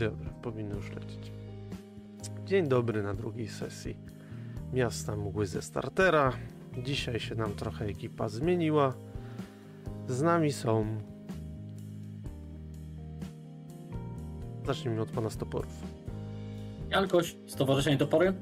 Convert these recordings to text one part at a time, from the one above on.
Dobra, powinno już lecieć. Dzień dobry na drugiej sesji Miasta Mgły ze Startera. Dzisiaj się nam trochę ekipa zmieniła. Z nami są... Zacznijmy od pana Stoporów. Jankoś, Stowarzyszenie Topory.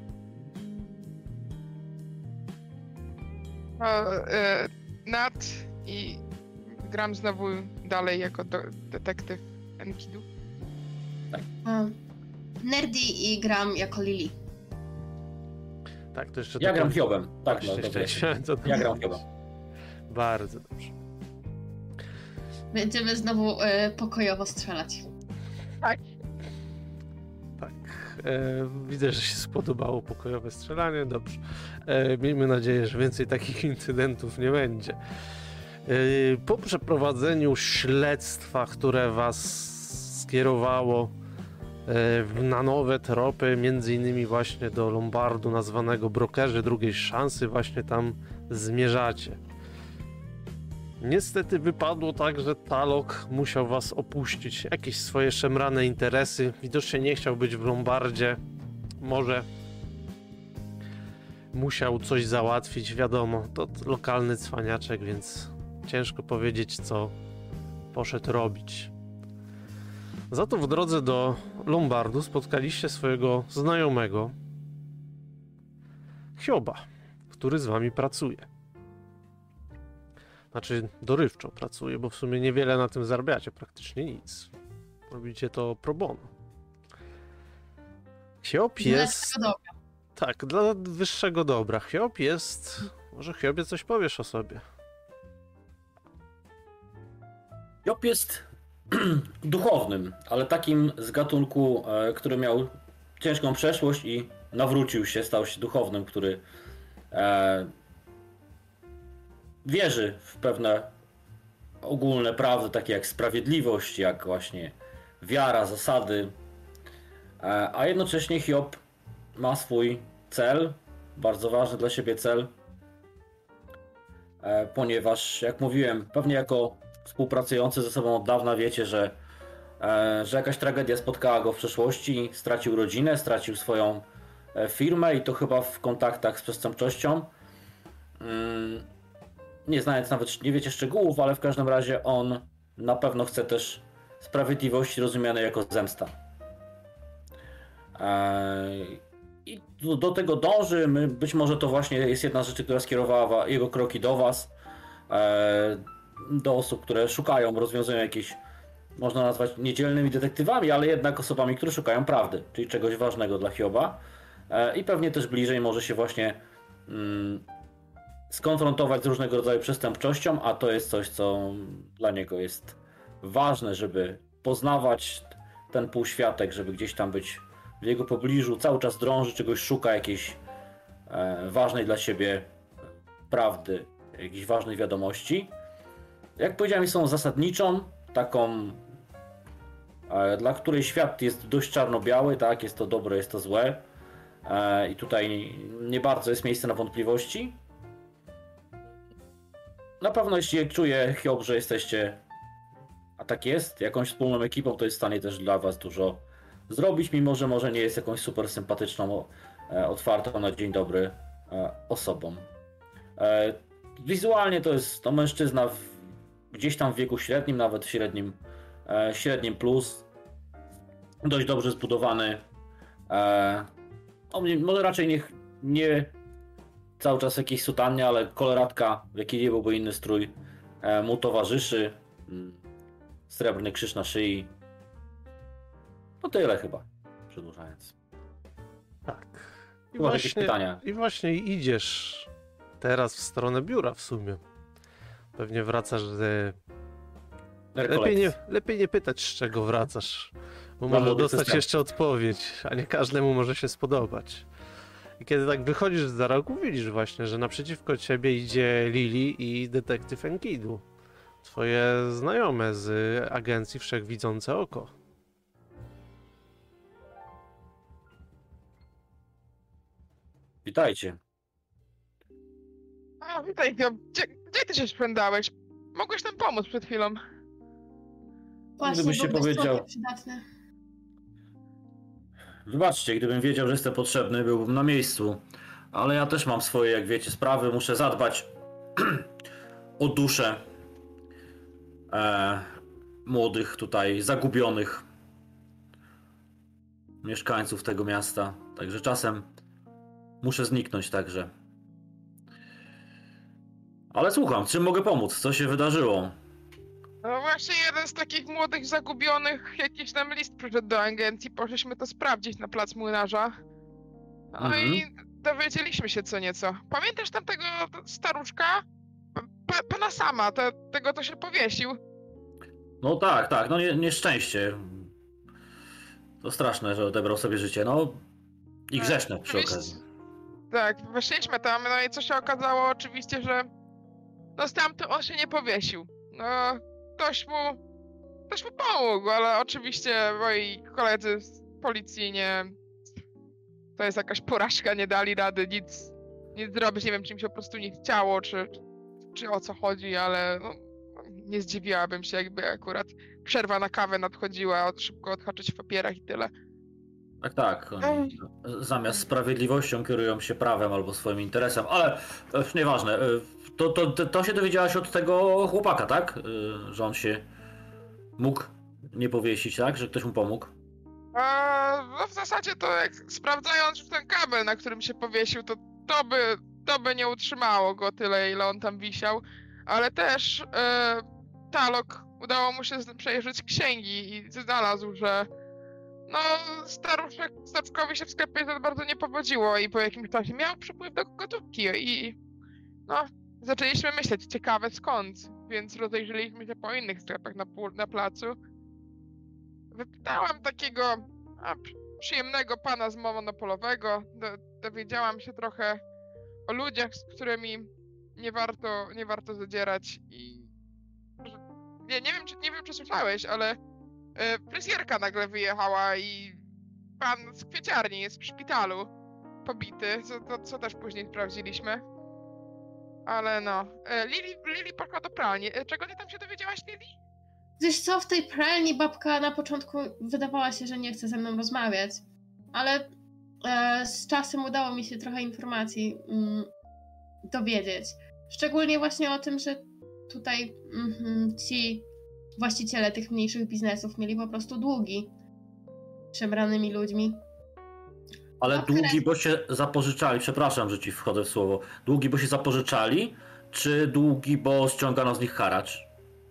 Nat i gram znowu dalej jako detektyw Enkidu. Tak. Nerdy i gram jako Lili. Tak, to jeszcze... Ja gram Hiobem. Tak, no, ja gram Hiobem. Bardzo dobrze. Będziemy znowu pokojowo strzelać. Tak. Tak. Widzę, że się spodobało pokojowe strzelanie. Dobrze. Miejmy nadzieję, że więcej takich incydentów nie będzie. Po przeprowadzeniu śledztwa, które was skierowało na nowe tropy, między innymi właśnie do Lombardu nazwanego brokerzy drugiej szansy, właśnie tam zmierzacie. Niestety wypadło tak, że Talok musiał was opuścić. Jakieś swoje szemrane interesy. Widocznie nie chciał być w Lombardzie. Może musiał coś załatwić, wiadomo. To lokalny cwaniaczek, więc ciężko powiedzieć, co poszedł robić. Za to w drodze do Lombardu spotkaliście swojego znajomego Hioba, który z wami pracuje. Znaczy dorywczo pracuje, bo w sumie niewiele na tym zarabiacie, praktycznie nic. Robicie to pro bono. Hiob jest... Tak, dla wyższego dobra. Hiob jest... Może Hiobie coś powiesz o sobie? Hiob jest duchownym, ale takim z gatunku, który miał ciężką przeszłość i nawrócił się, stał się duchownym, który wierzy w pewne ogólne prawdy, takie jak sprawiedliwość, jak właśnie wiara, zasady, a jednocześnie Hiob ma swój cel, bardzo ważny dla siebie cel, ponieważ, jak mówiłem, pewnie jako współpracujący ze sobą od dawna wiecie, że jakaś tragedia spotkała go w przeszłości, stracił rodzinę, stracił swoją firmę i to chyba w kontaktach z przestępczością. Nie znając nawet, nie wiecie szczegółów, ale w każdym razie on na pewno chce też sprawiedliwości rozumianej jako zemsta. I do tego dąży. Być może to właśnie jest jedna z rzeczy, która skierowała jego kroki do was, do osób, które szukają, rozwiązują jakieś, można nazwać niedzielnymi detektywami, ale jednak osobami, które szukają prawdy, czyli czegoś ważnego dla Hioba. I pewnie też bliżej może się właśnie skonfrontować z różnego rodzaju przestępczością, a to jest coś, co dla niego jest ważne, żeby poznawać ten półświatek, żeby gdzieś tam być w jego pobliżu, cały czas drąży, czegoś szuka, jakiejś ważnej dla siebie prawdy, jakichś ważnych wiadomości. Jak powiedziałem, są zasadniczą, taką, dla której świat jest dość czarno-biały, tak, jest to dobre, jest to złe i tutaj nie bardzo jest miejsce na wątpliwości. Na pewno jeśli czuje Hiob, że jesteście, a tak jest, jakąś wspólną ekipą, to jest w stanie też dla was dużo zrobić, mimo że może nie jest jakąś super sympatyczną, otwartą na dzień dobry osobą. Wizualnie to jest to mężczyzna gdzieś tam w wieku średnim, nawet średnim plus, dość dobrze zbudowany. Może raczej nie cały czas jakiejś sutannie, ale koloratka, w jakiej nie byłby inny strój, mu towarzyszy. Srebrny krzyż na szyi. No tyle chyba, przedłużając. Tak. Chyba jakieś pytania. I właśnie idziesz teraz w stronę biura w sumie. Pewnie wracasz z... Lepiej nie pytać, z czego wracasz, bo możesz dostać jeszcze odpowiedź, a nie każdemu może się spodobać. I kiedy tak wychodzisz za rogu, widzisz właśnie, że naprzeciwko ciebie idzie Lili i detektyw Enkidu. Twoje znajome z agencji Wszechwidzące Oko. Witajcie. A, witaj, gdzie ty się szpędałeś? Mogłeś nam pomóc przed chwilą. Właśnie, Gdybyś się byłby powiedział. przydatne. Wybaczcie, gdybym wiedział, że jestem potrzebny, byłbym na miejscu. Ale ja też mam swoje, jak wiecie, sprawy. Muszę zadbać o duszę młodych tutaj, zagubionych mieszkańców tego miasta. Także czasem muszę zniknąć także. Ale słucham, czym mogę pomóc? Co się wydarzyło? No właśnie jeden z takich młodych zagubionych, jakiś nam list przyszedł do agencji, poszliśmy to sprawdzić na plac Młynarza. No i dowiedzieliśmy się co nieco. Pamiętasz tamtego staruszka? Pana Sama, tego to się powiesił. No tak, no nieszczęście. To straszne, że odebrał sobie życie, no i grzeszne przy okazji. Tak, weszliśmy tam, no i co się okazało oczywiście, że no stamtąd on się nie powiesił. No, ktoś mu pomógł, ale oczywiście moi koledzy z policji to jest jakaś porażka, nie dali rady nic zrobić, nie wiem czy im się po prostu nie chciało, czy o co chodzi, ale no, nie zdziwiłabym się jakby akurat przerwa na kawę nadchodziła, szybko odhaczyć w papierach i tyle. Tak. Oni zamiast sprawiedliwością kierują się prawem albo swoim interesem, ale nieważne. To się dowiedziałaś od tego chłopaka, tak? Że on się mógł nie powiesić, tak? Że ktoś mu pomógł? No w zasadzie to jak sprawdzając ten kabel, na którym się powiesił, to by nie utrzymało go tyle, ile on tam wisiał, ale też Talok udało mu się przejrzeć księgi i znalazł, że no staruszkowi się w sklepie za bardzo nie powodziło i po jakimś czasie miał przepływ do gotówki i no zaczęliśmy myśleć, ciekawe skąd, więc rozejrzeliśmy się po innych sklepach na placu. Wypytałam takiego przyjemnego pana z monopolowego, dowiedziałam się trochę o ludziach, z którymi nie warto zadzierać i nie wiem czy słyszałeś, ale fryzjerka nagle wyjechała i pan z kwieciarni jest w szpitalu pobity, co też później sprawdziliśmy. Ale no, Lili poszła do pralni. Czego ty tam się dowiedziałaś, Lili? Wiesz co, w tej pralni babka na początku wydawała się, że nie chce ze mną rozmawiać, ale z czasem udało mi się trochę informacji dowiedzieć. Szczególnie właśnie o tym, że tutaj ci właściciele tych mniejszych biznesów mieli po prostu długi przebranymi ludźmi. Ale długi, bo się zapożyczali, przepraszam, że ci wchodzę w słowo, długi, bo się zapożyczali, czy długi, bo ściągano z nich haracz?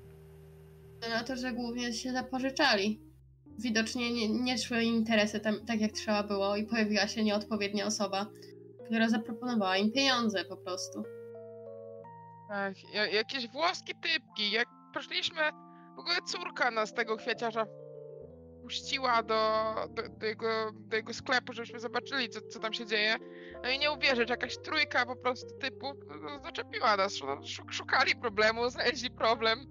Na to, że głównie się zapożyczali. Widocznie nie szły im interesy tam, tak jak trzeba było i pojawiła się nieodpowiednia osoba, która zaproponowała im pieniądze po prostu. Tak, jakieś włoskie typki. Jak poszliśmy, w ogóle córka nas tego kwiaciarza puściła do jego sklepu, żebyśmy zobaczyli, co tam się dzieje. No i nie uwierzysz, jakaś trójka po prostu typów zaczepiła nas. Szukali problemu, znaleźli problem.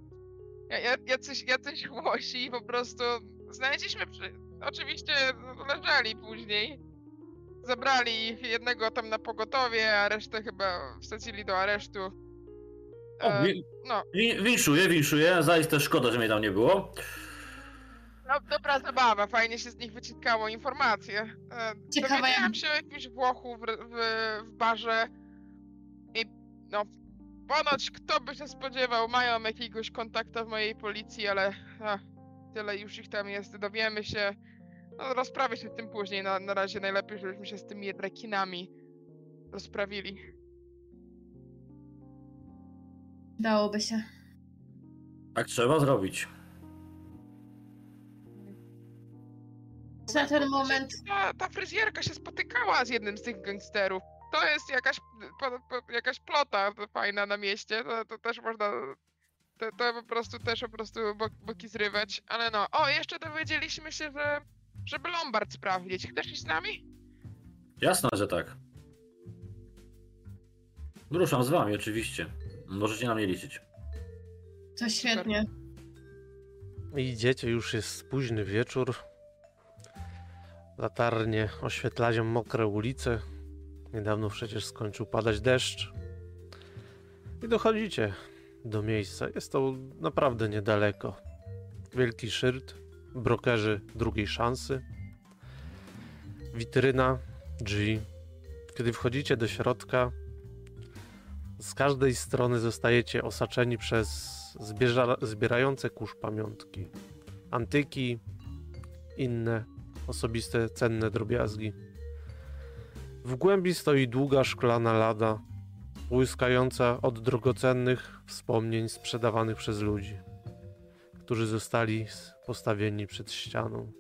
Jacyś Włosi po prostu znaleźliśmy, oczywiście leżeli później. Zabrali ich, jednego tam na pogotowie, a resztę chyba wsadzili do aresztu. Winszuję, zaiste szkoda, że mnie tam nie było. No, dobra zabawa, fajnie się z nich wyciskało informacje. Dowiedziałam się o jakimś Włochu w barze i no, ponoć kto by się spodziewał, mają jakiegoś kontakta w mojej policji, ale tyle już ich tam jest, dowiemy się. No, rozprawię się z tym później, na razie najlepiej, żebyśmy się z tymi rekinami rozprawili. Dałoby się. Tak trzeba zrobić. Na ten moment... Ta fryzjerka się spotykała z jednym z tych gangsterów. To jest jakaś plota fajna na mieście, to też można... To po prostu boki zrywać, ale no. O, jeszcze dowiedzieliśmy się, żeby Lombard sprawdzić. Chcesz iść z nami? Jasne, że tak. Ruszam z wami, oczywiście. Możecie na mnie liczyć. To świetnie. Idziecie, już jest późny wieczór. Latarnie oświetlają mokre ulice. Niedawno przecież skończył padać deszcz. I dochodzicie do miejsca. Jest to naprawdę niedaleko. Wielki szyld, brokerzy drugiej szansy. witryna, drzwi. Kiedy wchodzicie do środka, z każdej strony zostajecie osaczeni przez zbierające kurz pamiątki. Antyki, inne osobiste, cenne drobiazgi. W głębi stoi długa szklana lada, błyskająca od drogocennych wspomnień sprzedawanych przez ludzi, którzy zostali postawieni przed ścianą.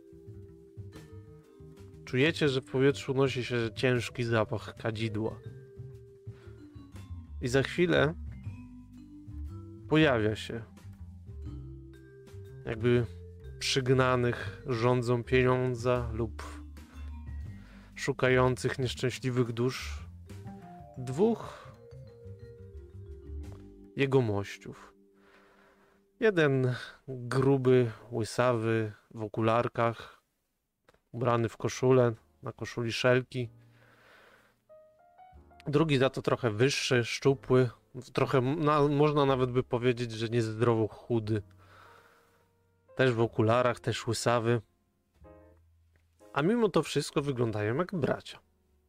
Czujecie, że w powietrzu nosi się ciężki zapach kadzidła. I za chwilę pojawia się, jakby przygnanych rządzą pieniądza lub szukających nieszczęśliwych dusz, dwóch jegomościów. Jeden gruby, łysawy, w okularkach, ubrany w koszulę, na koszuli szelki. Drugi za to trochę wyższy, szczupły, trochę, można nawet by powiedzieć, że niezdrowo chudy. Też w okularach, też łysawy. A mimo to wszystko wyglądają jak bracia.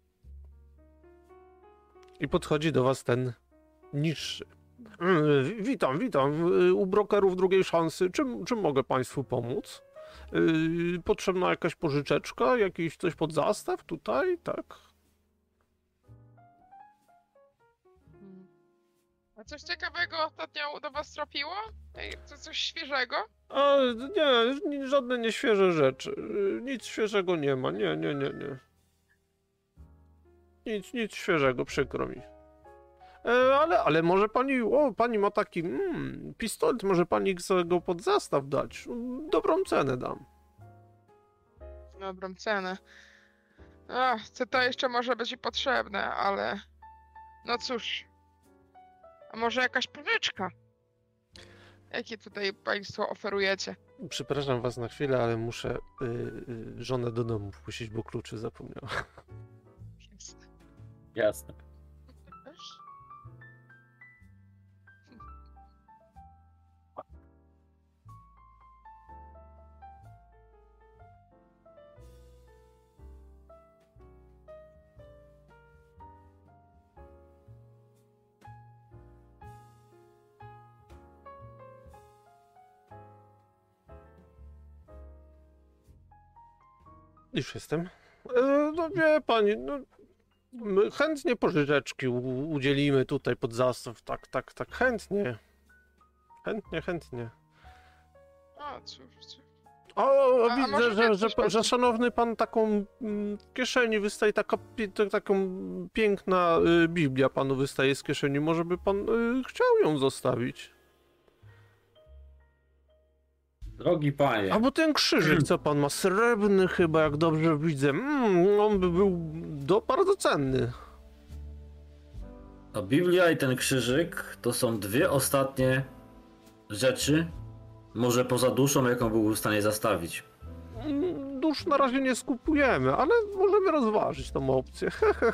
I podchodzi do was ten niższy. Witam. U brokerów drugiej szansy. Czym mogę państwu pomóc? Potrzebna jakaś pożyczeczka? Jakiś coś pod zastaw tutaj? Tak. A coś ciekawego ostatnio do was trafiło? Coś świeżego? A, nie, żadne nieświeże rzeczy. Nic świeżego nie ma. Nie. Nic świeżego, przykro mi. Ale może pani, pani ma taki pistolet, może pani chce go pod zastaw dać? Dobrą cenę dam. Dobrą cenę. Co to jeszcze może być i potrzebne, ale... No cóż. A może jakaś pożyczka? Jakie tutaj państwo oferujecie? Przepraszam was na chwilę, ale muszę żonę do domu wpuścić, bo kluczy zapomniała. Jasne. Jasne. Też? Już jestem. No wie pani, no, my chętnie pożyczeczki udzielimy tutaj pod zastaw, tak, chętnie. Chętnie. O, cóż. Widzę, może że szanowny pan taką w kieszeni wystaje, taką piękna Biblia panu wystaje z kieszeni, może by pan chciał ją zostawić? Drogi panie, Albo ten krzyżyk, co pan ma, srebrny chyba, jak dobrze widzę, on by był bardzo cenny. no Biblia i ten krzyżyk to są dwie ostatnie rzeczy, może poza duszą, jaką byłby w stanie zastawić. Dusz na razie nie skupujemy, ale możemy rozważyć tą opcję.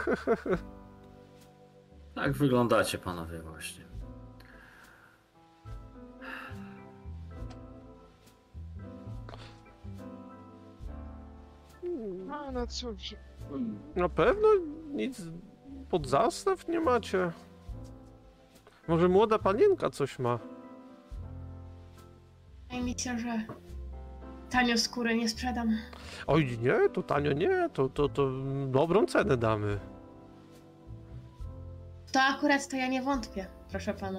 Tak wyglądacie panowie właśnie. No cóż. Na pewno nic pod zastaw nie macie? Może młoda panienka coś ma? Wydaje mi się, że tanio skóry nie sprzedam. Oj nie, to tanio nie, to dobrą cenę damy. To akurat to ja nie wątpię, proszę pana.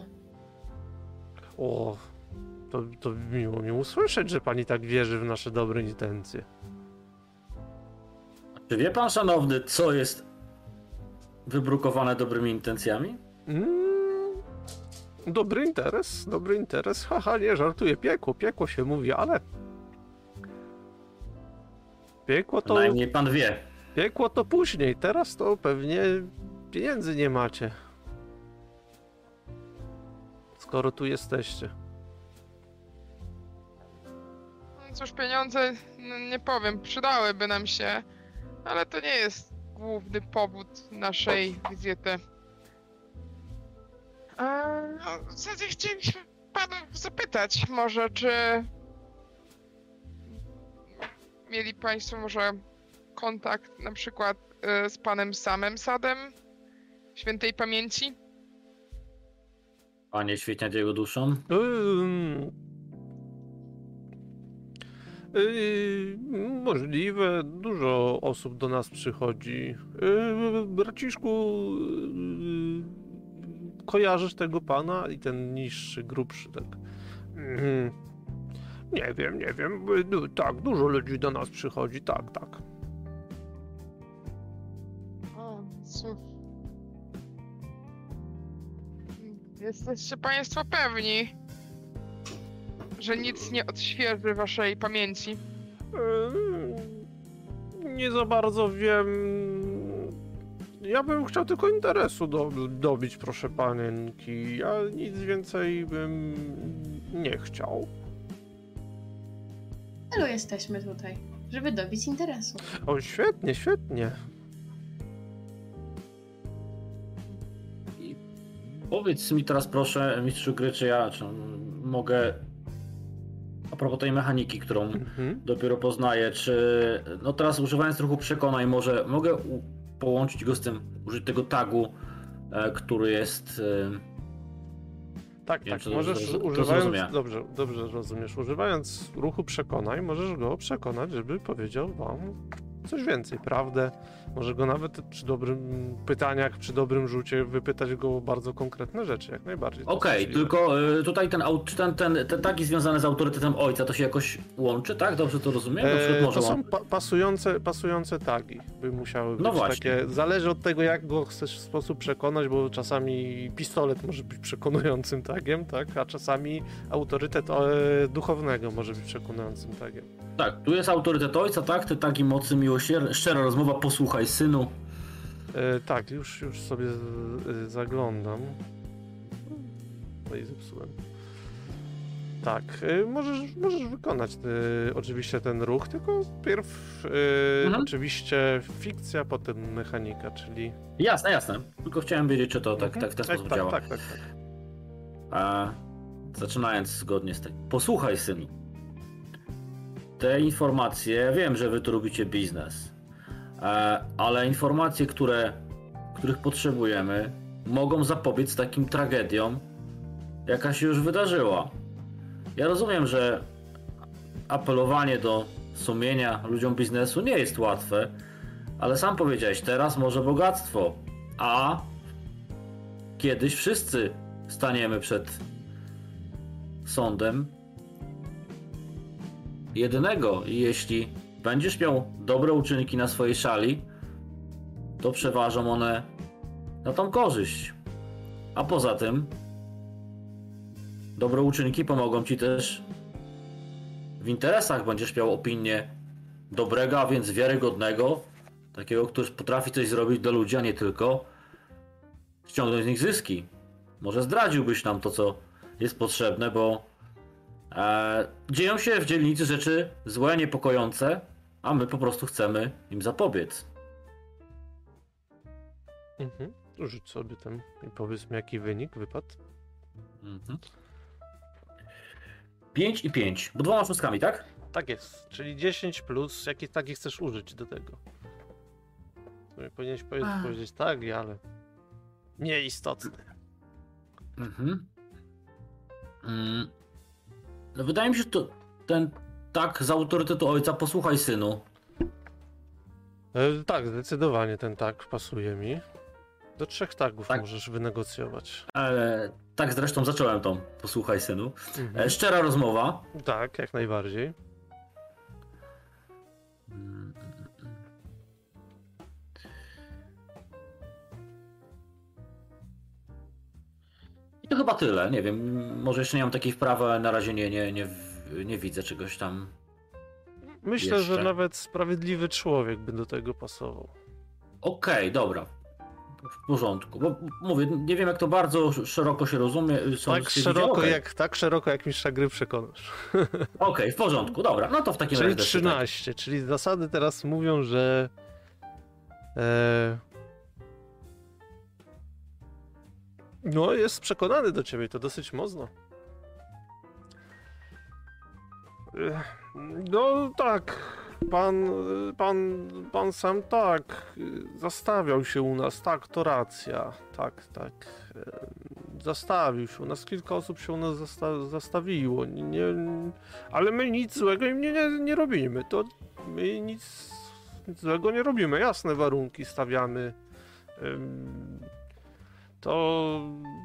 O, to miło mi usłyszeć, że pani tak wierzy w nasze dobre intencje. Czy wie pan, szanowny, co jest wybrukowane dobrymi intencjami? Dobry interes, haha, nie, żartuję, piekło się mówi, ale... Piekło to... Najmniej pan wie. Piekło to później, teraz to pewnie pieniędzy nie macie. Skoro tu jesteście. No cóż, pieniądze, no nie powiem, przydałyby nam się, ale to nie jest główny powód naszej wizyty. No, w zasadzie chcieliśmy panów zapytać może, czy mieli państwo może kontakt na przykład z panem Samem Sadem, świętej pamięci? Panie świetnia jego duszą. Możliwe, dużo osób do nas przychodzi. Braciszku, kojarzysz tego pana i ten niższy, grubszy, tak? Nie wiem. Tak, dużo ludzi do nas przychodzi, tak. O, cóż. Jesteście państwo pewni, że nic nie odświeży waszej pamięci? Nie za bardzo wiem. Ja bym chciał tylko interesu dobić, proszę panienki. Ja nic więcej bym nie chciał. Celu jesteśmy tutaj, żeby dobić interesu. O, świetnie. I powiedz mi teraz proszę, mistrzu gry, czy mogę, a propos tej mechaniki, którą dopiero poznaję, czy no teraz używając ruchu przekonań, może mogę połączyć go z tym, użyć tego tagu, który jest... Tak, możesz używając, dobrze rozumiesz, używając ruchu przekonań, możesz go przekonać, żeby powiedział wam coś więcej, prawdę. Może go nawet przy dobrym pytaniach, przy dobrym rzucie wypytać go o bardzo konkretne rzeczy, jak najbardziej. Okej, tylko tutaj te tagi związane z autorytetem ojca, to się jakoś łączy, tak? Dobrze to rozumiem? To są pasujące tagi, by musiały być no właśnie. takie. Zależy od tego, jak go chcesz w sposób przekonać, bo czasami pistolet może być przekonującym tagiem, tak? A czasami autorytet duchownego może być przekonującym tagiem. Tak, tu jest autorytet ojca, tak? Te tagi mocy, miłosierdzia, szczera rozmowa, posłuchaj synu. Tak, już sobie zaglądam. No i zepsułem. Tak, możesz wykonać oczywiście ten ruch, tylko pierw oczywiście fikcja, potem mechanika, czyli... Jasne. Tylko chciałem wiedzieć, czy to tak w ten sposób działa. Tak. Zaczynając zgodnie z tym. Posłuchaj synu. Te informacje, ja wiem, że wy tu robicie biznes, ale informacje, których potrzebujemy, mogą zapobiec takim tragediom, jaka się już wydarzyła. Ja rozumiem, że apelowanie do sumienia ludziom biznesu nie jest łatwe, ale sam powiedziałeś, teraz może bogactwo, a kiedyś wszyscy staniemy przed sądem jedynego i jeśli będziesz miał dobre uczynki na swojej szali, to przeważą one na tą korzyść. A poza tym dobre uczynki pomogą ci też w interesach. Będziesz miał opinię dobrego, a więc wiarygodnego, takiego, który potrafi coś zrobić dla ludzi, a nie tylko ściągnąć z nich zyski. Może zdradziłbyś nam to, co jest potrzebne, bo dzieją się w dzielnicy rzeczy złe, niepokojące, a my po prostu chcemy im zapobiec. Rzuć sobie tam i powiedz mi, jaki wynik wypadł. 5 i 5, bo 2 szóstkami, tak? Tak jest, czyli 10 plus, jaki taki chcesz użyć do tego. Powinieneś powiedzieć tak, ale nieistotne. No wydaje mi się, że to ten tak z autorytetu ojca, posłuchaj synu. Tak, zdecydowanie ten tak pasuje mi. Do 3 tagów tak. Możesz wynegocjować. Tak zresztą zacząłem tą posłuchaj synu. Szczera rozmowa. Tak, jak najbardziej. I to chyba tyle. Nie wiem, może jeszcze nie mam takiej wprawy, ale na razie nie widzę czegoś tam. Myślę, jeszcze. że nawet sprawiedliwy człowiek by do tego pasował. Okej, dobra. W porządku. Bo mówię, nie wiem jak to bardzo szeroko się rozumie. Tak szeroko jak mistrza gry przekonasz. Okej, w porządku, dobra. No to w takim razie. Czyli 13, tak. Czyli zasady teraz mówią, że no jest przekonany do ciebie, to dosyć mocno. No tak, pan sam tak zastawiał się u nas, tak, to racja, tak. Zastawił się u nas, kilka osób się u nas zastawiło, ale my nic złego im nie robimy, to my nic złego nie robimy, jasne warunki stawiamy, to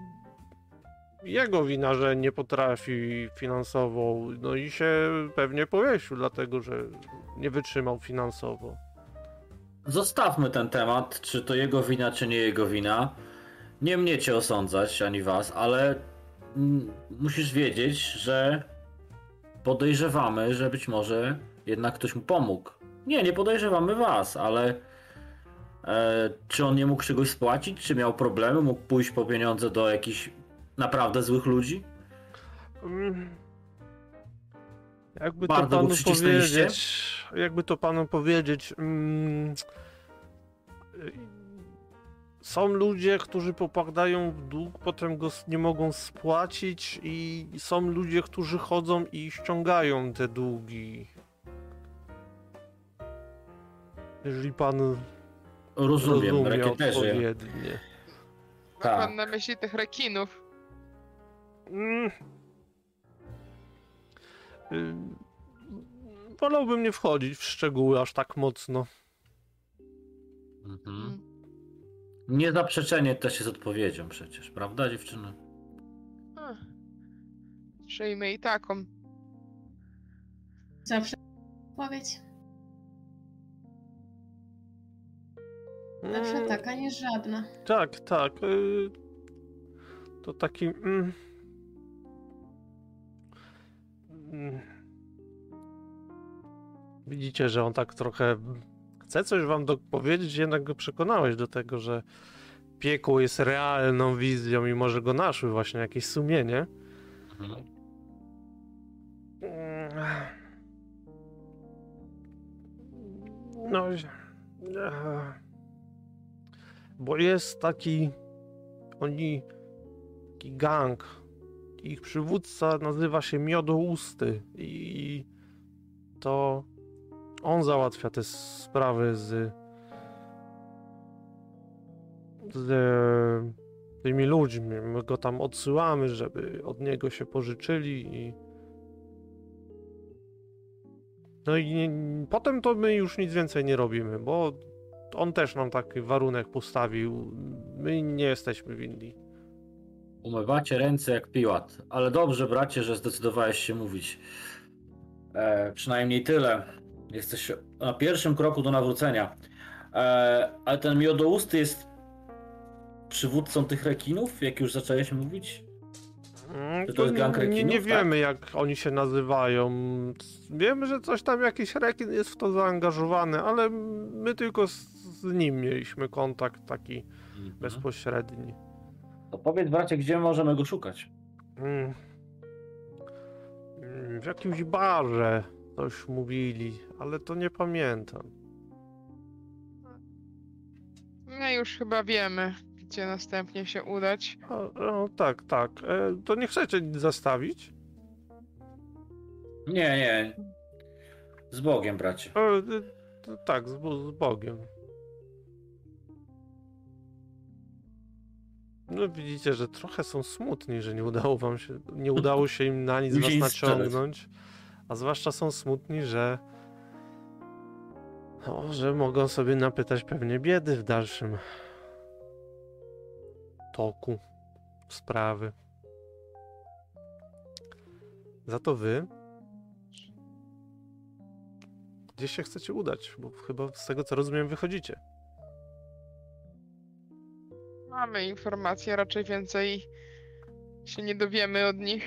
jego wina, że nie potrafi finansowo, no i się pewnie powiesił, dlatego że nie wytrzymał finansowo. Zostawmy ten temat, czy to jego wina, czy nie jego wina. Nie mnie cię osądzać, ani was, ale musisz wiedzieć, że podejrzewamy, że być może jednak ktoś mu pomógł. Nie podejrzewamy was, ale czy on nie mógł czegoś spłacić, czy miał problemy, mógł pójść po pieniądze do jakichś naprawdę złych ludzi? Jakby Bardzo to go panu przycisnęliście? powiedzieć, są ludzie, którzy popadają w dług, potem go nie mogą spłacić i są ludzie, którzy chodzą i ściągają te długi. Jeżeli pan Rozumiem, rozumie rekieterzy. odpowiednie. Ma Tak. pan na myśli tych rekinów? Wolałbym nie wchodzić w szczegóły aż tak mocno. Mhm. Niezaprzeczenie też jest odpowiedzią przecież, prawda dziewczyny? Przyjmę i taką. Zawsze odpowiedź. Zawsze taka niż żadna. Tak. To taki... Widzicie, że on tak trochę chce coś wam powiedzieć, jednak go przekonałeś do tego, że piekło jest realną wizją i może go naszły właśnie jakieś sumienie. Mhm. No, bo jest taki gang, ich przywódca nazywa się Miodousty i to on załatwia te sprawy z tymi ludźmi. My go tam odsyłamy, żeby od niego się pożyczyli i no i potem to my już nic więcej nie robimy, bo on też nam taki warunek postawił. My nie jesteśmy winni. Umywacie ręce jak Piłat, ale dobrze bracie, że zdecydowałeś się mówić. Przynajmniej tyle. Jesteś na pierwszym kroku do nawrócenia. Ale ten Miodousty jest przywódcą tych rekinów, jak już zacząłeś mówić? Czy to jest gang rekinów? Nie wiemy, jak oni się nazywają. Wiemy, że coś tam, jakiś rekin jest w to zaangażowany, ale my tylko z nim mieliśmy kontakt taki bezpośredni. To powiedz bracie, gdzie możemy go szukać? W jakimś barze coś mówili, ale to nie pamiętam. My już chyba wiemy, gdzie następnie się udać. Tak. To nie chcecie nic zastawić? Nie. Z Bogiem, bracie. Tak, z Bogiem. No widzicie, że trochę są smutni, że nie udało się im na nic was naciągnąć. A zwłaszcza są smutni, że mogą sobie napytać pewnie biedy w dalszym toku sprawy. Za to wy gdzie się chcecie udać? Bo chyba z tego co rozumiem wychodzicie. Mamy informacje, raczej więcej się nie dowiemy od nich.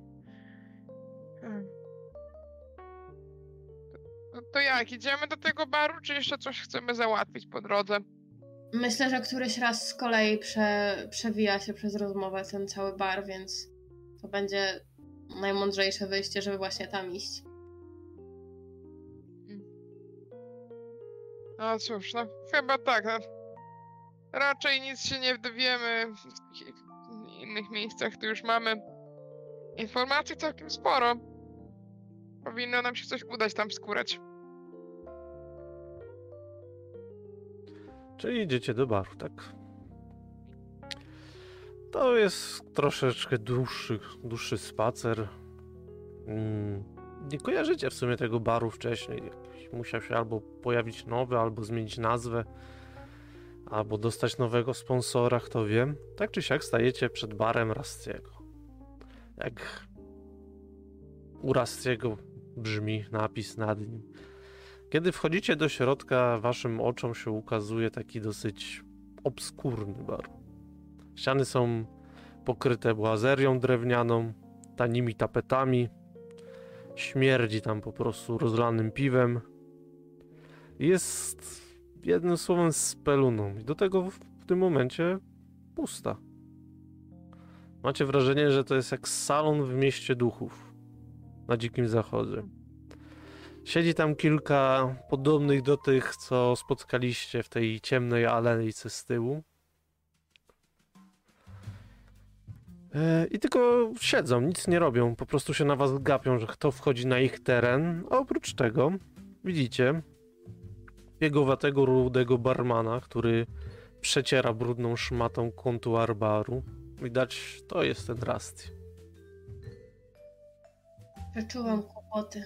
To jak, idziemy do tego baru, czy jeszcze coś chcemy załatwić po drodze? Myślę, że któryś raz z kolei przewija się przez rozmowę ten cały bar, więc to będzie najmądrzejsze wyjście, żeby właśnie tam iść. No cóż, no chyba tak. No. Raczej nic się nie dowiemy. W innych miejscach tu już mamy informacji całkiem sporo. Powinno nam się coś udać tam skórać. Czyli idziecie do baru, tak? To jest troszeczkę dłuższy spacer. Nie kojarzycie w sumie tego baru wcześniej. Musiał się albo pojawić nowy, albo zmienić nazwę, albo dostać nowego sponsora, kto wie. Tak czy siak stajecie przed barem Rastiego. Jak u Rastiego brzmi napis nad nim. Kiedy wchodzicie do środka, waszym oczom się ukazuje taki dosyć obskurny bar. Ściany są pokryte błazerią drewnianą, tanimi tapetami. Śmierdzi tam po prostu rozlanym piwem. Jest jednym słowem speluną. I do tego w tym momencie pusta. Macie wrażenie, że to jest jak salon w mieście duchów na Dzikim Zachodzie. Siedzi tam kilka podobnych do tych, co spotkaliście w tej ciemnej alejce z tyłu. I tylko siedzą, nic nie robią, po prostu się na was gapią, że kto wchodzi na ich teren. A oprócz tego widzicie biegowatego, rudego barmana, który przeciera brudną szmatą kontuar baru. Widać, to jest ten Rusty. Wyczuwam kłopoty.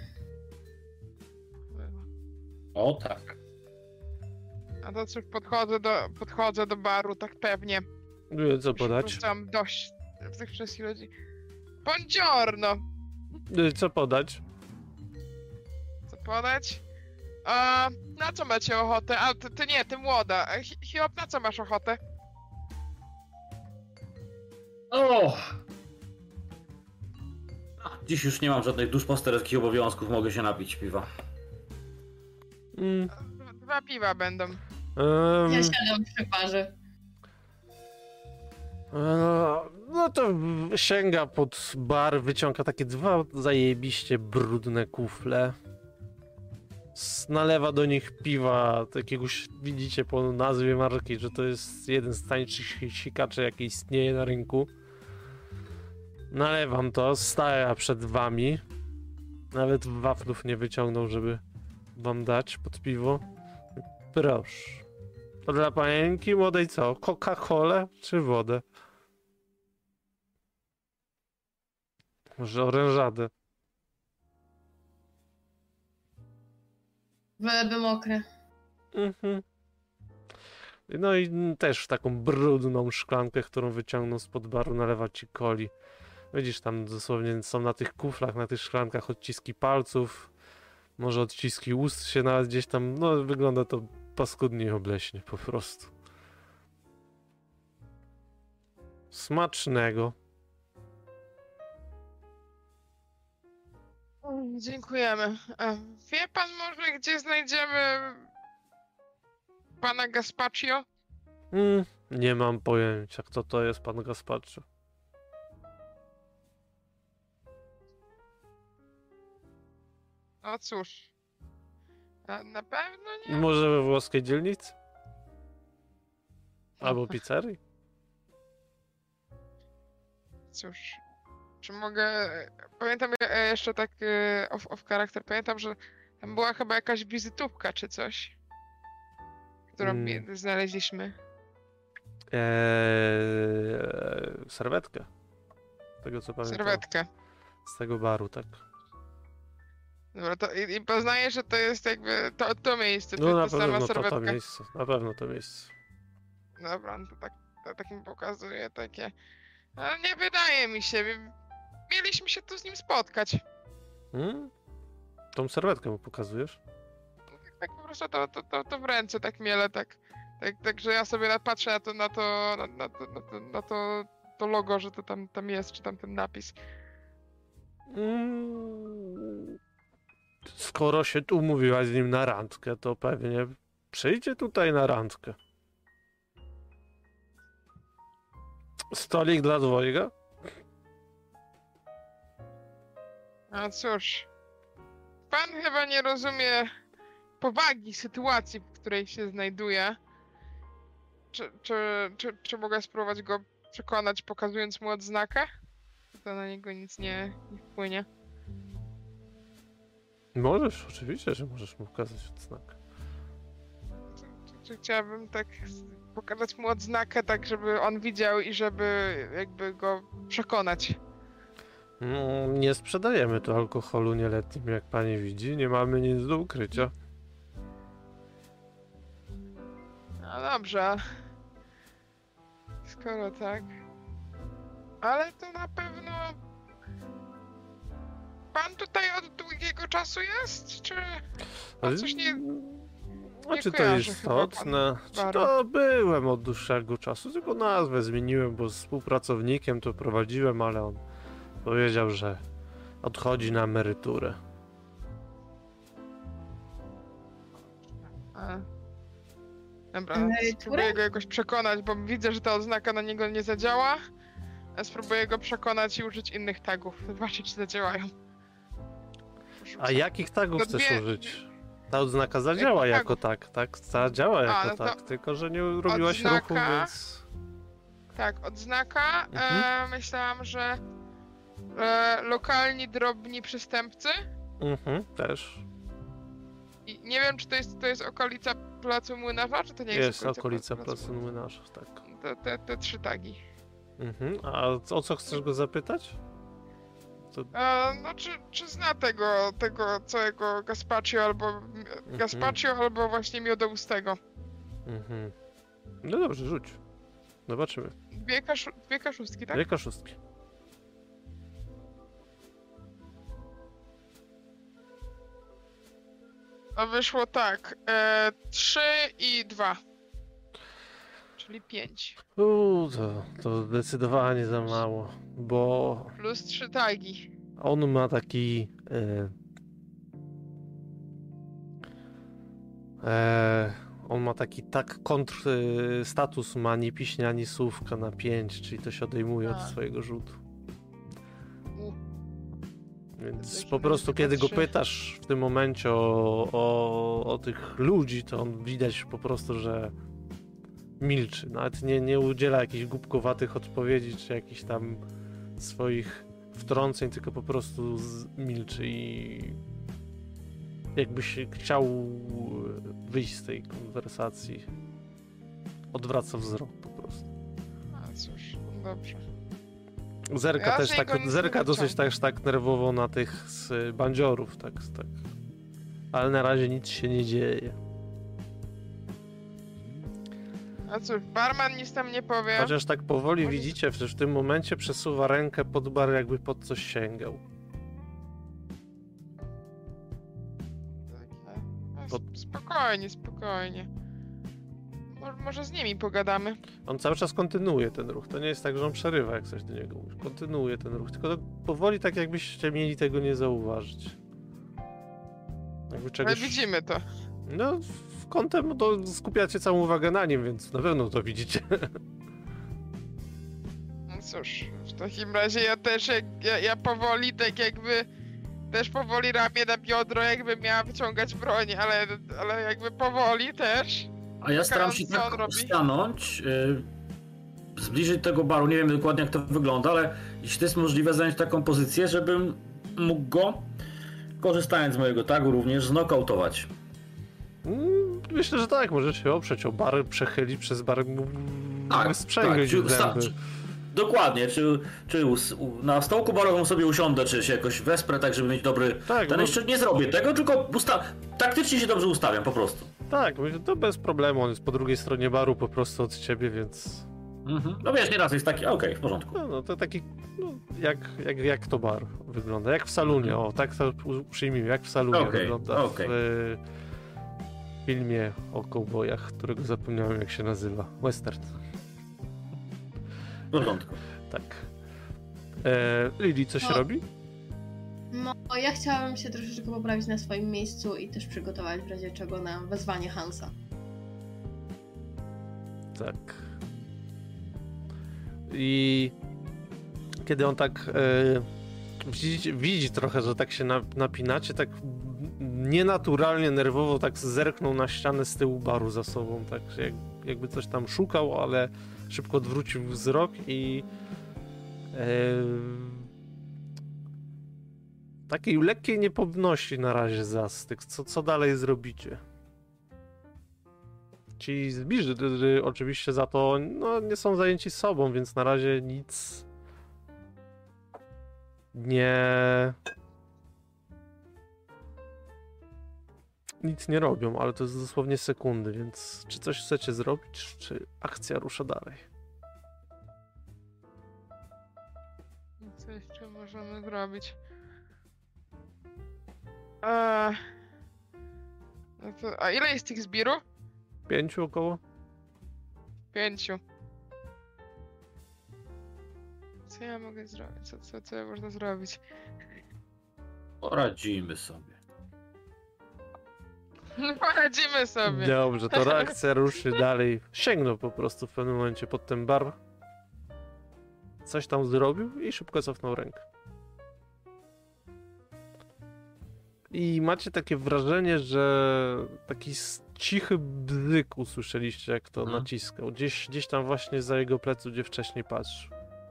O tak. A to cóż, podchodzę do baru, tak pewnie. Co podać? Już tam dość tych wszystkich ludzi. Buongiorno! Co podać? Co podać? Na co macie ochotę? A, ty nie, ty młoda. Hiop, na co masz ochotę? O! Dziś już nie mam żadnych duszpasterskich obowiązków, mogę się napić piwa. 2 piwa będą. Ja siadam przy barze. No to sięga pod bar, wyciąga takie 2 zajebiście brudne kufle. Nalewa do nich piwa, takiegoś, widzicie po nazwie marki, że to jest jeden z tańszych sikaczy, jaki istnieje na rynku. Nalewam to, staję przed wami. Nawet waflów nie wyciągnął, żeby wam dać pod piwo. Proszę. To dla panienki młodej co? Coca-Colę czy wodę? Może orężadę? Byleby mokre. Mhm. No i też w taką brudną szklankę, którą wyciągnął spod baru, nalewa ci coli. Widzisz, tam dosłownie są na tych kuflach, na tych szklankach odciski palców, może odciski ust się nawet gdzieś tam, no wygląda to paskudnie i obleśnie po prostu. Smacznego. Dziękujemy. Wie pan może, gdzie znajdziemy pana Gaspaccio? Nie mam pojęcia, kto to jest pan Gaspaccio. No cóż. Na pewno nie. Może we włoskiej dzielnicy? Albo pizzerii? Cóż. Czy mogę... Pamiętam jeszcze tak off character, pamiętam, że tam była chyba jakaś wizytówka czy coś, którą znaleźliśmy. Serwetkę. Z tego co pamiętam. Serwetkę. Z tego baru, tak. Dobra, to i poznaję, że to jest jakby to miejsce, No na to sama pewno serwetka. to miejsce. Na pewno to miejsce. Dobra, no to tak mi pokazuje takie... Ale nie wydaje mi się. Mieliśmy się tu z nim spotkać. Tą serwetkę mu pokazujesz? Tak po prostu to w ręce tak miele, tak, że ja sobie patrzę na to logo, że to tam jest, czy tam ten napis. Skoro się tu umówiłaś z nim na randkę, to pewnie przyjdzie tutaj na randkę. Stolik dla dwojga? A cóż, pan chyba nie rozumie powagi sytuacji, w której się znajduje. Czy mogę spróbować go przekonać, pokazując mu odznakę? To na niego nic nie wpłynie. Możesz, oczywiście, że możesz mu pokazać odznakę. że chciałabym tak pokazać mu odznakę, tak żeby on widział i żeby jakby go przekonać. No, nie sprzedajemy tu alkoholu nieletnim, jak pani widzi. Nie mamy nic do ukrycia. No dobrze. Skoro tak. Ale to na pewno... Pan tutaj od długiego czasu jest, czy... Pan coś nie... A czy to kojarzy jest chyba istotne? pan Czy baru. to byłem od dłuższego czasu, tylko nazwę zmieniłem, bo z współpracownikiem to prowadziłem, ale on powiedział, że odchodzi na emeryturę. A. Dobra, Emeryturę? spróbuję go jakoś przekonać, bo widzę, że ta odznaka na niego nie zadziała. A spróbuję go przekonać i użyć innych tagów. Zobaczyć, czy zadziałają. A jakich tagów No chcesz dwie- użyć? Ta odznaka zadziała Jakich jako tak, zadziała jako no to tak, tylko że nie robiłaś odznaka- ruchu, więc... Tak, odznaka. Mhm. Myślałam, że lokalni drobni przestępcy. Też. I nie wiem, czy to jest okolica Placu Młynarza, czy to nie Jest jest okolica Placu Placu Młynarza, tak. Te 3 tagi. A o co chcesz go zapytać? No, czy zna tego całego gazpacho albo właśnie miodoustego? No dobrze, rzuć. Zobaczymy. Dwie kaszustki, tak? Dwie kaszustki. No wyszło tak. 3 i 2. Czyli 5. To zdecydowanie za mało, bo Plus 3 tagi. on ma taki on ma taki status, ma ani piśnia, ani słówka na 5, czyli to się odejmuje od A. swojego rzutu. U. Więc To po prostu chyba kiedy go 3. pytasz w tym momencie o tych ludzi, to on widać po prostu, że milczy. Nawet nie udziela jakichś głupkowatych odpowiedzi, czy jakichś tam swoich wtrąceń, tylko po prostu milczy i jakby się chciał wyjść z tej konwersacji. Odwraca wzrok po prostu. A cóż, dobrze. Zerka Ja też z niego tak, nic zerka nie dosyć wyciągnę. też tak nerwowo na tych z bandziorów, tak. Ale na razie nic się nie dzieje. A cóż, barman nic tam nie powie. Chociaż tak powoli Może- widzicie, że w tym momencie przesuwa rękę pod bar, jakby pod coś sięgał. Spokojnie. Może z nimi pogadamy. On cały czas kontynuuje ten ruch. To nie jest tak, że on przerywa, jak coś do niego mówi. Kontynuuje ten ruch, tylko powoli tak jakbyście mieli tego nie zauważyć. Jakby Ale czegoś... widzimy to. No, w kątem to skupiacie całą uwagę na nim, więc na pewno to widzicie. No cóż, w takim razie ja też, ja powoli, tak jakby, też powoli ramię na biodro, jakby miała wyciągać broń, ale jakby powoli też. A ja staram się Co on tak robi? stanąć, zbliżyć tego baru, nie wiem dokładnie jak to wygląda, ale jeśli to jest możliwe, zająć taką pozycję, żebym mógł go, korzystając z mojego tagu również, znokautować. Myślę, że tak, możesz się oprzeć o bar, przechylić przez bar, sprzęgać czy- zęby. Dokładnie, czy na stołku barowym sobie usiądę, czy się jakoś wesprę, tak żeby mieć dobry... Tak, Ten no- jeszcze nie zrobię tego, tylko taktycznie się dobrze ustawiam, po prostu. Tak, myślę, to bez problemu, on jest po drugiej stronie baru po prostu od ciebie, więc... No wiesz, nieraz jest taki, okej, w porządku. No to taki, no, jak to bar wygląda, jak w salonie, o, tak to przyjmijmy, jak w salonie wygląda w filmie o kowbojach, którego zapomniałem jak się nazywa, western. W porządku. Tak. Lili, co się No. robi? No, ja chciałabym się troszeczkę poprawić na swoim miejscu i też przygotować w razie czego na wezwanie Hansa. Tak. I kiedy on tak widzi trochę, że tak się napinacie, tak nienaturalnie, nerwowo tak zerknął na ścianę z tyłu baru za sobą, tak jakby coś tam szukał, ale szybko odwrócił wzrok i takiej lekkiej niepewności na razie zastyk. Co dalej zrobicie? ci zbliży. Oczywiście za to no, nie są zajęci sobą, więc na razie nic nie robią, ale to jest dosłownie sekundy, więc czy coś chcecie zrobić, czy akcja rusza dalej? Co jeszcze możemy zrobić? No to, a ile jest tych zbiru? 5 około? 5. Co ja mogę zrobić? Co można zrobić? Poradzimy sobie. Poradzimy sobie. Dobrze, to reakcja ruszy dalej. Sięgnął po prostu w pewnym momencie pod ten bar. Coś tam zrobił i szybko cofnął rękę. I macie takie wrażenie, że taki cichy bzyk usłyszeliście, jak to naciskał. Gdzieś tam właśnie za jego pleców, gdzie wcześniej patrzył.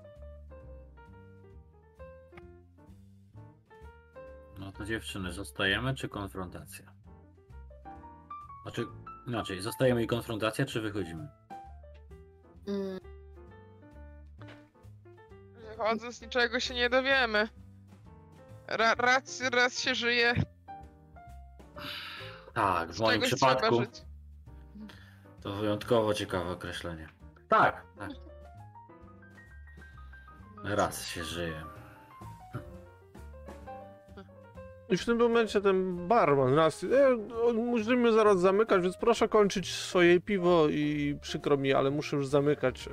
No to dziewczyny, zostajemy czy konfrontacja? Znaczy, inaczej, zostajemy i konfrontacja, czy wychodzimy? Wychodząc niczego się nie dowiemy. Raz się żyje. Tak, w Z moim czegoś przypadku trzeba żyć. to wyjątkowo ciekawe określenie. Tak, tak. Raz się żyje. I w tym momencie ten barman raz, musimy zaraz zamykać, więc proszę kończyć swoje piwo i przykro mi, ale muszę już zamykać.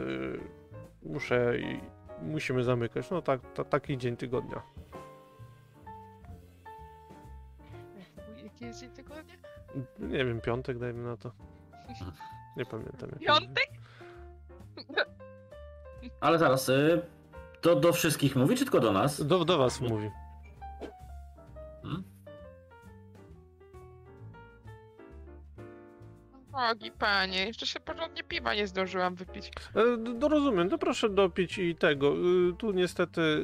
Musimy zamykać. No tak, taki dzień tygodnia. Jaki jest dzień tygodnia? Nie wiem, piątek dajmy na to. Nie pamiętam. Piątek? Ale zaraz, to do wszystkich mówi, czy tylko do nas? Do was mówi. Bogi panie, jeszcze się porządnie piwa nie zdążyłam wypić. Rozumiem, to proszę dopić i tego. Tu niestety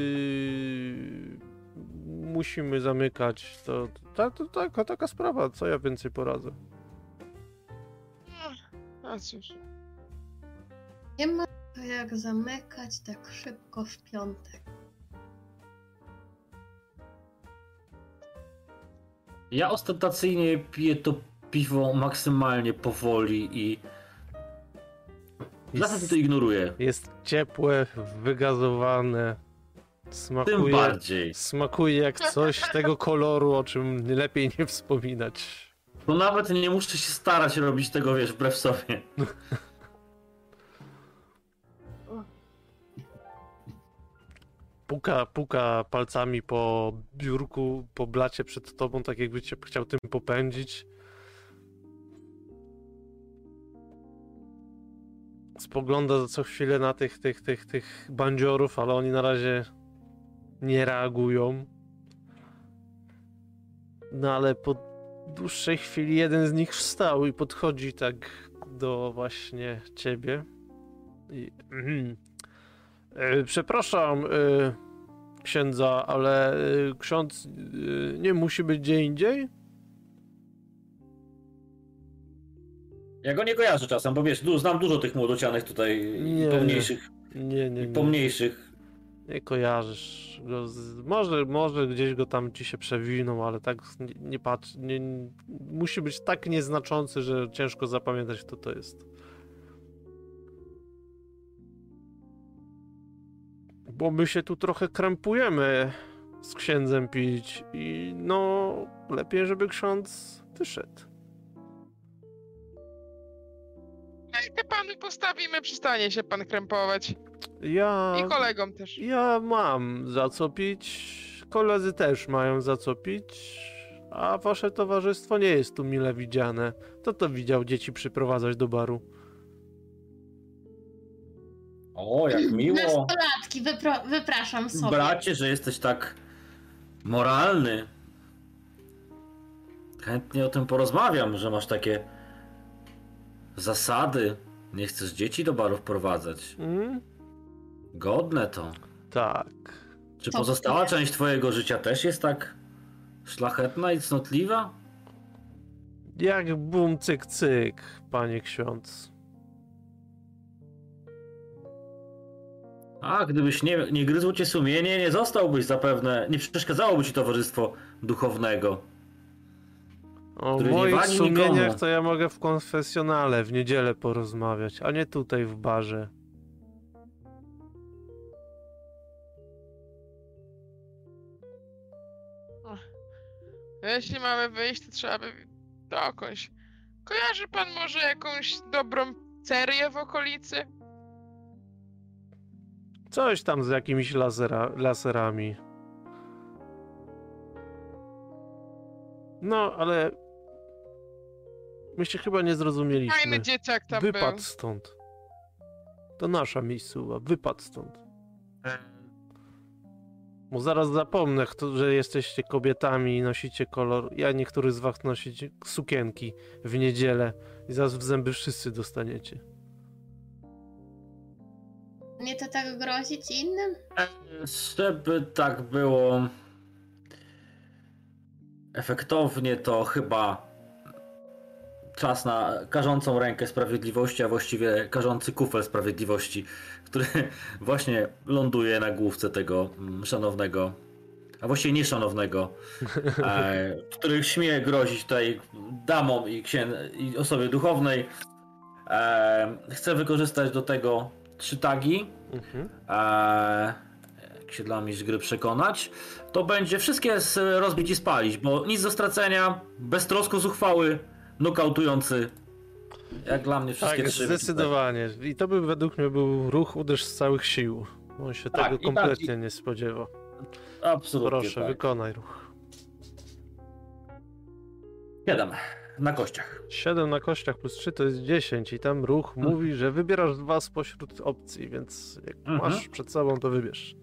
musimy zamykać. To taka sprawa, co ja więcej poradzę. A cóż. Nie ma to jak zamykać tak szybko w piątek. Ja ostentacyjnie piję to piwo maksymalnie powoli i w zasadzie to ignoruję. Jest ciepłe, wygazowane. Tym bardziej. Smakuje jak coś tego koloru, o czym lepiej nie wspominać. To nawet nie muszę się starać robić tego, wiesz, wbrew sobie. Puka palcami po biurku, po blacie przed tobą, tak jakby cię chciał tym popędzić. Spogląda co chwilę na tych bandziorów, ale oni na razie nie reagują. No ale po dłuższej chwili jeden z nich wstał i podchodzi tak do właśnie ciebie. Przepraszam księdza, ale ksiądz nie musi być gdzie indziej? Ja go nie kojarzę czasem, bo wiesz, znam dużo tych młodocianych tutaj i pomniejszych. Nie. Pomniejszych. Nie kojarzysz go. Może gdzieś go tam ci się przewinął, ale tak nie patrz. Musi być tak nieznaczący, że ciężko zapamiętać, kto to jest. Bo my się tu trochę krępujemy z księdzem pić i no lepiej, żeby ksiądz wyszedł. Te panu postawimy, przestanie się pan krępować. I kolegom też. Ja mam za co pić, koledzy też mają za co pić, a wasze towarzystwo nie jest tu mile widziane. To widział dzieci przyprowadzać do baru. O, jak miło. Nastolatki, wypraszam sobie. Bracie, że jesteś tak moralny. Chętnie o tym porozmawiam, że masz takie zasady. Nie chcesz dzieci do barów prowadzać. Godne to. Tak. Czy pozostała część twojego życia też jest tak szlachetna i cnotliwa? Jak bum, cyk, cyk, panie ksiądz. A gdybyś nie gryzło cię sumienie, nie zostałbyś zapewne, nie przeszkadzałoby ci towarzystwo duchownego. O Który nie moich wali sumieniach nikomu. to ja mogę w konfesjonale w niedzielę porozmawiać, a nie tutaj w barze. Jeśli mamy wyjść, to trzeba by dokądś. Kojarzy pan może jakąś dobrą cerię w okolicy? Coś tam z jakimiś laserami. No, ale my się chyba nie zrozumieliśmy. Fajny dzieciak tam Wypad był. stąd. To nasza miejscowa. Wypad stąd. Bo zaraz zapomnę, że jesteście kobietami i nosicie kolor. Ja niektórych z was nosicie sukienki w niedzielę i zaraz w zęby wszyscy dostaniecie. Nie to tak grozić innym? Żeby tak było efektownie, to chyba czas na karzącą rękę sprawiedliwości, a właściwie karzący kufel sprawiedliwości, który właśnie ląduje na główce tego szanownego, a właściwie nieszanownego, który śmie grozić tutaj damom i osobie duchownej. Chcę wykorzystać do tego 3 tagi. Jak się dla mistrz gry przekonać, to będzie wszystkie rozbić i spalić, bo nic do stracenia, beztrosko zuchwały, nokautujący. Jak dla mnie wszystkie Tak, 3. zdecydowanie. I to by według mnie był ruch uderz z całych sił. On się Tak, tego i kompletnie tak, nie spodziewa. Absolutnie. Proszę, tak. wykonaj ruch. 7 na kościach. 7 na kościach plus 3 to jest 10 i tam ruch mówi, że wybierasz 2 spośród opcji, więc jak masz przed sobą, to wybierz.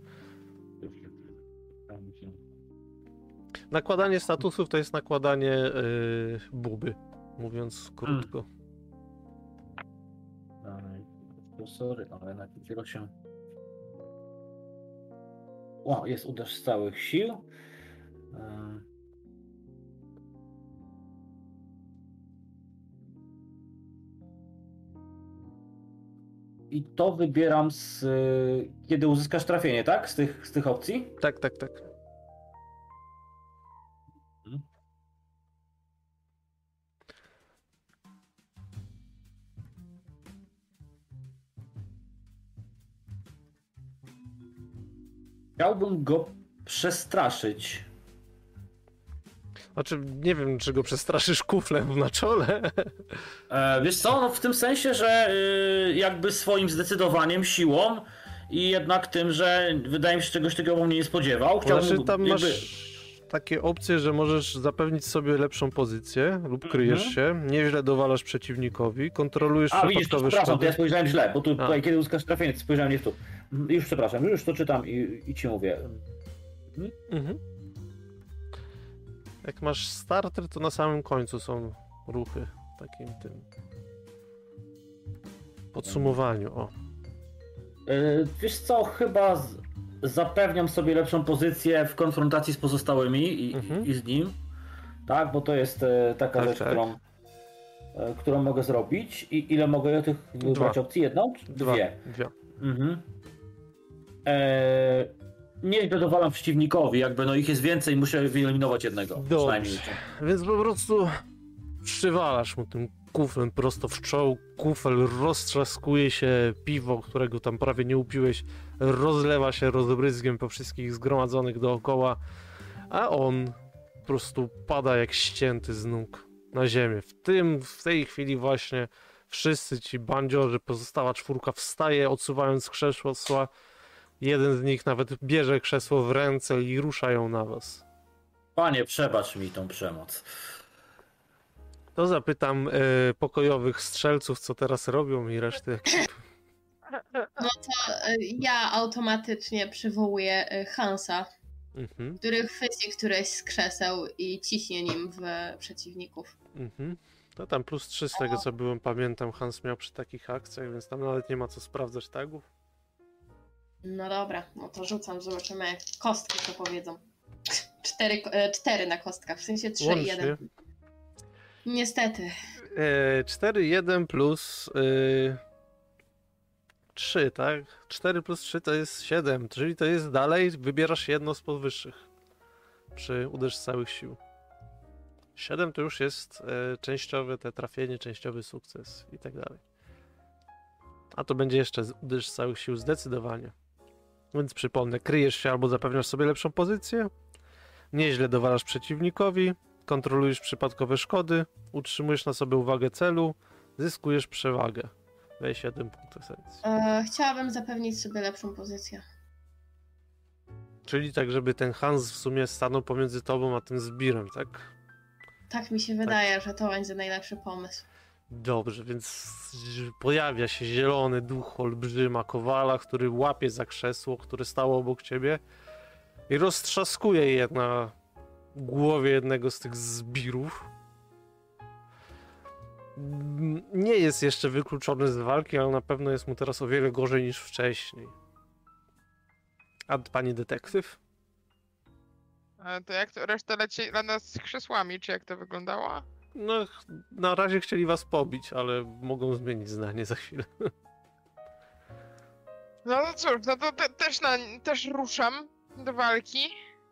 Nakładanie statusów to jest nakładanie buby, mówiąc krótko. Sorry, ale najpierw się... O, jest uderz z całych sił. I to wybieram kiedy uzyskasz trafienie, tak? Z tych opcji? Tak. Chciałbym go przestraszyć. Znaczy, nie wiem, czy go przestraszysz kuflem na czole. Wiesz co, no w tym sensie, że jakby swoim zdecydowaniem, siłą i jednak tym, że wydaje mi się, że czegoś takiego bym nie spodziewał. Chciałbym Znaczy, tam jakby... masz takie opcje, że możesz zapewnić sobie lepszą pozycję lub kryjesz się, nieźle dowalasz przeciwnikowi, kontrolujesz widzisz, to przypadkowe przepraszam, to ja szkody. spojrzałem źle, bo tutaj kiedy uzyskasz trafienie, to spojrzałem nie w tu. Już przepraszam, już to czytam i ci mówię. Jak masz starter, to na samym końcu są ruchy w takim tym podsumowaniu. O. Wiesz co, chyba zapewniam sobie lepszą pozycję w konfrontacji z pozostałymi i z nim. Tak, bo to jest taka rzecz, którą mogę zrobić. I ile mogę tych wybrać opcji? Jedną? Czy dwie? Nieźle dowalam przeciwnikowi, jakby no ich jest więcej, muszę wyeliminować jednego. Przynajmniej. Więc po prostu przywalasz mu tym kuflem prosto w czoło, kufel roztrzaskuje się, piwo, którego tam prawie nie upiłeś, rozlewa się rozbryzgiem po wszystkich zgromadzonych dookoła, a on po prostu pada jak ścięty z nóg na ziemię. W tej chwili właśnie wszyscy ci bandziorzy, pozostała 4 wstaje, odsuwając krzesła. Jeden z nich nawet bierze krzesło w ręce i ruszają na was. Panie, przebacz mi tą przemoc. To zapytam pokojowych strzelców, co teraz robią i reszty. No to ja automatycznie przywołuję Hansa, który chwyci któreś z krzeseł i ciśnie nim w przeciwników. To tam plus 3 z tego, co byłem, pamiętam, Hans miał przy takich akcjach, więc tam nawet nie ma co sprawdzać tagów. No dobra, no to rzucam, zobaczymy jak kostki co powiedzą. 4 na kostkach, w sensie 3 Łącznie. i 1. Niestety. 4, 1 plus 3, tak? 4 plus 3 to jest 7, czyli to jest dalej, wybierasz jedno z powyższych przy uderz z całych sił. 7 to już jest częściowe te trafienie, częściowy sukces i tak dalej. A to będzie jeszcze uderz z całych sił zdecydowanie. Więc przypomnę, kryjesz się albo zapewniasz sobie lepszą pozycję, nieźle dowalasz przeciwnikowi, kontrolujesz przypadkowe szkody, utrzymujesz na sobie uwagę celu, zyskujesz przewagę. Weź 7 punktów sensu. Chciałabym zapewnić sobie lepszą pozycję. Czyli tak, żeby ten Hans w sumie stanął pomiędzy tobą a tym zbirem, tak? Tak mi się wydaje, że to będzie najlepszy pomysł. Dobrze, więc pojawia się zielony duch olbrzyma kowala, który łapie za krzesło, które stało obok ciebie i roztrzaskuje je na głowie jednego z tych zbirów. Nie jest jeszcze wykluczony z walki, ale na pewno jest mu teraz o wiele gorzej niż wcześniej. A pani detektyw? To jak to reszta leci dla nas z krzesłami, czy jak to wyglądało? No, na razie chcieli was pobić, ale mogą zmienić zdanie za chwilę. No to cóż, no to też ruszam do walki.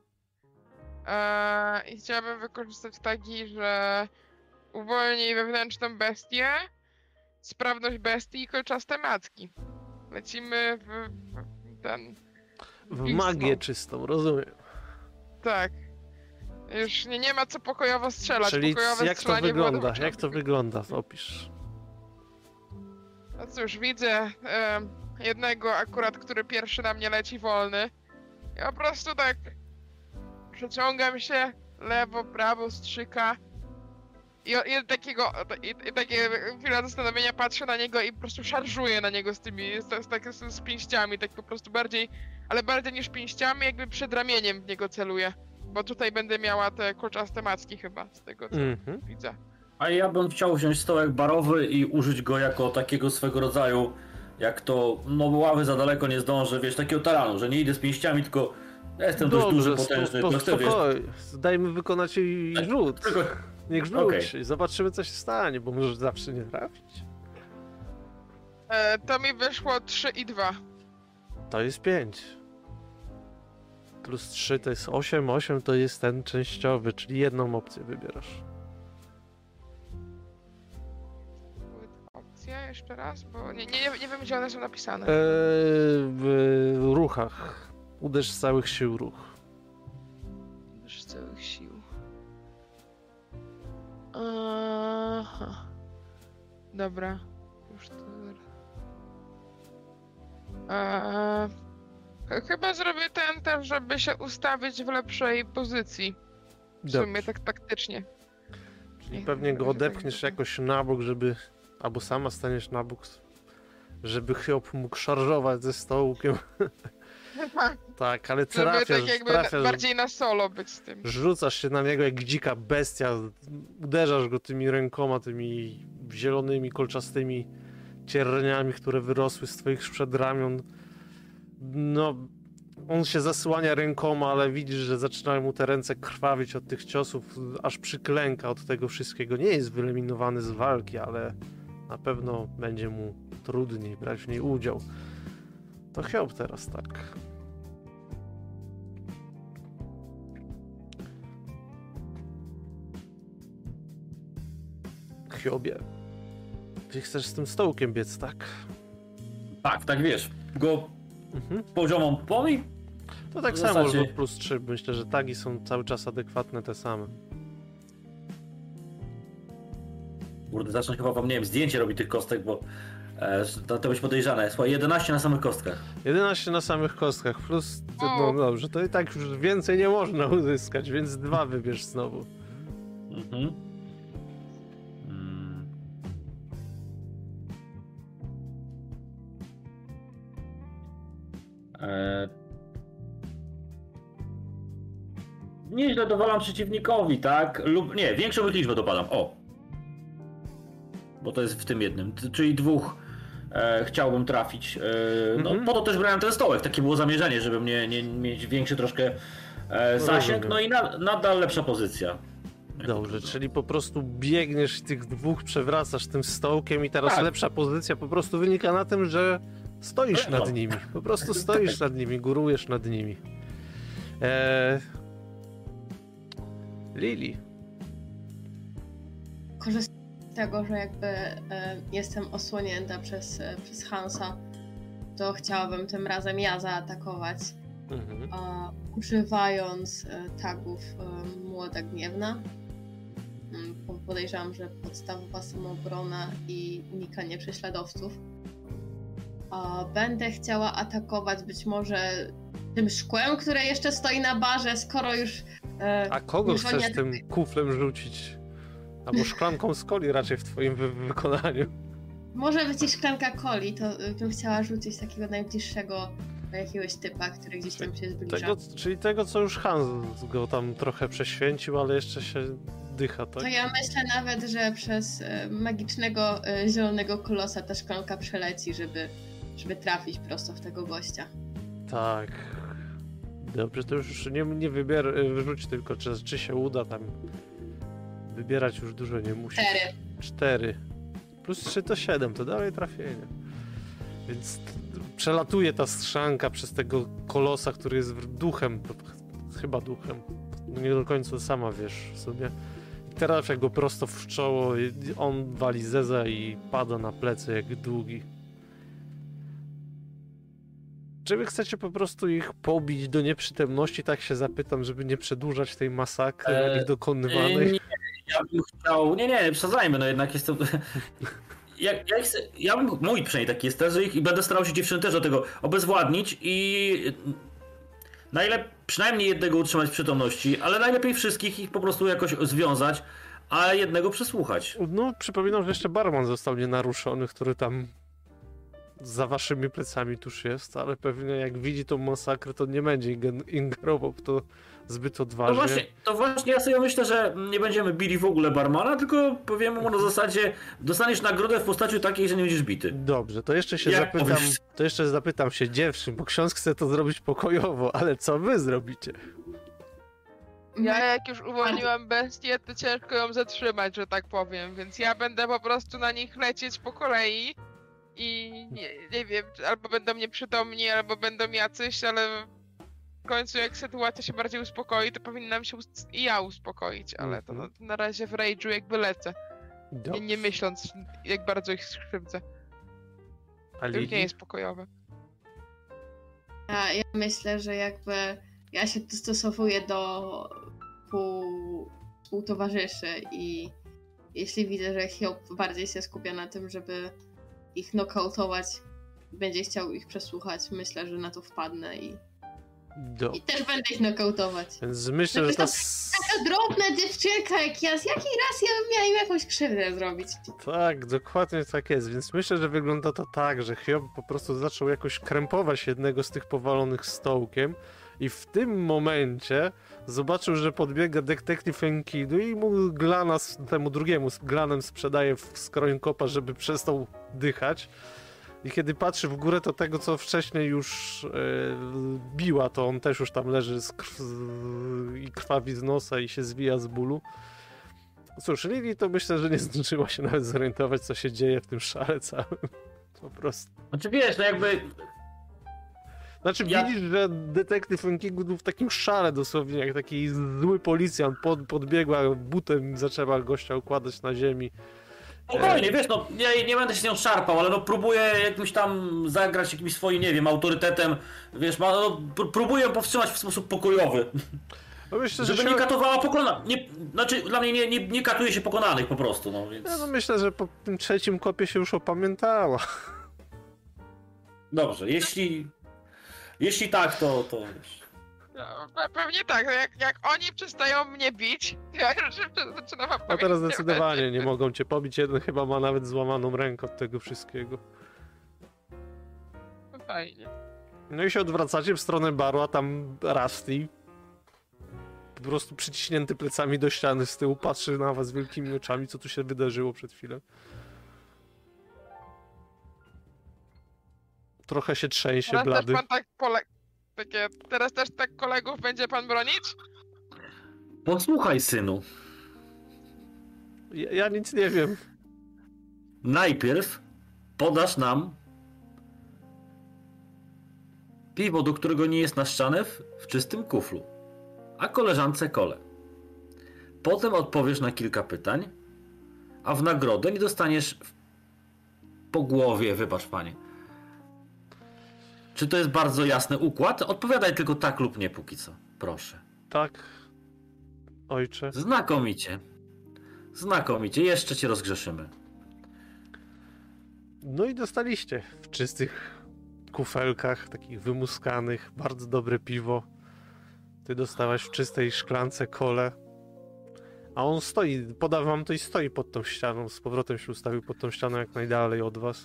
I chciałabym wykorzystać taki, że uwolnij wewnętrzną bestię, sprawność bestii i kolczaste macki. Lecimy w ten... W magię czystą, rozumiem. Tak. Już nie ma co pokojowo strzelać. Czyli pokojowe jak to strzelanie wygląda? Jak to wygląda? Opisz. No cóż, widzę jednego akurat, który pierwszy na mnie leci wolny. Ja po prostu tak przeciągam się, lewo, prawo, strzyka. I takie chwila zastanowienia patrzę na niego i po prostu szarżuję na niego z pięściami, tak po prostu bardziej, ale bardziej niż pięściami, jakby przed ramieniem w niego celuję. Bo tutaj będę miała te kolczaste macki chyba, z tego co widzę. A ja bym chciał wziąć stołek barowy i użyć go jako takiego swego rodzaju, jak to, no ławy za daleko nie zdążę, wiesz, takiego taranu, że nie idę z pięściami, tylko ja jestem dość duży, potężny. Spokojnie, dajmy wykonać jej rzut. Tylko... Niech rzuć i zobaczymy co się stanie, bo możesz zawsze nie trafić. To mi wyszło 3 i 2. To jest 5. Plus 3 to jest 8, 8 to jest ten częściowy, czyli jedną opcję wybierasz. Były opcje jeszcze raz, bo nie wiem gdzie one są napisane. W ruchach. Uderz z całych sił ruch. Uderz z całych sił. Aha. Dobra. Już to... Chyba zrobię ten też, żeby się ustawić w lepszej pozycji. W sumie tak taktycznie. Czyli pewnie go odepchniesz jakoś na bok, żeby... Albo sama staniesz na bok, żeby Hiob mógł szarżować ze stołkiem. Tak, ale trafiasz, tak jakby bardziej na solo być z tym. Rzucasz się na niego jak dzika bestia, uderzasz go tymi rękoma, tymi zielonymi, kolczastymi cierniami, które wyrosły z twoich przedramion. No, on się zasłania rękoma, ale widzisz, że zaczynają mu te ręce krwawić od tych ciosów, aż przyklęka od tego wszystkiego. Nie jest wyeliminowany z walki, ale na pewno będzie mu trudniej brać w niej udział. To Hiob teraz, tak. Hiobie, ty chcesz z tym stołkiem biec, tak? Tak wiesz, go poziomą pomi. To tak samo rzut plus 3, myślę, że tagi są cały czas adekwatne, te same. Kurde, zacznę chyba wam, nie wiem, zdjęcie robi tych kostek, bo to być podejrzane. Słuchaj, 11 na samych kostkach. 11 na samych kostkach, plus, no dobrze, to i tak już więcej nie można uzyskać, więc 2 wybierz znowu. Nieźle dowalam przeciwnikowi, tak? Lub nie, większą liczbę dopadam. O! Bo to jest w tym jednym, czyli 2 chciałbym trafić. No, po to też brałem ten stołek, takie było zamierzenie, żeby nie mieć większy troszkę zasięg, no i nadal lepsza pozycja. Dobrze, czyli po prostu biegniesz i tych dwóch przewracasz tym stołkiem i teraz Tak. lepsza pozycja po prostu wynika na tym, że stoisz No. nad nimi. Po prostu stoisz nad nimi, górujesz nad nimi. Lili. Korzystając z tego, że jakby jestem osłonięta przez Hansa, to chciałabym tym razem ja zaatakować, używając tagów Młoda Gniewna. Podejrzewam, że podstawowa samoobrona i unikanie prześladowców. Będę chciała atakować być może tym szkłem, które jeszcze stoi na barze, skoro już... A kogo już oni chcesz tym kuflem rzucić? Albo szklanką z coli raczej w twoim wykonaniu. Może być i szklanka coli, to bym chciała rzucić takiego najbliższego jakiegoś typa, który gdzieś tam się zbliża. Czyli tego, co już Hans go tam trochę prześwięcił, ale jeszcze się dycha, tak? To ja myślę nawet, że przez magicznego zielonego kolosa ta szklanka przeleci, żeby trafić prosto w tego gościa. Tak. Dobrze, to już nie wyrzuć tylko, czy się uda tam. Wybierać już dużo nie musisz. 4. Plus 3 to 7, to dalej trafienie. Więc przelatuje ta strzanka przez tego kolosa, który jest duchem. Chyba duchem. No nie do końca sama wiesz w sumie. I trafia go prosto w czoło. On wali zeza i pada na plecy jak długi. Czy wy chcecie po prostu ich pobić do nieprzytomności? Tak się zapytam, żeby nie przedłużać tej masakry ich dokonywanej. Nie, ja bym chciał... Nie, przesadzajmy, no jednak jestem... Ja bym, mój przynajmniej taki jest też, że i będę starał się dziewczyny też do tego obezwładnić i przynajmniej jednego utrzymać w przytomności, ale najlepiej wszystkich ich po prostu jakoś związać, a jednego przesłuchać. No, przypominam, że jeszcze barman został nienaruszony, który tam za waszymi plecami tuż jest, ale pewnie jak widzi tą masakrę, to nie będzie ingerował w to zbyt odważnie. To właśnie ja sobie myślę, że nie będziemy bili w ogóle barmana, tylko powiemy mu na zasadzie, dostaniesz nagrodę w postaci takiej, że nie będziesz bity. Dobrze, to jeszcze się zapytam się dziewczyn, bo ksiądz chce to zrobić pokojowo, ale co wy zrobicie? Ja jak już uwolniłam bestię, to ciężko ją zatrzymać, że tak powiem, więc ja będę po prostu na nich lecieć po kolei i nie wiem, albo będą nieprzytomni, albo będą jacyś, ale w końcu jak sytuacja się bardziej uspokoi, to powinnam się i ja uspokoić, ale to na razie w rage'u jakby lecę. Nie myśląc, jak bardzo ich skrzywdzę. To już nie jest pokojowe. Ja myślę, że jakby ja się dostosowuję do współtowarzyszy i jeśli widzę, że Hiob bardziej się skupia na tym, żeby ich nokautować, będzie chciał ich przesłuchać, myślę, że na to wpadnę i też będę ich nokautować. Więc myślę, że taka drobna dziewczynka jak ja, z jakiej raz ja bym miała im jakąś krzywdę zrobić? Tak, dokładnie tak jest, więc myślę, że wygląda to tak, że Hiob po prostu zaczął jakoś krępować jednego z tych powalonych stołkiem i w tym momencie zobaczył, że podbiega detektyw Enkidu i mu glana temu drugiemu z glanem sprzedaje w skroń kopa, żeby przestał dychać. I kiedy patrzy w górę, to tego, co wcześniej już biła, to on też już tam leży i krwawi z nosa i się zwija z bólu. Cóż, Lili to myślę, że nie zdążyła się nawet zorientować, co się dzieje w tym szale całym. Po prostu. Znaczy wiesz, no jakby... Widzisz, że detektyw Enkidu był w takim szale dosłownie, jak taki zły policjant podbiegła butem i zaczęła gościa układać na ziemi. Spokojnie, wiesz, no ja nie będę się z nią szarpał, ale no próbuję jakimś tam zagrać jakimś swoim, nie wiem, autorytetem, wiesz, próbuję powstrzymać w sposób pokojowy. No myślę, żeby nie katowała pokonanych. Znaczy, dla mnie nie katuje się pokonanych po prostu, no więc... No myślę, że po tym trzecim kopie się już opamiętała. Dobrze, jeśli tak, to wiesz. No, pewnie tak, jak oni przestają mnie bić, ja już zaczynam pamiętać. A teraz zdecydowanie nie mogą cię pobić, jeden chyba ma nawet złamaną rękę od tego wszystkiego. Fajnie. No i się odwracacie w stronę baru, a tam Rusty po prostu przyciśnięty plecami do ściany z tyłu patrzy na was wielkimi oczami, co tu się wydarzyło przed chwilą. Trochę się trzęsie, Teraz blady. też pan tak teraz też tak kolegów będzie pan bronić? Posłuchaj, synu. Ja nic nie wiem. Najpierw podasz nam piwo, do którego nie jest naszczane w czystym kuflu, a koleżance kole. Potem odpowiesz na kilka pytań, a w nagrodę nie dostaniesz po głowie, wybacz panie. Czy to jest bardzo jasny układ? Odpowiadaj tylko tak lub nie póki co, proszę. Tak, ojcze. Znakomicie. Znakomicie, jeszcze cię rozgrzeszymy. No i dostaliście w czystych kufelkach, takich wymuskanych, bardzo dobre piwo. Ty dostałaś w czystej szklance kole. A on stoi, poda wam to i stoi pod tą ścianą. Z powrotem się ustawił pod tą ścianą jak najdalej od was.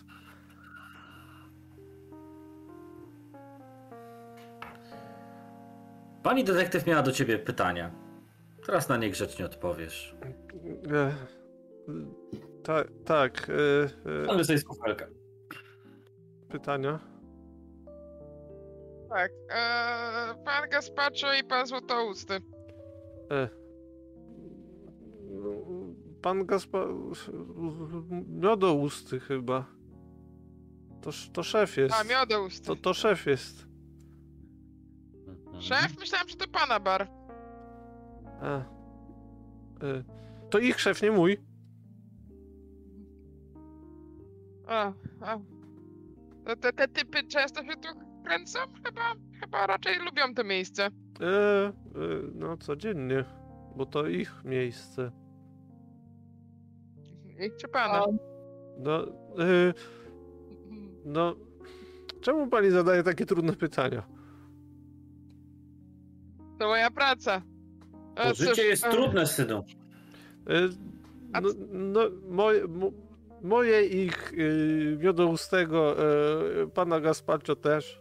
Pani detektyw miała do ciebie pytania. Teraz na nie grzecznie odpowiesz. Tak. Mamy sobie z kufelka. Pytania? Tak. Pan Gazpacho i pan Złotousty. Pan Miodousty chyba. To szef jest. A, Miodousty. To szef jest. Szef? Myślałem, że to pana bar. To ich szef, nie mój. Te typy często się tu kręcą? Chyba raczej lubią to miejsce. No codziennie, bo to ich miejsce. Ich czy pana? No, czemu pani zadaje takie trudne pytania? To moja praca. Bo życie jest trudne, synu. Moje ich Miodoustego, pana Gazpacho też.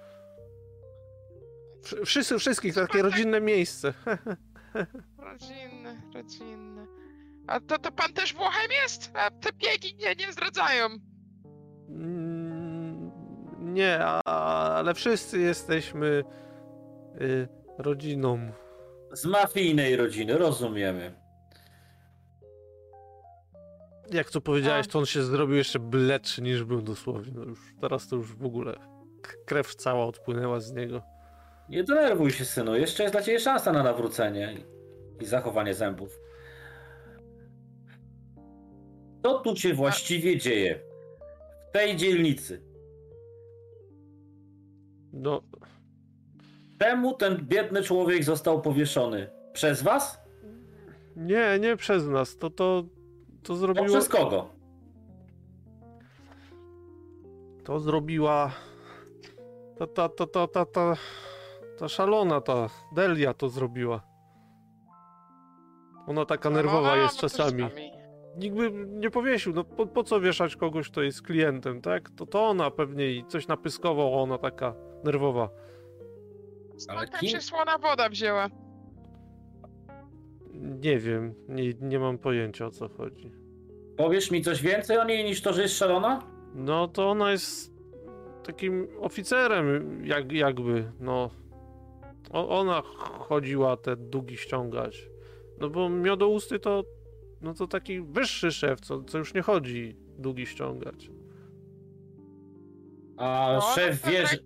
Wszystkich, takie rodzinne miejsce. Rodzinne. A to pan też Włochem jest? A te biegi nie zdradzają. Nie, ale wszyscy jesteśmy rodziną. Z mafijnej rodziny, rozumiemy. Jak to powiedziałeś, to on się zrobił jeszcze bledszy niż był dosłownie. No już, teraz to już w ogóle krew cała odpłynęła z niego. Nie denerwuj się, synu. Jeszcze jest dla ciebie szansa na nawrócenie i zachowanie zębów. Co tu się właściwie dzieje? W tej dzielnicy. No. Czemu ten biedny człowiek został powieszony? Przez was? Nie przez nas. To zrobiło... To przez kogo? To zrobiła... Ta szalona, ta Delia to zrobiła. Ona taka nerwowa jest czasami. Nikt by nie powiesił, no po co wieszać kogoś, kto jest klientem, tak? To ona pewnie i coś napyskował, ona taka nerwowa. Skąd tam się słona woda wzięła? Nie wiem, nie mam pojęcia, o co chodzi. Powiesz mi coś więcej o niej niż to, że jest szalona? No to ona jest takim oficerem jakby, no. Ona chodziła te długi ściągać. No bo Miodousty to taki wyższy szef, co już nie chodzi długi ściągać. A szef wie, że...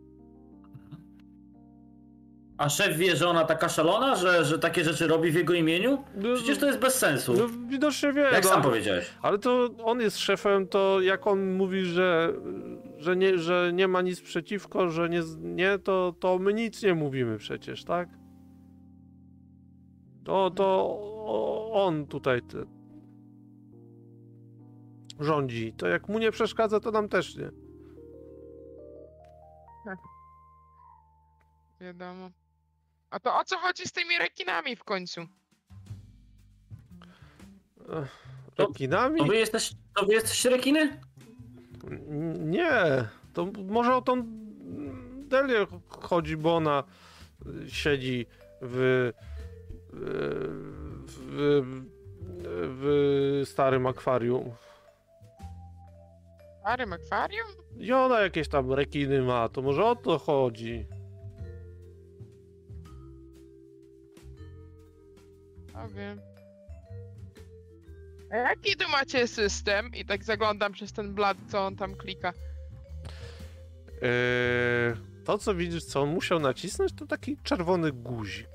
A szef wie, że ona taka szalona, że takie rzeczy robi w jego imieniu? Przecież to jest bez sensu. No widocznie wie. Jak sam powiedziałeś. Ale to on jest szefem, to jak on mówi, że nie ma nic przeciwko, że nie to my nic nie mówimy przecież, tak? To on tutaj rządzi. To jak mu nie przeszkadza, to nam też nie. Wiadomo. A to o co chodzi z tymi rekinami w końcu? Rekinami? To wy jesteście rekiny? Nie. To może o tą Delię chodzi, bo ona siedzi w starym akwarium. Starym akwarium? I ona jakieś tam rekiny ma, to może o to chodzi. A wiem. A jaki tu macie system? I tak zaglądam przez ten blad, co on tam klika. To, co widzisz, co on musiał nacisnąć, to taki czerwony guzik.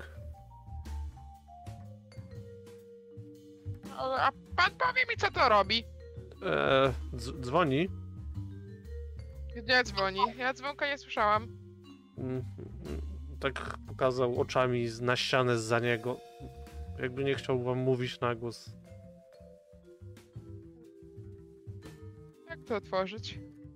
A pan powie mi, co to robi? Dzwoni. Gdzie dzwoni? Ja dzwonka nie słyszałam. Mm, Tak pokazał oczami na ścianę zza niego. Jakby nie chciał wam mówić na głos. Jak to otworzyć?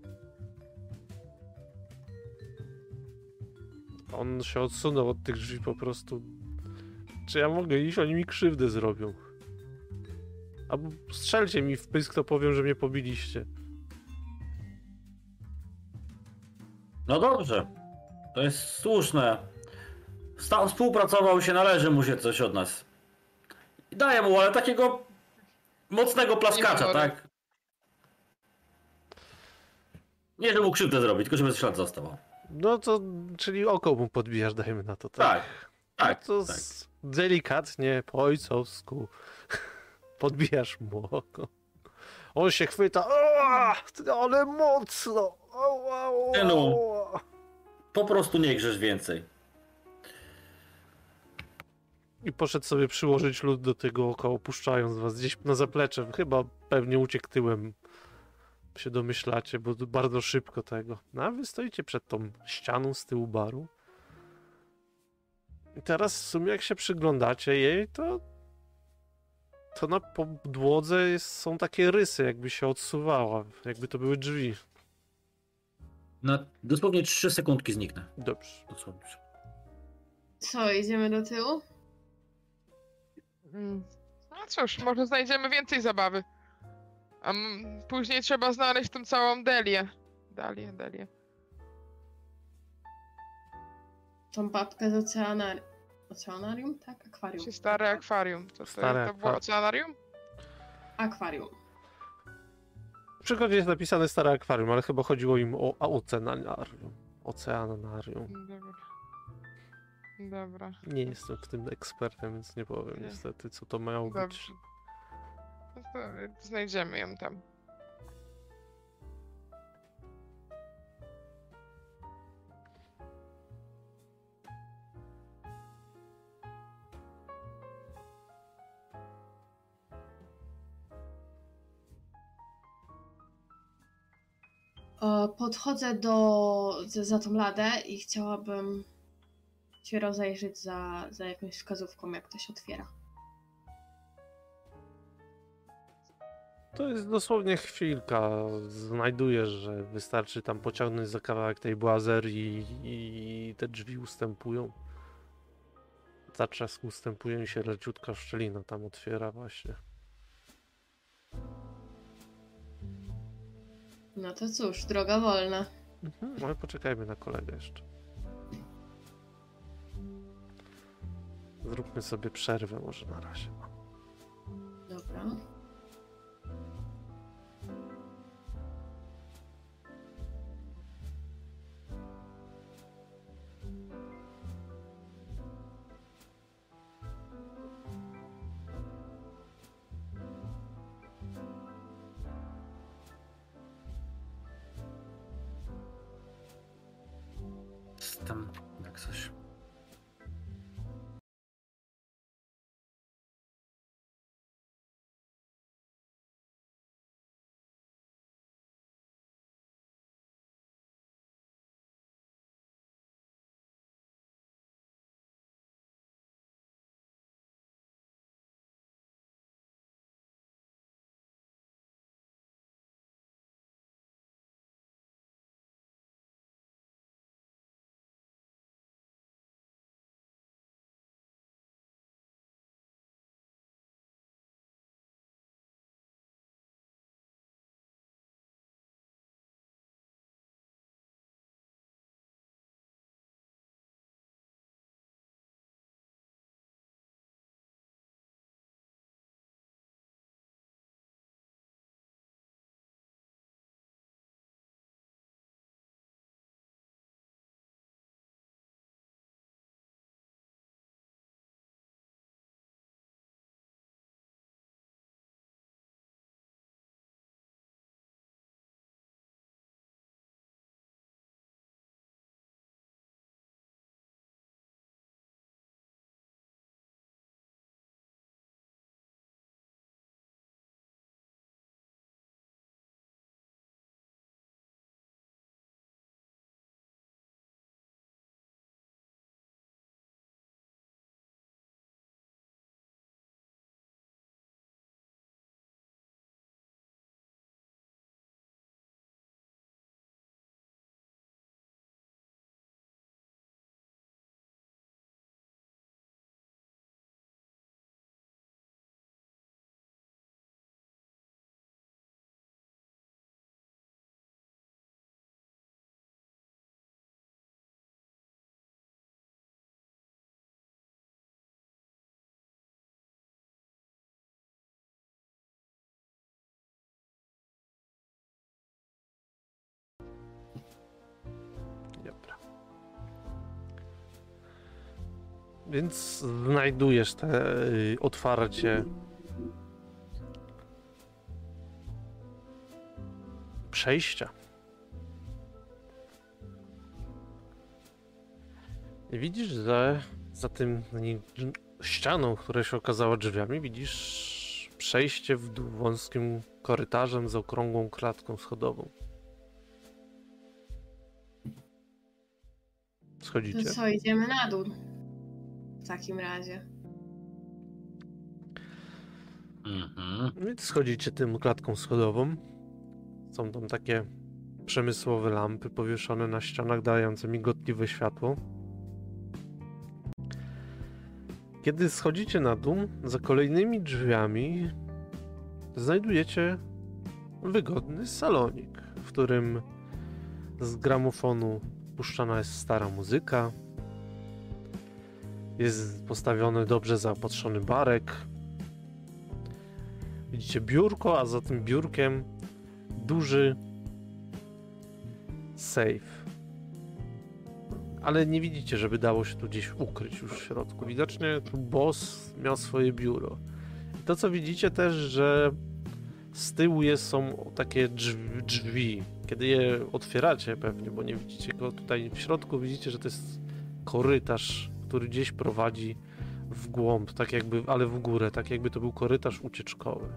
On się odsunął od tych drzwi po prostu. Czy ja mogę iść? Oni mi krzywdę zrobią. Albo strzelcie mi w pysk, to powiem, że mnie pobiliście. No dobrze. To jest słuszne. Współpracował się, należy mu się coś od nas. I daję mu, ale takiego mocnego plaskacza, Nie tak? Nie, żeby mu krzywdę zrobić, tylko żeby ślad został. No to, czyli oko mu podbijasz, dajmy na to, tak? Tak, No to tak. delikatnie, po ojcowsku podbijasz mu oko. On się chwyta, ale mocno! Synu. Po prostu nie grzesz więcej. I poszedł sobie przyłożyć lód do tego oka, opuszczając was gdzieś na zaplecze. Chyba pewnie uciekł tyłem. Się domyślacie, bo bardzo szybko tego. No a wy stoicie przed tą ścianą z tyłu baru. I teraz w sumie jak się przyglądacie jej, to na podłodze są takie rysy, jakby się odsuwała. Jakby to były drzwi. Na dosłownie 3 sekundki zniknę. Dobrze. Dosłownie. Co, idziemy do tyłu? No cóż, może znajdziemy więcej zabawy. A później trzeba znaleźć tą całą Delię. Delię. Tą babkę z oceanarium. Oceanarium? Tak? Akwarium. Stare akwarium. To było Akwarium. oceanarium? Akwarium. W przygodzie jest napisane stare akwarium, ale chyba chodziło im o oceanarium. Oceanarium. Dobra. Nie jestem w tym ekspertem, więc nie powiem Nie. niestety, co to miało być. Dobrze. No to znajdziemy ją tam. Podchodzę za tą ladę i chciałabym się rozejrzeć za jakąś wskazówką, jak to się otwiera. To jest dosłownie chwilka. Znajdujesz, że wystarczy tam pociągnąć za kawałek tej błazerii i te drzwi ustępują. Zatrzask ustępuje i się leciutka szczelina tam otwiera właśnie. No to cóż, droga wolna. Ale poczekajmy na kolegę jeszcze. Zróbmy sobie przerwę może na razie. Dobra. Tam jak coś. Więc znajdujesz te otwarcie przejścia. I widzisz, że za tym ścianą, która się okazała drzwiami, widzisz przejście w dół wąskim korytarzem z okrągłą klatką schodową. Schodzicie? To co, idziemy na dół? W takim razie. Więc schodzicie tym klatką schodową. Są tam takie przemysłowe lampy powieszone na ścianach, dające migotliwe światło. Kiedy schodzicie na dół, za kolejnymi drzwiami znajdujecie wygodny salonik, w którym z gramofonu puszczana jest stara muzyka. Jest postawiony dobrze zaopatrzony barek. Widzicie biurko, a za tym biurkiem duży safe. Ale nie widzicie, żeby dało się tu gdzieś ukryć już w środku. Widocznie tu boss miał swoje biuro. I to, co widzicie też, że z tyłu są takie drzwi. Kiedy je otwieracie pewnie, bo nie widzicie go tutaj w środku, widzicie, że to jest korytarz, który gdzieś prowadzi w głąb, tak jakby, ale w górę, tak jakby to był korytarz ucieczkowy.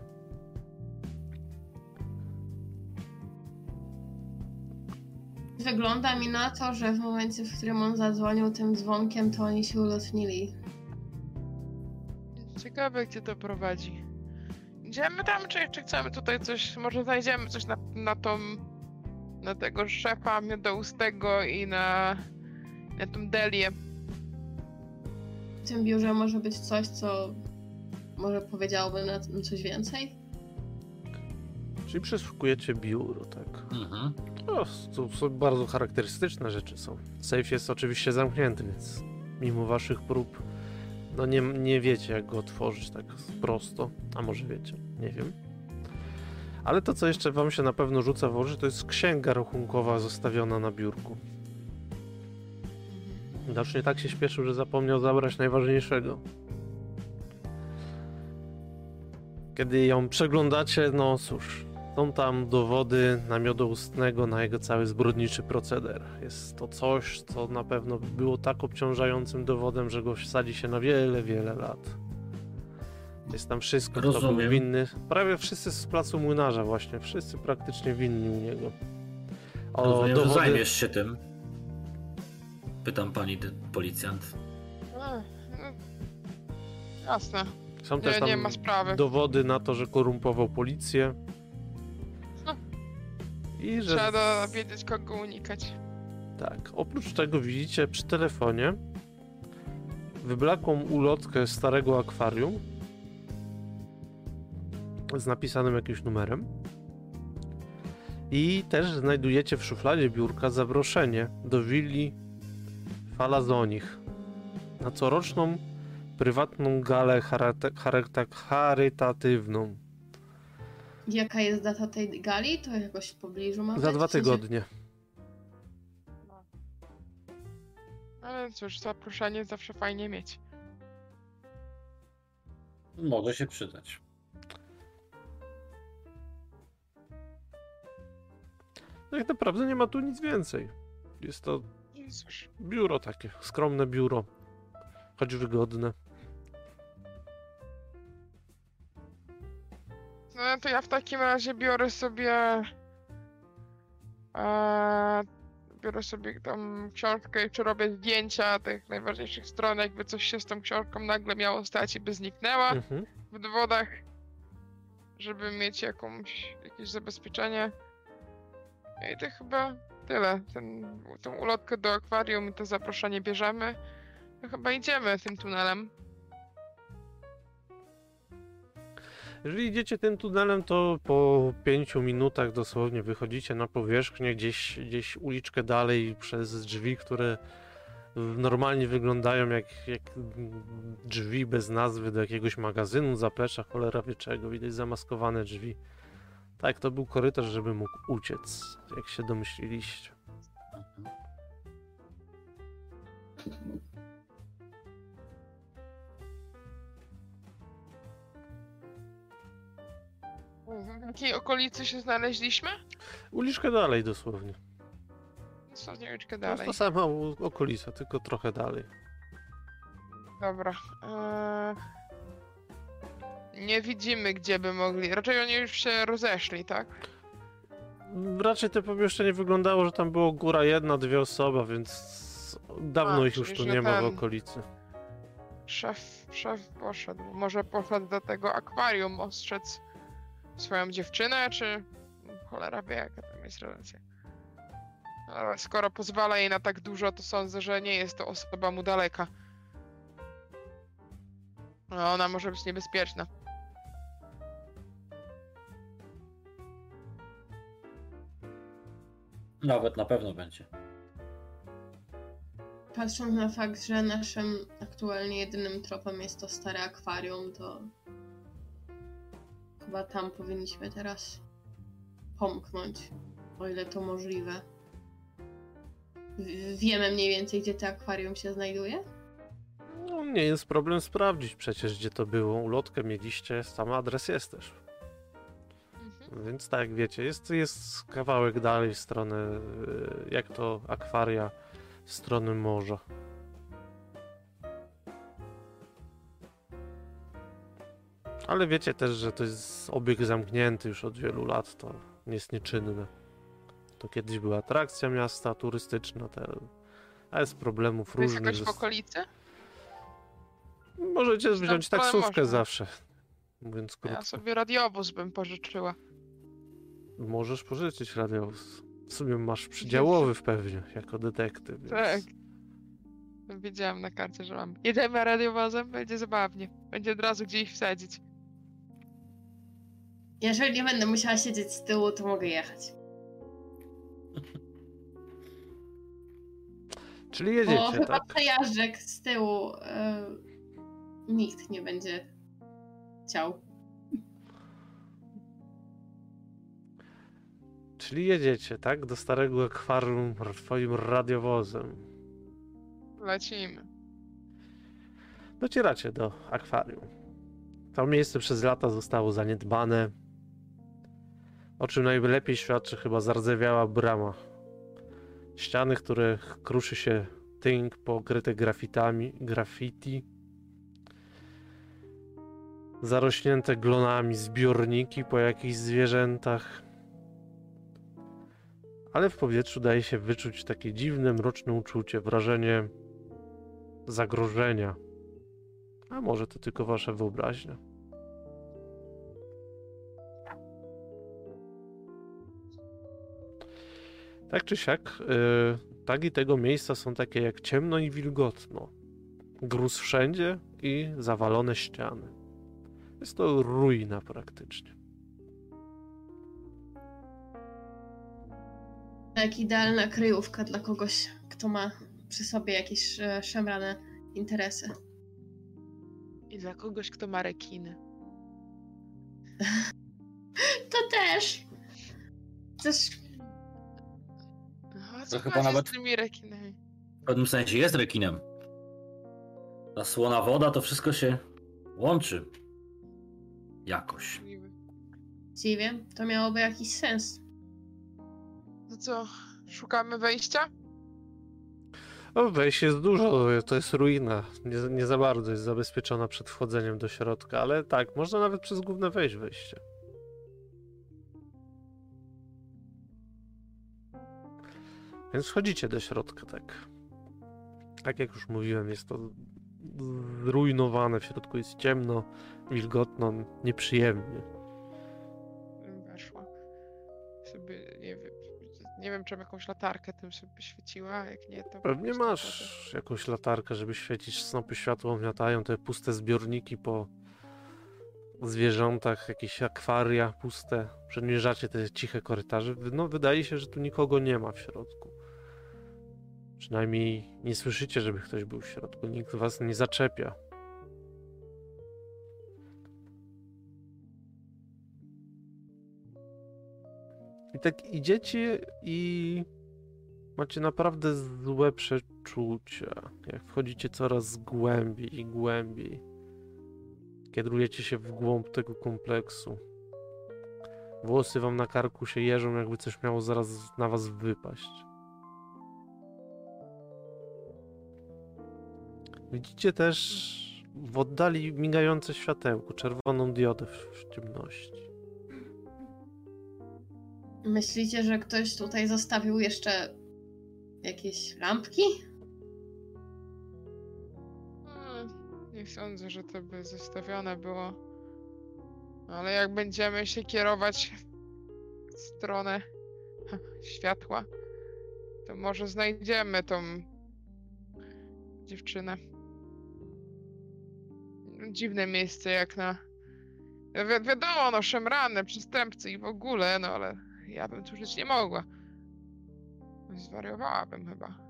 Wygląda mi na to, że w momencie, w którym on zadzwonił tym dzwonkiem, to oni się ulotnili. Ciekawe, gdzie to prowadzi. Idziemy tam, czy chcemy tutaj coś, może znajdziemy coś na tego szefa miodoustego i na tą Delię. W tym biurze może być coś, co może powiedziałoby na tym coś więcej? Czyli przeszukujecie biuro, tak? No, to są bardzo charakterystyczne rzeczy są. Safe jest oczywiście zamknięty, więc mimo waszych prób no nie wiecie, jak go otworzyć tak prosto. A może wiecie, nie wiem. Ale to, co jeszcze wam się na pewno rzuca w oczy, to jest księga rachunkowa zostawiona na biurku. Widocznie tak się śpieszył, że zapomniał zabrać najważniejszego. Kiedy ją przeglądacie, no cóż, są tam dowody na miodoustnego, na jego cały zbrodniczy proceder. Jest to coś, co na pewno było tak obciążającym dowodem, że go wsadzi się na wiele, wiele lat. Jest tam wszystko, kto był winny. Prawie wszyscy z placu Młynarza właśnie, wszyscy praktycznie winni u niego. Rozumiem, dowody... że zajmiesz się tym. Pytam pani policjant. No, jasne. Są też tam nie ma sprawy. dowody na to, że korumpował policję. I że... Trzeba wiedzieć, kogo unikać. Tak. Oprócz tego widzicie przy telefonie wyblakłą ulotkę starego akwarium z napisanym jakimś numerem. I też znajdujecie w szufladzie biurka zaproszenie do willi Falazonich na coroczną prywatną galę charytatywną. Jaka jest data tej gali? To jakoś w pobliżu ma być? Za 2 tygodnie. No. Ale cóż, zaproszenie zawsze fajnie mieć. Może się przydać. Tak naprawdę nie ma tu nic więcej. Jest to Cóż. biuro takie, skromne biuro, choć wygodne. No to ja w takim razie biorę sobie tam książkę i czy robię zdjęcia tych najważniejszych stron, jakby coś się z tą książką nagle miało stać i by zniknęła w dowodach, żeby mieć jakieś zabezpieczenie. I to chyba tyle. Tą ulotkę do akwarium i to zaproszenie bierzemy. To chyba idziemy tym tunelem. Jeżeli idziecie tym tunelem, to po 5 minutach dosłownie wychodzicie na powierzchnię, gdzieś uliczkę dalej przez drzwi, które normalnie wyglądają jak drzwi bez nazwy do jakiegoś magazynu, zaplecza, cholera wie czego, widać zamaskowane drzwi. Tak, to był korytarz, żeby mógł uciec, jak się domyśliliście. W jakiej okolicy się znaleźliśmy? Uliczkę dalej dosłownie. Dosłownie uliczkę To jest dalej. ta sama okolica, tylko trochę dalej. Dobra. Nie widzimy, gdzie by mogli. Raczej oni już się rozeszli, tak? Raczej to pomieszczenie wyglądało, że tam było góra jedna, dwie osoby, więc dawno ich już czyli tu że nie ma w ten- okolicy. Szef poszedł. Może poszedł do tego akwarium ostrzec swoją dziewczynę, czy... Cholera wie, jaka tam jest relacja. Ale skoro pozwala jej na tak dużo, to sądzę, że nie jest to osoba mu daleka. No, ona może być niebezpieczna. Nawet na pewno będzie. Patrząc na fakt, że naszym aktualnie jedynym tropem jest to stare akwarium, to chyba tam powinniśmy teraz pomknąć, o ile to możliwe. Wiemy mniej więcej, gdzie to akwarium się znajduje? No, nie jest problem sprawdzić przecież, gdzie to było. Ulotkę mieliście, sam adres jest też. Więc tak, wiecie, jest kawałek dalej w stronę, jak to akwaria, w stronę morza. Ale wiecie też, że to jest obieg zamknięty już od wielu lat, to nie jest nieczynne. To kiedyś była atrakcja miasta turystyczna, a jest problemów To jest różnych. jakoś w okolicy? Możecie tam wziąć wcale taksówkę można. zawsze, mówiąc Ja krótko. sobie radiowóz bym pożyczyła. Możesz pożyczyć radiowóz. W sumie masz przydziałowy pewnie, jako detektyw. Więc... Tak. Wiedziałam na karcie, że mam. Jedziemy radiowozem, będzie zabawnie. Będzie od razu gdzieś wsadzić. Jeżeli nie będę musiała siedzieć z tyłu, to mogę jechać. Czyli Bo jedziecie, chyba tak? przejażdżek z tyłu nikt nie będzie chciał. Czyli jedziecie, tak? Do starego akwarium twoim radiowozem. Lecimy. Docieracie do akwarium. To miejsce przez lata zostało zaniedbane. O czym najlepiej świadczy chyba zardzewiała brama. Ściany, których kruszy się tynk pokryte graffiti. Zarośnięte glonami zbiorniki po jakichś zwierzętach. Ale w powietrzu daje się wyczuć takie dziwne, mroczne uczucie, wrażenie zagrożenia. A może to tylko wasza wyobraźnia? Tak czy siak, tagi tego miejsca są takie jak ciemno i wilgotno. Gruz wszędzie i zawalone ściany. Jest to ruina praktycznie. Jak idealna kryjówka dla kogoś, kto ma przy sobie jakieś szemrane interesy. I za kogoś, kto ma rekiny. To też! Też A co To chyba chodzi nawet- z tymi rekinami? W pewnym sensie jest rekinem. Ta słona woda, to wszystko się łączy. Jakoś. dziwię, to miałoby jakiś sens. No co, szukamy wejścia? O, wejść jest dużo, to jest ruina. Nie za bardzo jest zabezpieczona przed wchodzeniem do środka, ale tak, można nawet przez główne wejście. Więc wchodzicie do środka, tak. Tak jak już mówiłem, jest to zrujnowane, w środku jest ciemno, wilgotno, nieprzyjemnie. Weszła. Sobie, nie wiem, czy mam jakąś latarkę tym sobie świeciła, a jak nie, to... Pewnie po prostu masz jakąś latarkę, żeby świecić, snopy światła miatają te puste zbiorniki po zwierzętach, jakieś akwaria puste. Przemierzacie te ciche korytarze. No, wydaje się, że tu nikogo nie ma w środku. Przynajmniej nie słyszycie, żeby ktoś był w środku. Nikt was nie zaczepia. I tak idziecie i macie naprawdę złe przeczucia. Jak wchodzicie coraz głębiej i głębiej. Kierujecie się w głąb tego kompleksu. Włosy wam na karku się jeżą, jakby coś miało zaraz na was wypaść. Widzicie też w oddali migające światełko, czerwoną diodę w ciemności. Myślicie, że ktoś tutaj zostawił jeszcze jakieś lampki? Nie sądzę, że to by zostawione było. Ale jak będziemy się kierować w stronę światła, to może znajdziemy tą dziewczynę. Dziwne miejsce jak na... Wiadomo, no szemrane, przestępcy i w ogóle, no ale ja bym tu żyć nie mogła. Zwariowałabym chyba.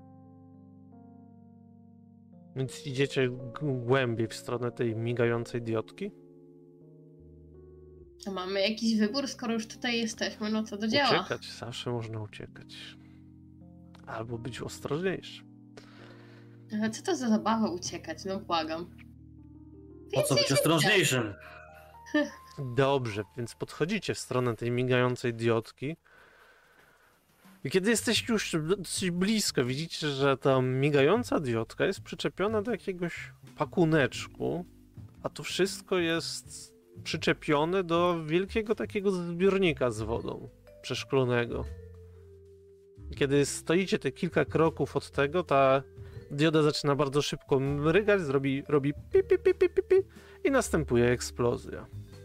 Więc idziecie głębiej w stronę tej migającej diodki? To mamy jakiś wybór, skoro już tutaj jesteśmy, no to do dzieła. Uciekać, zawsze można uciekać. Albo być ostrożniejszy. Ale co to za zabawa uciekać, no błagam. Po co być ostrożniejszym? Dobrze, więc podchodzicie w stronę tej migającej diodki. I kiedy jesteście już dosyć blisko, widzicie, że ta migająca diodka jest przyczepiona do jakiegoś pakuneczku, a to wszystko jest przyczepione do wielkiego takiego zbiornika z wodą przeszklonego. Kiedy stoicie te kilka kroków od tego, ta dioda zaczyna bardzo szybko mrygać, robi pi, pi, pi, pi, pi, pi i następuje eksplozja.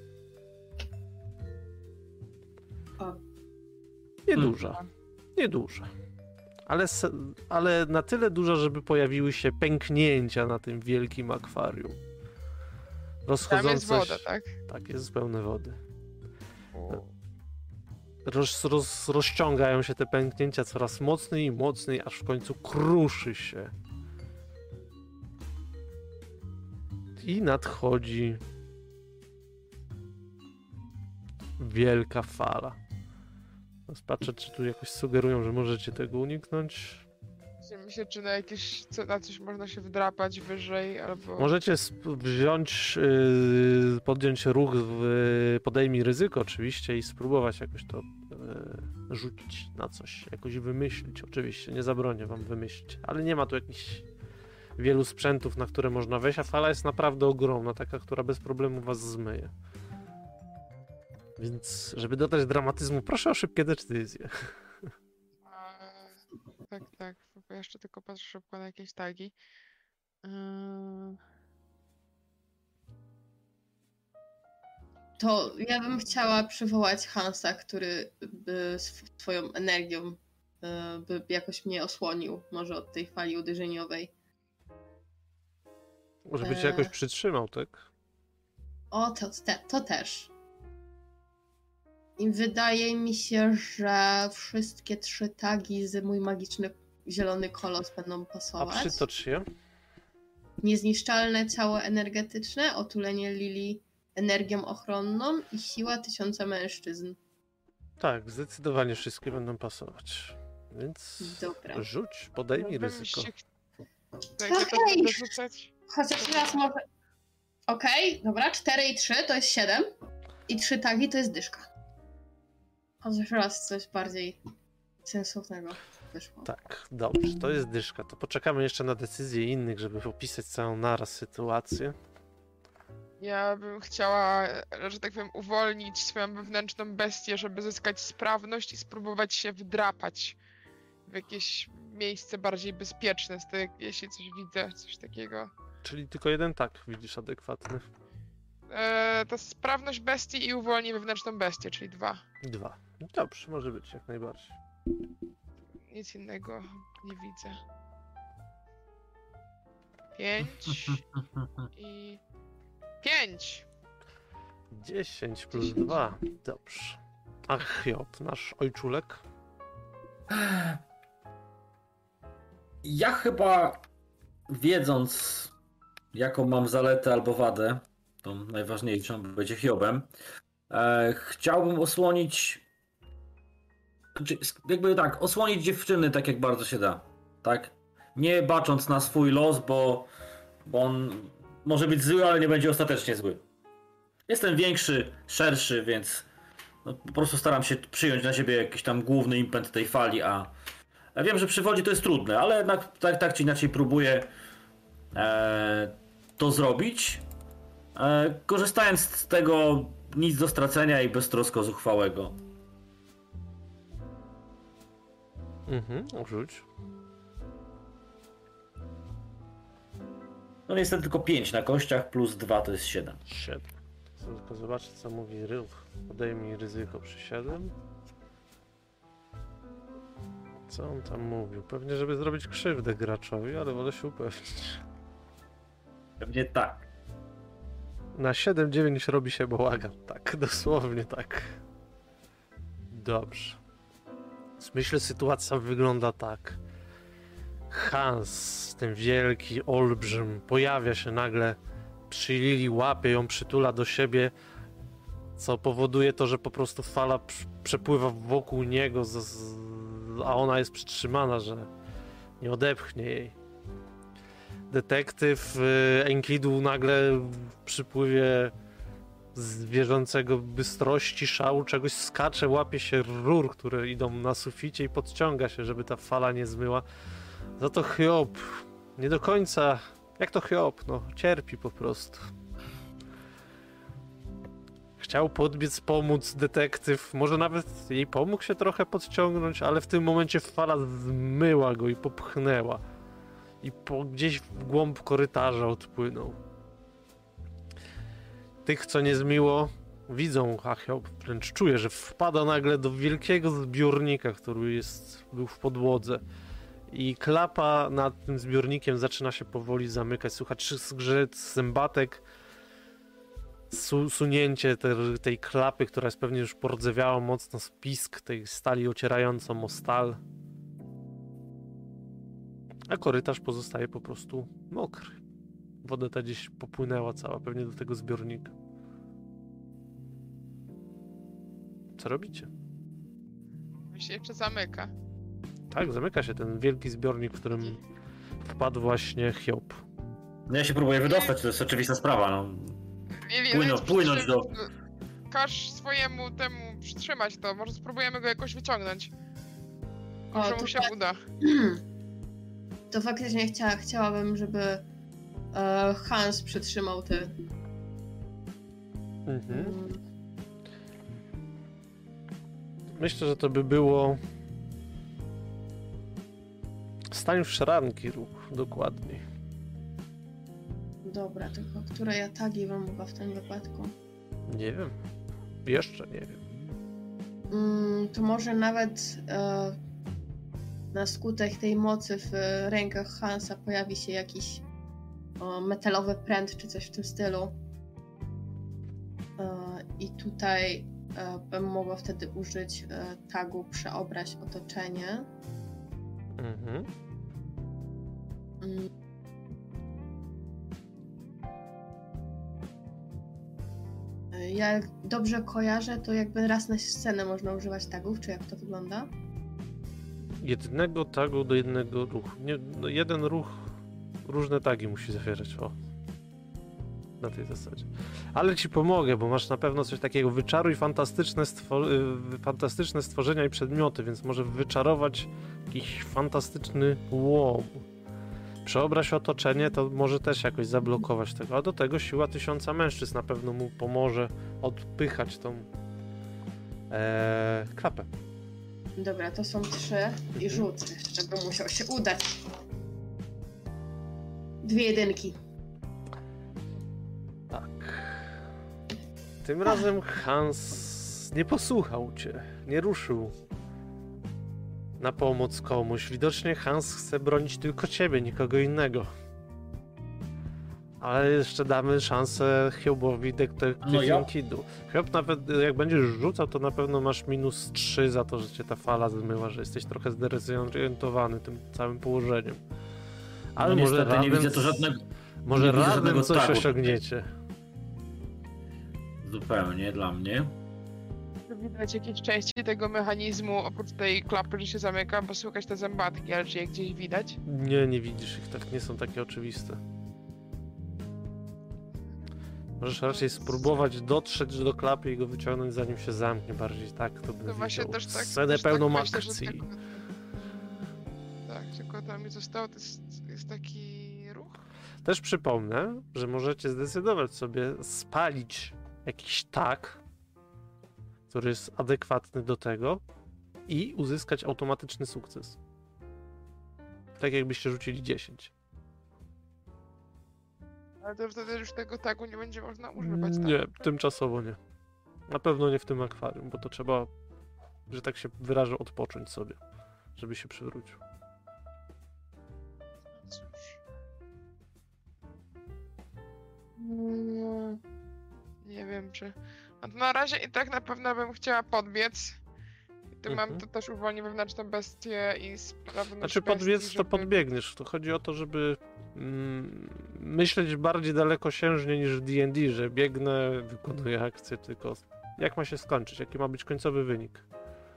Nieduża. Nieduża. Ale na tyle duża, żeby pojawiły się pęknięcia na tym wielkim akwarium. Tam jest woda, się... tak? Tak, jest pełne wody. Rozciągają się te pęknięcia coraz mocniej i mocniej, aż w końcu kruszy się. I nadchodzi wielka fala. Patrzę, czy tu jakoś sugerują, że możecie tego uniknąć. Myślę, czy na coś można się wdrapać wyżej, albo... Możecie podjąć ruch podejmij ryzyko oczywiście i spróbować jakoś to rzucić na coś, jakoś wymyślić. Oczywiście, nie zabronię wam wymyślić, ale nie ma tu jakichś wielu sprzętów, na które można wejść, a fala jest naprawdę ogromna, taka, która bez problemu was zmyje. Więc, żeby dodać dramatyzmu, proszę o szybkie decyzje. Tak. Bo jeszcze tylko patrzę szybko na jakieś tagi. To ja bym chciała przywołać Hansa, który by swoją energią by jakoś mnie osłonił, może od tej fali uderzeniowej. Może by cię jakoś przytrzymał, tak? O, to też. I wydaje mi się, że wszystkie 3 tagi z mój magiczny zielony kolos będą pasować. A przytocz je. Niezniszczalne ciało energetyczne, otulenie Lili energią ochronną i siła 1000 mężczyzn. Tak, zdecydowanie wszystkie będą pasować. Więc dobra. Rzuć, podejmij ryzyko. Tak, ja to będę rzucać. Chociaż raz może... Okej, dobra, 4 i 3 to jest 7. I 3 tagi to jest dyszka. Chociaż raz coś bardziej sensownego wyszło. Tak, dobrze, to jest dyszka. To poczekamy jeszcze na decyzję innych, żeby opisać całą naraz sytuację. Ja bym chciała, że tak powiem, uwolnić swoją wewnętrzną bestię, żeby zyskać sprawność i spróbować się wdrapać w jakieś miejsce bardziej bezpieczne, z tego, jeśli coś widzę, coś takiego. Czyli tylko jeden tak widzisz adekwatny. To sprawność bestii i uwolni wewnętrzną bestię, czyli 2. 2. Dobrze, może być jak najbardziej. Nic innego nie widzę. 5 i 5. 10 plus 2. Dobrze. Ach, Hiob, nasz ojczulek. Ja chyba, wiedząc jaką mam zaletę albo wadę, tą najważniejszą będzie Hiobem, chciałbym osłonić, jakby tak, osłonić dziewczyny tak jak bardzo się da, tak? Nie bacząc na swój los, bo on może być zły, ale nie będzie ostatecznie zły. Jestem większy, szerszy, więc No, po prostu staram się przyjąć na siebie jakiś tam główny impet tej fali, a wiem, że przy wodzie to jest trudne, ale jednak tak czy inaczej próbuję to zrobić, korzystając z tego nic do stracenia i beztrosko zuchwałego. Rzuć. No niestety tylko 5 na kościach, plus 2 to jest 7. 7. Tylko zobaczę, co mówi Rylf. Podejmij ryzyko przy 7. Co on tam mówił? Pewnie, żeby zrobić krzywdę graczowi, ale wolę się upewnić. Pewnie tak. Na 7-9 robi się bałagan. Tak, dosłownie tak. Dobrze. Myślę, sytuacja wygląda tak. Hans, ten wielki olbrzym, pojawia się nagle przy Lili, łapie ją, przytula do siebie, co powoduje to, że po prostu fala przepływa wokół niego, a ona jest przytrzymana, że nie odepchnie jej. Detektyw Enkidu nagle w przypływie zwierzącego bystrości, szału, czegoś skacze, łapie się rur, które idą na suficie i podciąga się, żeby ta fala nie zmyła. Za to Hiob nie do końca... Jak to Hiob? No, cierpi po prostu. Chciał podbiec, pomóc detektyw, może nawet jej pomógł się trochę podciągnąć, ale w tym momencie fala zmyła go i popchnęła. I gdzieś w głąb korytarza odpłynął. Tych, co nie zmyło, widzą, a Hiob wręcz czuje, że wpada nagle do wielkiego zbiornika, który był w podłodze. I klapa nad tym zbiornikiem zaczyna się powoli zamykać. Słychać zgrzyt zębatek, sunięcie tej klapy, która jest pewnie już pordzewiała mocno, spisk tej stali ocierającą o stal. A korytarz pozostaje po prostu mokry. Woda ta gdzieś popłynęła cała, pewnie do tego zbiornika. Co robicie? Się jeszcze zamyka. Tak, zamyka się ten wielki zbiornik, w którym wpadł właśnie Hiob. No ja się próbuję wydostać, to jest oczywista sprawa, no. Płynąć do... Każ swojemu temu przytrzymać to, może spróbujemy go jakoś wyciągnąć. O, Może mu się uda. To faktycznie chciałabym, żeby Hans przytrzymał ty. Myślę, że to by było... Stań w szranki ruch, dokładniej. Dobra, tylko której ataki wam mogła w tym wypadku? Nie wiem. Jeszcze nie wiem. To może nawet na skutek tej mocy w rękach Hansa pojawi się jakiś metalowy pręt czy coś w tym stylu. I tutaj bym mogła wtedy użyć tagu przeobraź otoczenie. Jak dobrze kojarzę, to jakby raz na scenę można używać tagów, czy jak to wygląda? Jednego tagu do jednego ruchu. Nie, no jeden ruch, różne tagi musi zawierać. O. Na tej zasadzie. Ale ci pomogę, bo masz na pewno coś takiego. Wyczaruj fantastyczne stworzenia i przedmioty, więc może wyczarować jakiś fantastyczny łom. Przeobraź otoczenie, to może też jakoś zablokować tego, a do tego siła 1000 mężczyzn na pewno mu pomoże odpychać tą klapę. Dobra, to są 3 i rzucę, żeby musiał się udać. 2 jedynki. Tak. Tym razem Hans nie posłuchał cię, nie ruszył na pomoc komuś. Widocznie Hans chce bronić tylko ciebie, nikogo innego. Ale jeszcze damy szansę Hiobowi detektywowi Enkidu. Hiob nawet jak będziesz rzucał, to na pewno masz -3 za to, że cię ta fala zmyła, że jesteś trochę zdezorientowany tym całym położeniem. Ale no może niestety, razem, nie widzę tu żadnego... może razem coś osiągniecie. Zupełnie dla mnie. Widać jakieś części tego mechanizmu, oprócz tej klapy, że się zamyka, bo słychać te zębatki, ale czy je gdzieś widać? Nie, nie widzisz ich, tak nie są takie oczywiste. Możesz raczej spróbować dotrzeć do klapy i go wyciągnąć, zanim się zamknie bardziej, tak? To bym To właśnie widział też tak... scenę też pełną myślę, że akcji. Tak, tylko tam mi zostało, to jest taki ruch. Też przypomnę, że możecie zdecydować sobie spalić jakiś tag, który jest adekwatny do tego i uzyskać automatyczny sukces. Tak jakbyście rzucili 10. Ale to wtedy już tego tagu nie będzie można używać. Nie, tak? tymczasowo nie. Na pewno nie w tym akwarium, bo to trzeba, że tak się wyrażę, odpocząć sobie, żeby się przywrócił. Cóż. Nie wiem, czy... A to na razie i tak na pewno bym chciała podbiec. I tu mam to też uwolni wewnętrzną bestię i sprawność Znaczy bestii, podbiec to żeby... podbiegniesz. To chodzi o to, żeby myśleć bardziej dalekosiężnie niż w D&D, że biegnę, wykonuję akcję, tylko jak ma się skończyć, jaki ma być końcowy wynik.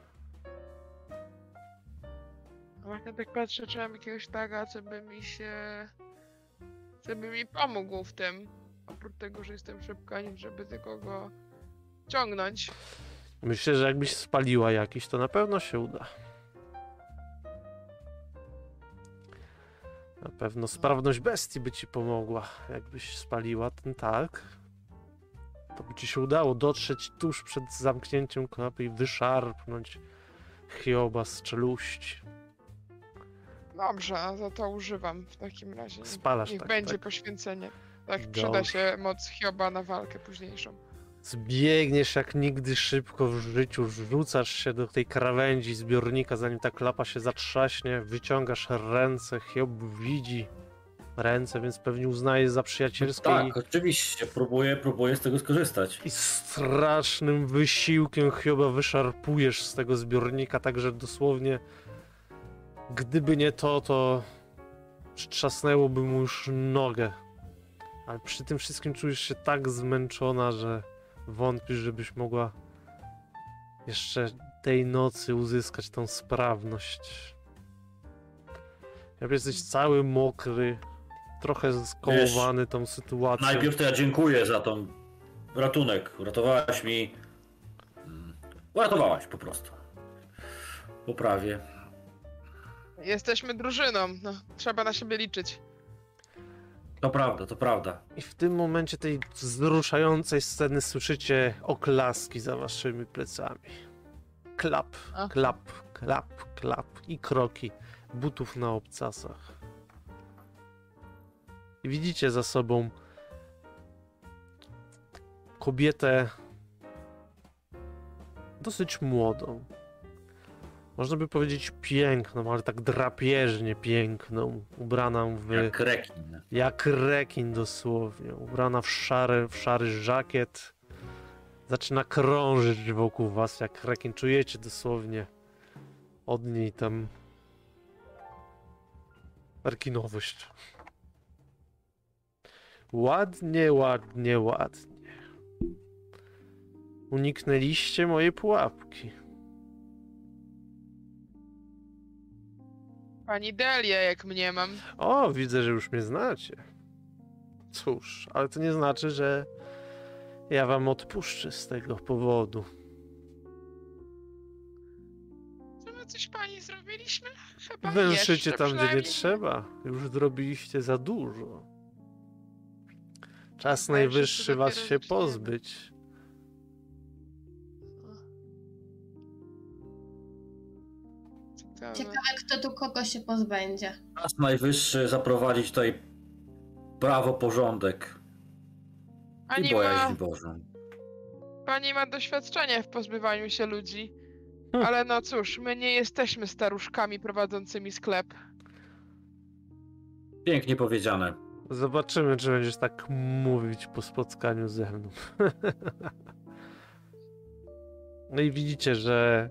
Właśnie tak patrzę, czy mam jakiegoś taga, co by mi pomógł w tym. Oprócz tego, że jestem szybka, niż żeby tylko go ciągnąć. Myślę, że jakbyś spaliła jakiś, to na pewno się uda. Na pewno sprawność bestii by ci pomogła. Jakbyś spaliła ten tag, to by ci się udało dotrzeć tuż przed zamknięciem klapy i wyszarpnąć Hioba z czeluści. Dobrze, a za to używam w takim razie. Spalasz Niech tak, będzie tak. poświęcenie. Tak, przyda Dobrze. się moc Hioba na walkę późniejszą. Zbiegniesz jak nigdy szybko w życiu, rzucasz się do tej krawędzi zbiornika, zanim ta klapa się zatrzaśnie, wyciągasz ręce, Hiob widzi ręce, więc pewnie uznaje za przyjacielskie Tak, oczywiście, próbuję z tego skorzystać. i strasznym wysiłkiem Hioba wyszarpujesz z tego zbiornika, tak że dosłownie gdyby nie to, to trzasnęłoby mu już nogę. Ale przy tym wszystkim czujesz się tak zmęczona, że wątpisz, żebyś mogła jeszcze tej nocy uzyskać tą sprawność. Jak jesteś cały mokry, trochę skołowany tą sytuacją. Najpierw to ja dziękuję za tą ratunek. Uratowałaś mi... Uratowałaś po prostu. Poprawię. Jesteśmy drużyną, no, trzeba na siebie liczyć. To prawda, to prawda. I w tym momencie tej wzruszającej sceny słyszycie oklaski za waszymi plecami. Klap, A. klap, klap, klap i kroki butów na obcasach. I widzicie za sobą kobietę dosyć młodą. Można by powiedzieć piękną, ale tak drapieżnie piękną. Ubraną w... Jak rekin. Jak rekin dosłownie. Ubrana w szary żakiet. Zaczyna krążyć wokół was jak rekin. Czujecie dosłownie od niej tam rekinowość. Ładnie, ładnie, ładnie. Uniknęliście mojej pułapki. Pani Delia, jak mnie mam. O, widzę, że już mnie znacie. Cóż, ale to nie znaczy, że ja wam odpuszczę z tego powodu. Czy my coś pani zrobiliśmy? Chyba Węszycie jeszcze, tam, gdzie nie przynajmniej trzeba. Już zrobiliście za dużo. Czas Chyba już najwyższy jeszcze was dopiero się zaczniemy. pozbyć. Ciekawe. Ciekawe, kto tu kogo się pozbędzie. Czas najwyższy zaprowadzić tutaj praworządek i Pani bojaźń ma, Bożą. pani ma doświadczenie w pozbywaniu się ludzi. Hm. Ale no cóż, my nie jesteśmy staruszkami prowadzącymi sklep. Pięknie powiedziane. Zobaczymy, czy będziesz tak mówić po spotkaniu ze mną. No i widzicie, że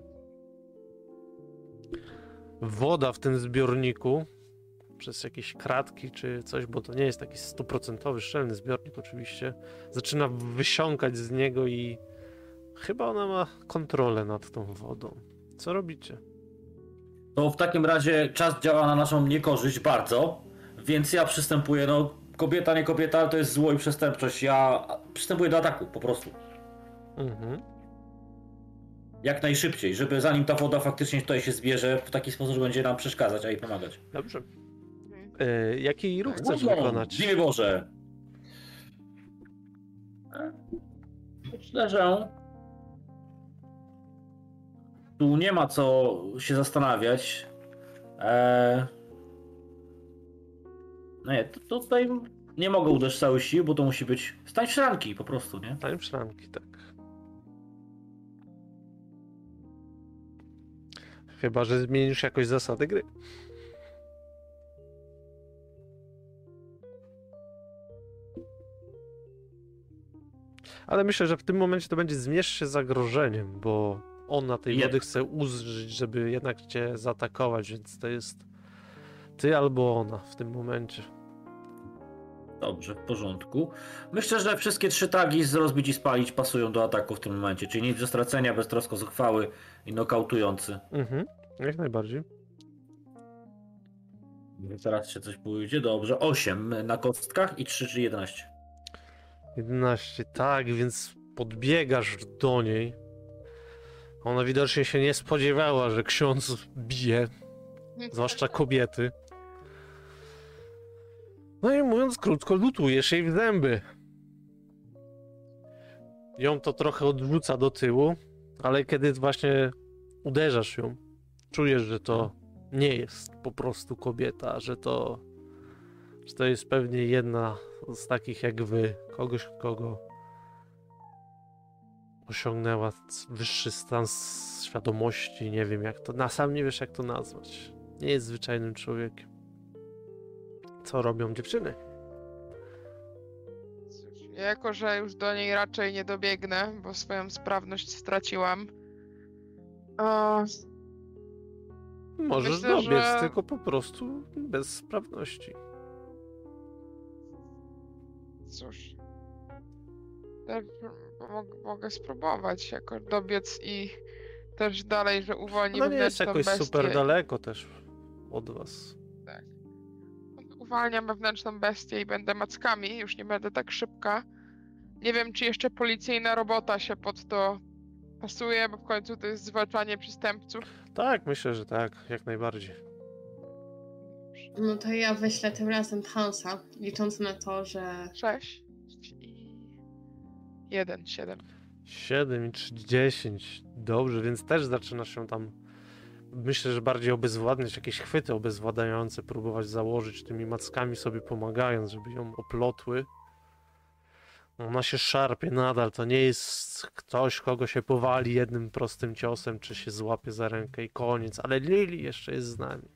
woda w tym zbiorniku przez jakieś kratki czy coś, bo to nie jest taki 100% szczelny zbiornik oczywiście, zaczyna wysiąkać z niego i chyba ona ma kontrolę nad tą wodą. Co robicie? To w takim razie czas działa na naszą niekorzyść bardzo, więc ja przystępuję, no kobieta, nie kobieta, ale to jest zło i przestępczość. Ja przystępuję do ataku, po prostu. Mhm. Jak najszybciej, żeby zanim ta woda faktycznie tutaj się zbierze, w taki sposób, że będzie nam przeszkadzać, a jej pomagać. Dobrze. Jaki ruch chcesz Wodą, wykonać? w imię Boże. Myślę, że tu nie ma co się zastanawiać. Nie, to tutaj nie mogę uderzyć całej siły, bo to musi być stań w szranki po prostu, nie? Tań szranki, tak. Chyba że zmienisz jakoś zasady gry. Ale myślę, że w tym momencie to będzie zmierz się zagrożeniem, bo on na tej wody chce użyć, żeby jednak cię zaatakować, więc to jest ty albo ona w tym momencie. Dobrze, w porządku. Myślę, że wszystkie 3 tagi z rozbić i spalić pasują do ataku w tym momencie, czyli nic do stracenia, beztrosko zuchwały i nokautujący. Mhm, jak najbardziej. Teraz się coś pójdzie, dobrze. 8 na kostkach i 3, czyli 11. 11, tak, więc podbiegasz do niej. Ona widocznie się nie spodziewała, że ksiądz bije, zwłaszcza kobiety. No i mówiąc krótko, lutujesz jej w zęby. Ją to trochę odrzuca do tyłu, ale kiedy właśnie uderzasz ją, czujesz, że to nie jest po prostu kobieta, że to jest pewnie jedna z takich jak wy, kogoś, kogo osiągnęła wyższy stan świadomości, nie wiem jak to, sam nie wiesz jak to nazwać. Nie jest zwyczajnym człowiekiem. Co robią dziewczyny? Cóż, jako że już do niej raczej nie dobiegnę, bo swoją sprawność straciłam. Możesz myślę, dobiec, że- tylko po prostu bez sprawności. Cóż. Też mogę spróbować jako dobiec i też dalej, że uwolni Ona nie jest wewnętrzną jakoś super bestię. daleko też od was. Uwalniam wewnętrzną bestię i będę mackami, już nie będę tak szybka. Nie wiem, czy jeszcze policyjna robota się pod to pasuje, bo w końcu to jest zwalczanie przestępców. Tak, myślę, że tak, jak najbardziej. No to ja wyślę tym razem Hansa, licząc na to, że 6 i 1, 7. 7 i 3, 10. Dobrze, więc też zaczynasz się tam, myślę, że bardziej obezwładniać, jakieś chwyty obezwładniające próbować założyć tymi mackami sobie pomagając, żeby ją oplotły. Ona się szarpie nadal, to nie jest ktoś, kogo się powali jednym prostym ciosem, czy się złapie za rękę i koniec, ale Lili jeszcze jest z nami.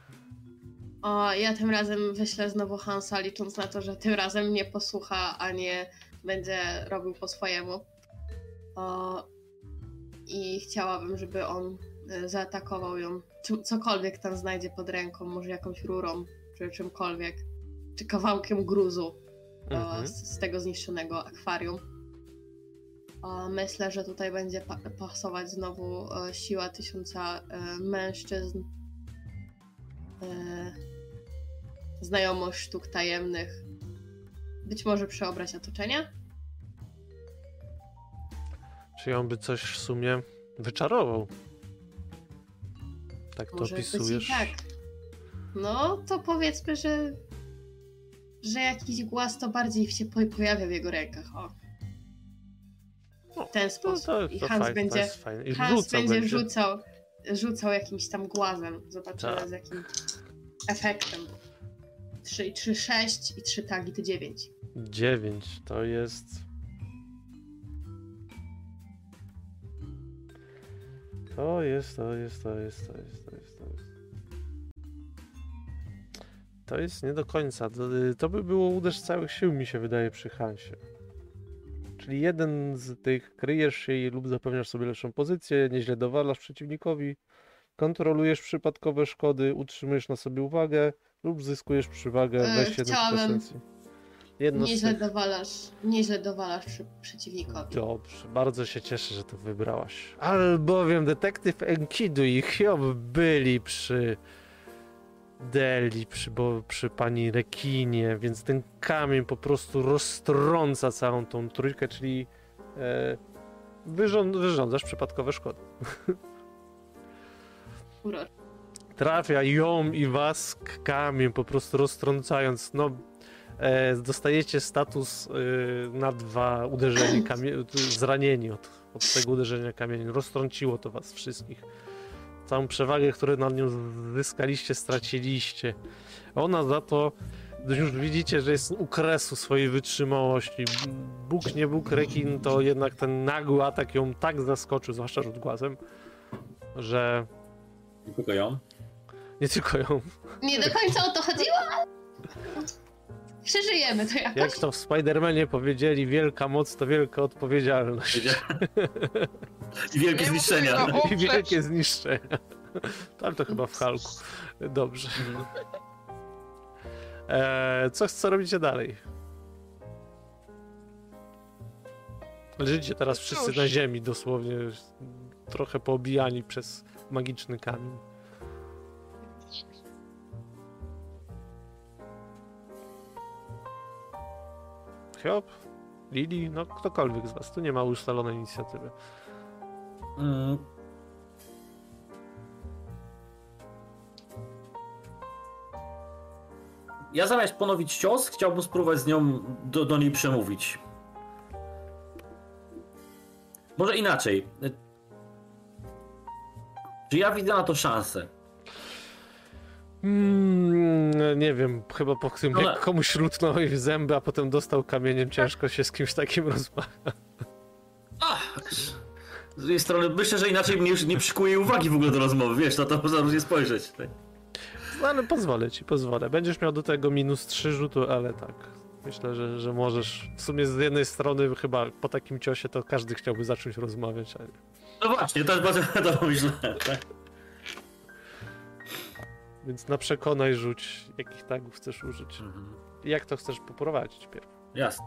ja tym razem wyślę znowu Hansa, licząc na to, że tym razem mnie posłucha, a nie będzie robił po swojemu. I chciałabym, żeby on zaatakował ją, cokolwiek tam znajdzie pod ręką, może jakąś rurą, czy czymkolwiek, czy kawałkiem gruzu z tego zniszczonego akwarium. Myślę, że tutaj będzie pasować znowu siła 1000 mężczyzn, znajomość sztuk tajemnych, być może przeobraz otoczenia. Czy on by coś w sumie wyczarował? Tak to Może być opisujesz? i tak. No to powiedzmy, że jakiś głaz to bardziej się pojawia w jego rękach. W ten sposób. I Hans fajne, będzie, to jest fajne. I Hans będzie będzie. rzucał jakimś tam głazem. Zobaczymy Tak. z jakim efektem. 3 i 3, 6 i 3 tagi to 9. 9 to jest... To jest. To jest nie do końca. To by było uderz całych sił, mi się wydaje, przy Hansie. Czyli jeden z tych kryjesz się lub zapewniasz sobie lepszą pozycję, nieźle dowalasz przeciwnikowi, kontrolujesz przypadkowe szkody, utrzymujesz na sobie uwagę lub zyskujesz przywagę, weź jedną kwestii. Nieźle dowalasz przeciwnikowi. Dobrze, bardzo się cieszę, że to wybrałaś. Albowiem detektyw Enkidu i Hiob byli przy Deli, przy pani rekinie, więc ten kamień po prostu roztrąca całą tą trójkę, czyli wyrządzasz przypadkowe szkody. Trafia ją i was kamień, po prostu roztrącając. No, dostajecie status na 2 uderzenie, zranieni od tego uderzenia kamieniem. Roztrąciło to was wszystkich. Całą przewagę, którą nad nią zyskaliście, straciliście. Ona za to już widzicie, że jest u kresu swojej wytrzymałości. Bóg nie Bóg, rekin, to jednak ten nagły atak ją tak zaskoczył, zwłaszcza rzut głazem, że... Nie tylko ją. Nie tylko ją. Nie do końca o to chodziło, ale przeżyjemy to jakoś. Jak to w Spider-Manie powiedzieli, wielka moc to wielka odpowiedzialność. I wielkie zniszczenia. I wielkie zniszczenia. Tam to chyba w Hulku. Dobrze. Co robicie dalej? Leżycie teraz wszyscy na ziemi, dosłownie trochę poobijani przez magiczny kamień. Hop, Lili, no ktokolwiek z was, tu nie ma ustalonej inicjatywy. Ja zamiast ponowić cios, chciałbym spróbować z nią do niej przemówić. Może inaczej. Czy ja widzę na to szansę? Nie wiem, chyba po tym jak komuś lutnął w zęby, a potem dostał kamieniem, ciężko się z kimś takim rozmawia. Z drugiej strony myślę, że inaczej mnie już nie przykuje uwagi w ogóle do rozmowy, wiesz, na to można różnie spojrzeć. No ale pozwolę. Będziesz miał do tego -3 rzutu, ale tak. Myślę, że możesz. W sumie z jednej strony chyba po takim ciosie to każdy chciałby zacząć rozmawiać. Ale... No właśnie, to jest bardzo to myślę, tak? Więc na przekonaj rzuć, jakich tagów chcesz użyć. I jak to chcesz poprowadzić pierw. Jasne.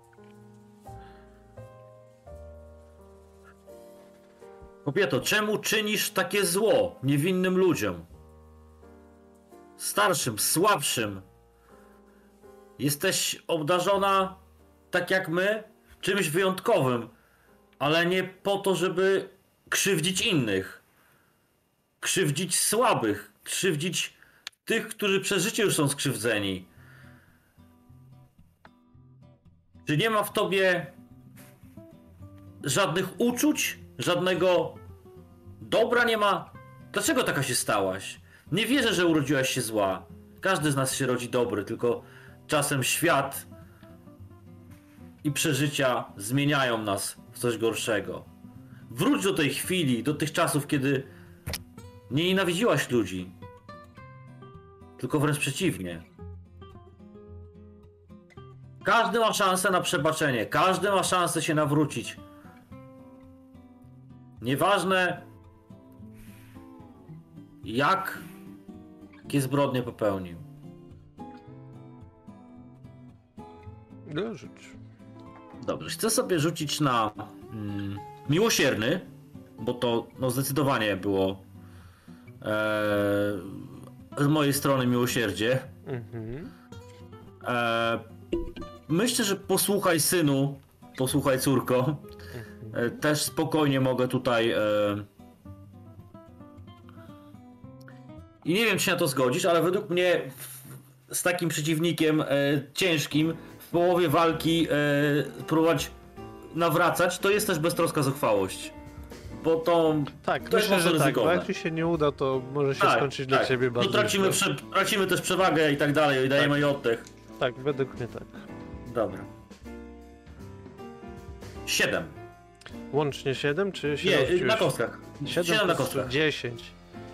Kobieto, czemu czynisz takie zło niewinnym ludziom? Starszym, słabszym. Jesteś obdarzona, tak jak my, czymś wyjątkowym, ale nie po to, żeby krzywdzić innych. Krzywdzić słabych, krzywdzić tych, którzy przez życie już są skrzywdzeni. Czy nie ma w tobie żadnych uczuć, żadnego dobra nie ma? Dlaczego taka się stałaś? Nie wierzę, że urodziłaś się zła. Każdy z nas się rodzi dobry, tylko czasem świat i przeżycia zmieniają nas w coś gorszego. Wróć do tej chwili, do tych czasów, kiedy nie nienawidziłaś ludzi. Tylko wręcz przeciwnie. Każdy ma szansę na przebaczenie. Każdy ma szansę się nawrócić. Nieważne jakie zbrodnie popełnił. No, rzuć. Dobrze, chcę sobie rzucić na miłosierny, bo to no, zdecydowanie było z mojej strony miłosierdzie. Myślę, że posłuchaj synu, posłuchaj córko. Też spokojnie mogę tutaj i nie wiem, czy się na to zgodzisz, ale według mnie z takim przeciwnikiem ciężkim w połowie walki próbować nawracać, to jest też beztroska zuchwałość. Bo to tak, to myślę, jest że tak, ryzykowne. bo jak ci się nie uda, to może się skończyć dla ciebie bardzo no tracimy też przewagę i tak dalej, i dajemy jej oddech. Tak, według mnie tak. Dobra. 7. Łącznie 7 czy 7? Nie, na kostkach. 7 na kostkach. 10.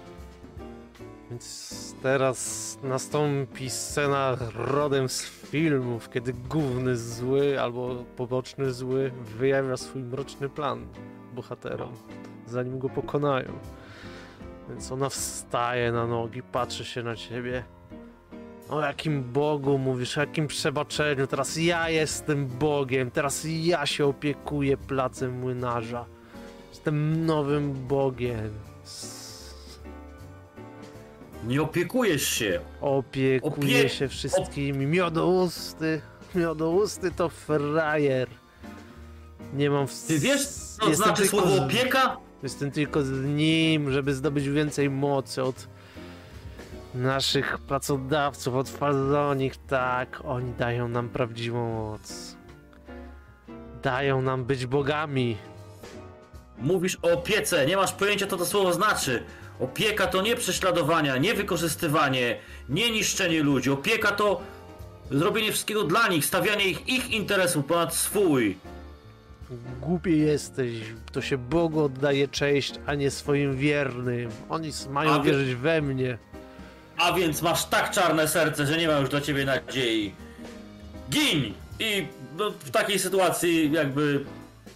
Więc teraz nastąpi scena rodem z filmów, kiedy główny zły albo poboczny zły wyjawia swój mroczny plan bohaterom, zanim go pokonają. Więc ona wstaje na nogi, patrzy się na ciebie. O jakim Bogu mówisz, o jakim przebaczeniu, teraz ja jestem Bogiem, teraz ja się opiekuję placem młynarza. Jestem nowym Bogiem. Nie opiekujesz się. Opiekuje się wszystkimi. Miodousty to frajer. Nie mam... Ty wiesz, co znaczy słowo opieka? Jestem tylko z nim, żeby zdobyć więcej mocy od naszych pracodawców, od Falzonich. Tak, oni dają nam prawdziwą moc. Dają nam być bogami. Mówisz o opiece, nie masz pojęcia, co to słowo znaczy. Opieka to nie prześladowania, nie wykorzystywanie, nie niszczenie ludzi. Opieka to zrobienie wszystkiego dla nich, stawianie ich interesów ponad swój. Głupi jesteś, to się Bogu oddaje cześć, a nie swoim wiernym. Oni mają wierzyć we mnie. A więc masz tak czarne serce, że nie ma już dla ciebie nadziei. Gin! I no, w takiej sytuacji jakby...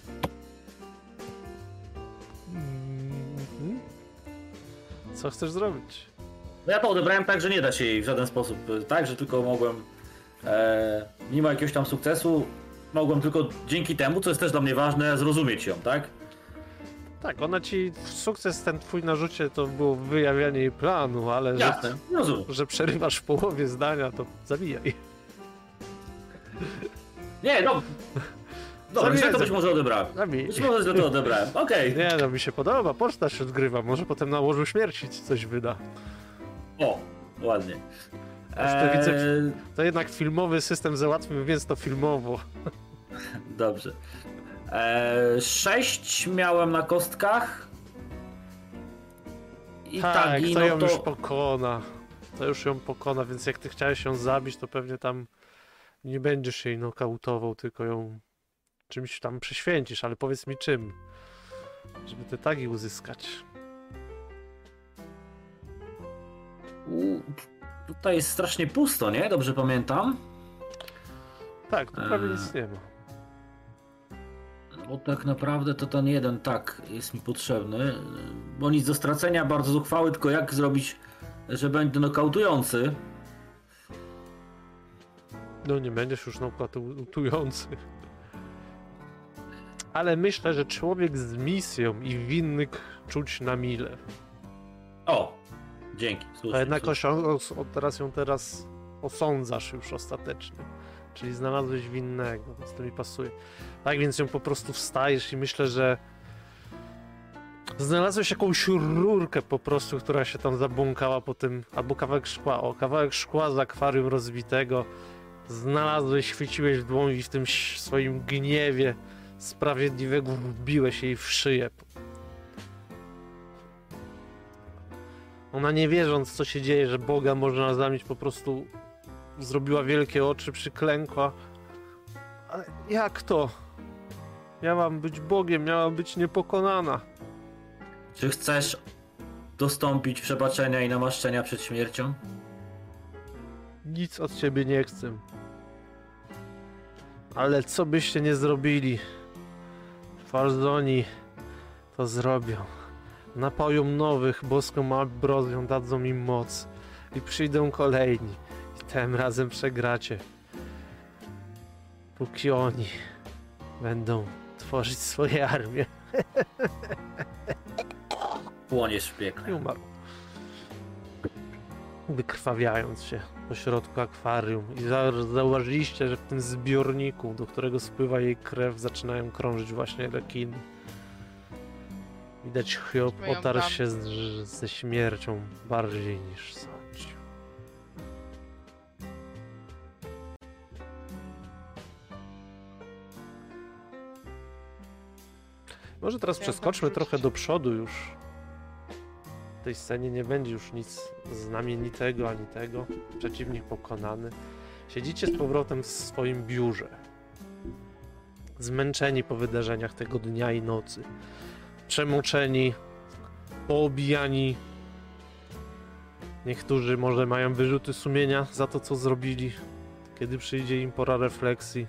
Co chcesz zrobić? No ja to odebrałem tak, że nie da się jej w żaden sposób, tak, że tylko mogłem, mimo jakiegoś tam sukcesu, mogłem tylko dzięki temu, co jest też dla mnie ważne, zrozumieć ją, tak? Tak, ona ci, sukces ten twój na rzucie to było wyjawianie jej planu, ale jasne, że przerywasz w połowie zdania, to zabijaj. Nie, no... Dobra, źle to być może odebrałem. Być może źle to odebrałem, okej. Nie, no mi się podoba, poczta się odgrywa, może potem na łożu śmierci ci coś wyda. O, ładnie. To jednak filmowy system załatwił, więc to filmowo. Dobrze. 6 miałem na kostkach. I tak, i to no ją już pokona. To już ją pokona, więc jak ty chciałeś ją zabić, to pewnie tam nie będziesz jej nokautował, tylko ją czymś tam prześwięcisz, ale powiedz mi czym, żeby te tagi uzyskać. Tutaj jest strasznie pusto, nie? Dobrze pamiętam? Tak, tu prawie nic nie ma. Bo tak naprawdę to ten jeden tak jest mi potrzebny, bo nic do stracenia, bardzo zuchwały, tylko jak zrobić, że będzie nokautujący? No nie będziesz już nokautujący. Ale myślę, że człowiek z misją i winny czuć na mile. O! Dzięki. Słusznie, a jednak teraz osądzasz już ostatecznie. Czyli znalazłeś winnego, więc to mi pasuje. Tak więc ją po prostu wstajesz i myślę, że znalazłeś jakąś rurkę po prostu, która się tam zabłąkała po tym, albo kawałek szkła. O, kawałek szkła z akwarium rozbitego. Znalazłeś, chwyciłeś w dłoń i w tym swoim gniewie sprawiedliwego wbiłeś jej w szyję. Ona nie wierząc, co się dzieje, że Boga można zamieć, po prostu zrobiła wielkie oczy, przyklękła. Ale jak to? Miałam być Bogiem, miała być niepokonana. Czy chcesz dostąpić przebaczenia i namaszczenia przed śmiercią? Nic od ciebie nie chcę. Ale co byście nie zrobili, Falzoni to zrobią. Napoją nowych boską ambrozją, dadzą im moc. I przyjdą kolejni. I tym razem przegracie. Póki oni będą tworzyć swoje armie. Płoniesz w piekle. I umarł. Wykrwawiając się po środku akwarium. I zauważyliście, że w tym zbiorniku, do którego spływa jej krew, zaczynają krążyć właśnie rekiny. Widać, Hiob otarł się ze śmiercią bardziej niż sądził. Może teraz przeskoczmy trochę do przodu już. W tej scenie nie będzie już nic znamienitego ani tego. Przeciwnik pokonany. Siedzicie z powrotem w swoim biurze. Zmęczeni po wydarzeniach tego dnia i nocy. Przemoczeni, poobijani. Niektórzy może mają wyrzuty sumienia za to, co zrobili, kiedy przyjdzie im pora refleksji.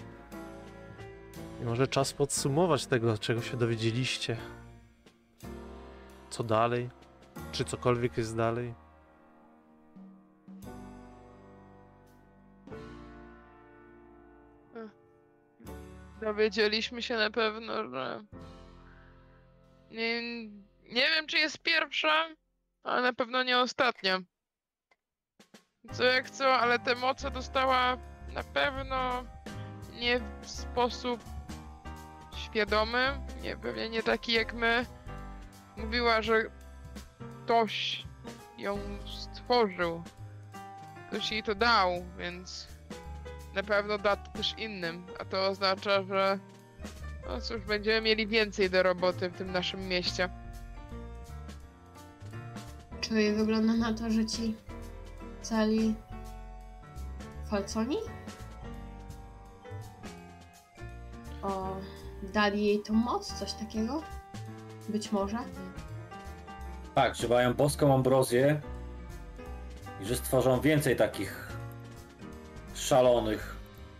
I może czas podsumować tego, czego się dowiedzieliście. Co dalej? Czy cokolwiek jest dalej? Dowiedzieliśmy się na pewno, że nie wiem, czy jest pierwsza, Ale na pewno nie ostatnia. Co jak co, ale te moce dostała na pewno nie w sposób świadomy, pewnie nie taki jak my. Mówiła, że ktoś ją stworzył, ktoś jej to dał, więc na pewno da to też innym, a to oznacza, że no cóż, będziemy mieli więcej do roboty w tym naszym mieście. Czyli wygląda na to, że ci cali Falconi? Dali jej tą moc? Coś takiego? Być może? Tak, że mają boską ambrozję i że stworzą więcej takich szalonych.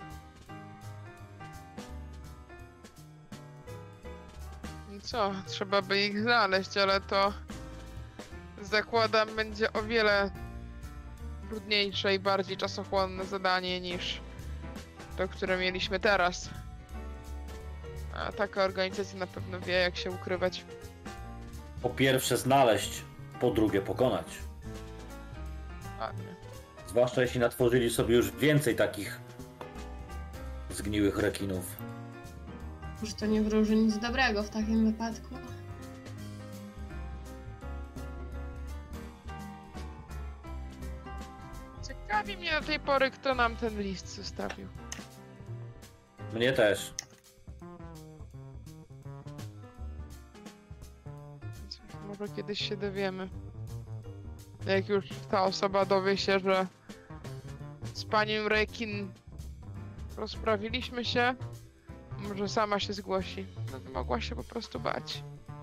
I co? Trzeba by ich znaleźć, ale to zakładam będzie o wiele trudniejsze i bardziej czasochłonne zadanie niż to, które mieliśmy teraz. A taka organizacja na pewno wie, jak się ukrywać. Po pierwsze znaleźć, po drugie pokonać. Ładnie. Zwłaszcza jeśli natworzyli sobie już więcej takich zgniłych rekinów. Już to nie wróży nic dobrego w takim wypadku. Ciekawi mnie do tej pory, kto nam ten list zostawił. Mnie też. Może kiedyś się dowiemy. Jak już ta osoba dowie się, że z panią Rekin rozprawiliśmy się, może sama się zgłosi. No, mogła się po prostu bać.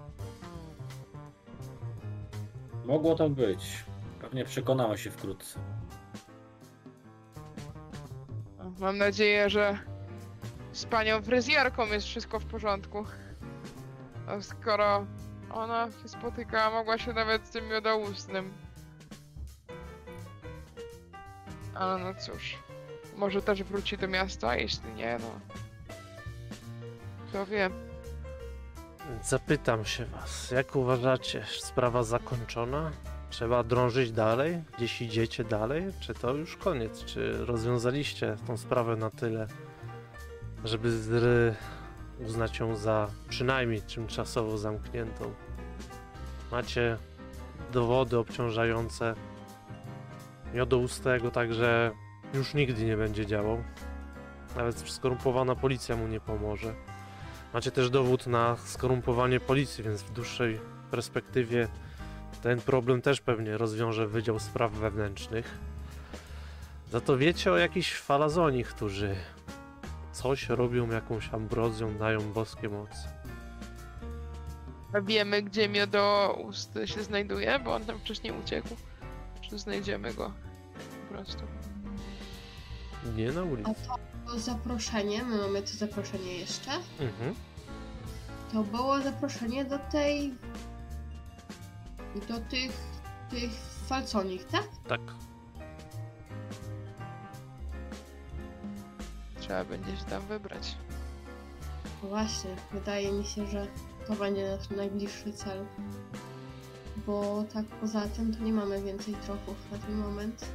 Mogło tak być. Pewnie przekonamy się wkrótce. Mam nadzieję, że z panią fryzjerką jest wszystko w porządku. A skoro ona się spotykała, mogła się nawet z tym miodoustnym. Ale no cóż, może też wróci do miasta, a jeśli nie, no... Kto wie. Zapytam się was, jak uważacie, sprawa zakończona? Trzeba drążyć dalej? Gdzieś idziecie dalej? Czy to już koniec? Czy rozwiązaliście tą sprawę na tyle, żeby uznać ją za przynajmniej tymczasowo zamkniętą? Macie dowody obciążające miodoustego, także już nigdy nie będzie działał. Nawet skorumpowana policja mu nie pomoże. Macie też dowód na skorumpowanie policji, więc w dłuższej perspektywie ten problem też pewnie rozwiąże Wydział Spraw Wewnętrznych. Za to wiecie o jakichś falazoni, którzy coś robią, jakąś ambrozją, dają boskie mocy. A wiemy, gdzie miodoust się znajduje, bo on tam wcześniej uciekł. Czy znajdziemy go po prostu? Nie na ulicy. A to zaproszenie, my mamy to zaproszenie jeszcze. Mhm. To było zaproszenie do tych falconich, tak? Tak. Trzeba będzie się tam wybrać. Właśnie, wydaje mi się, że to będzie nasz najbliższy cel. Bo tak poza tym to nie mamy więcej tropów na ten moment.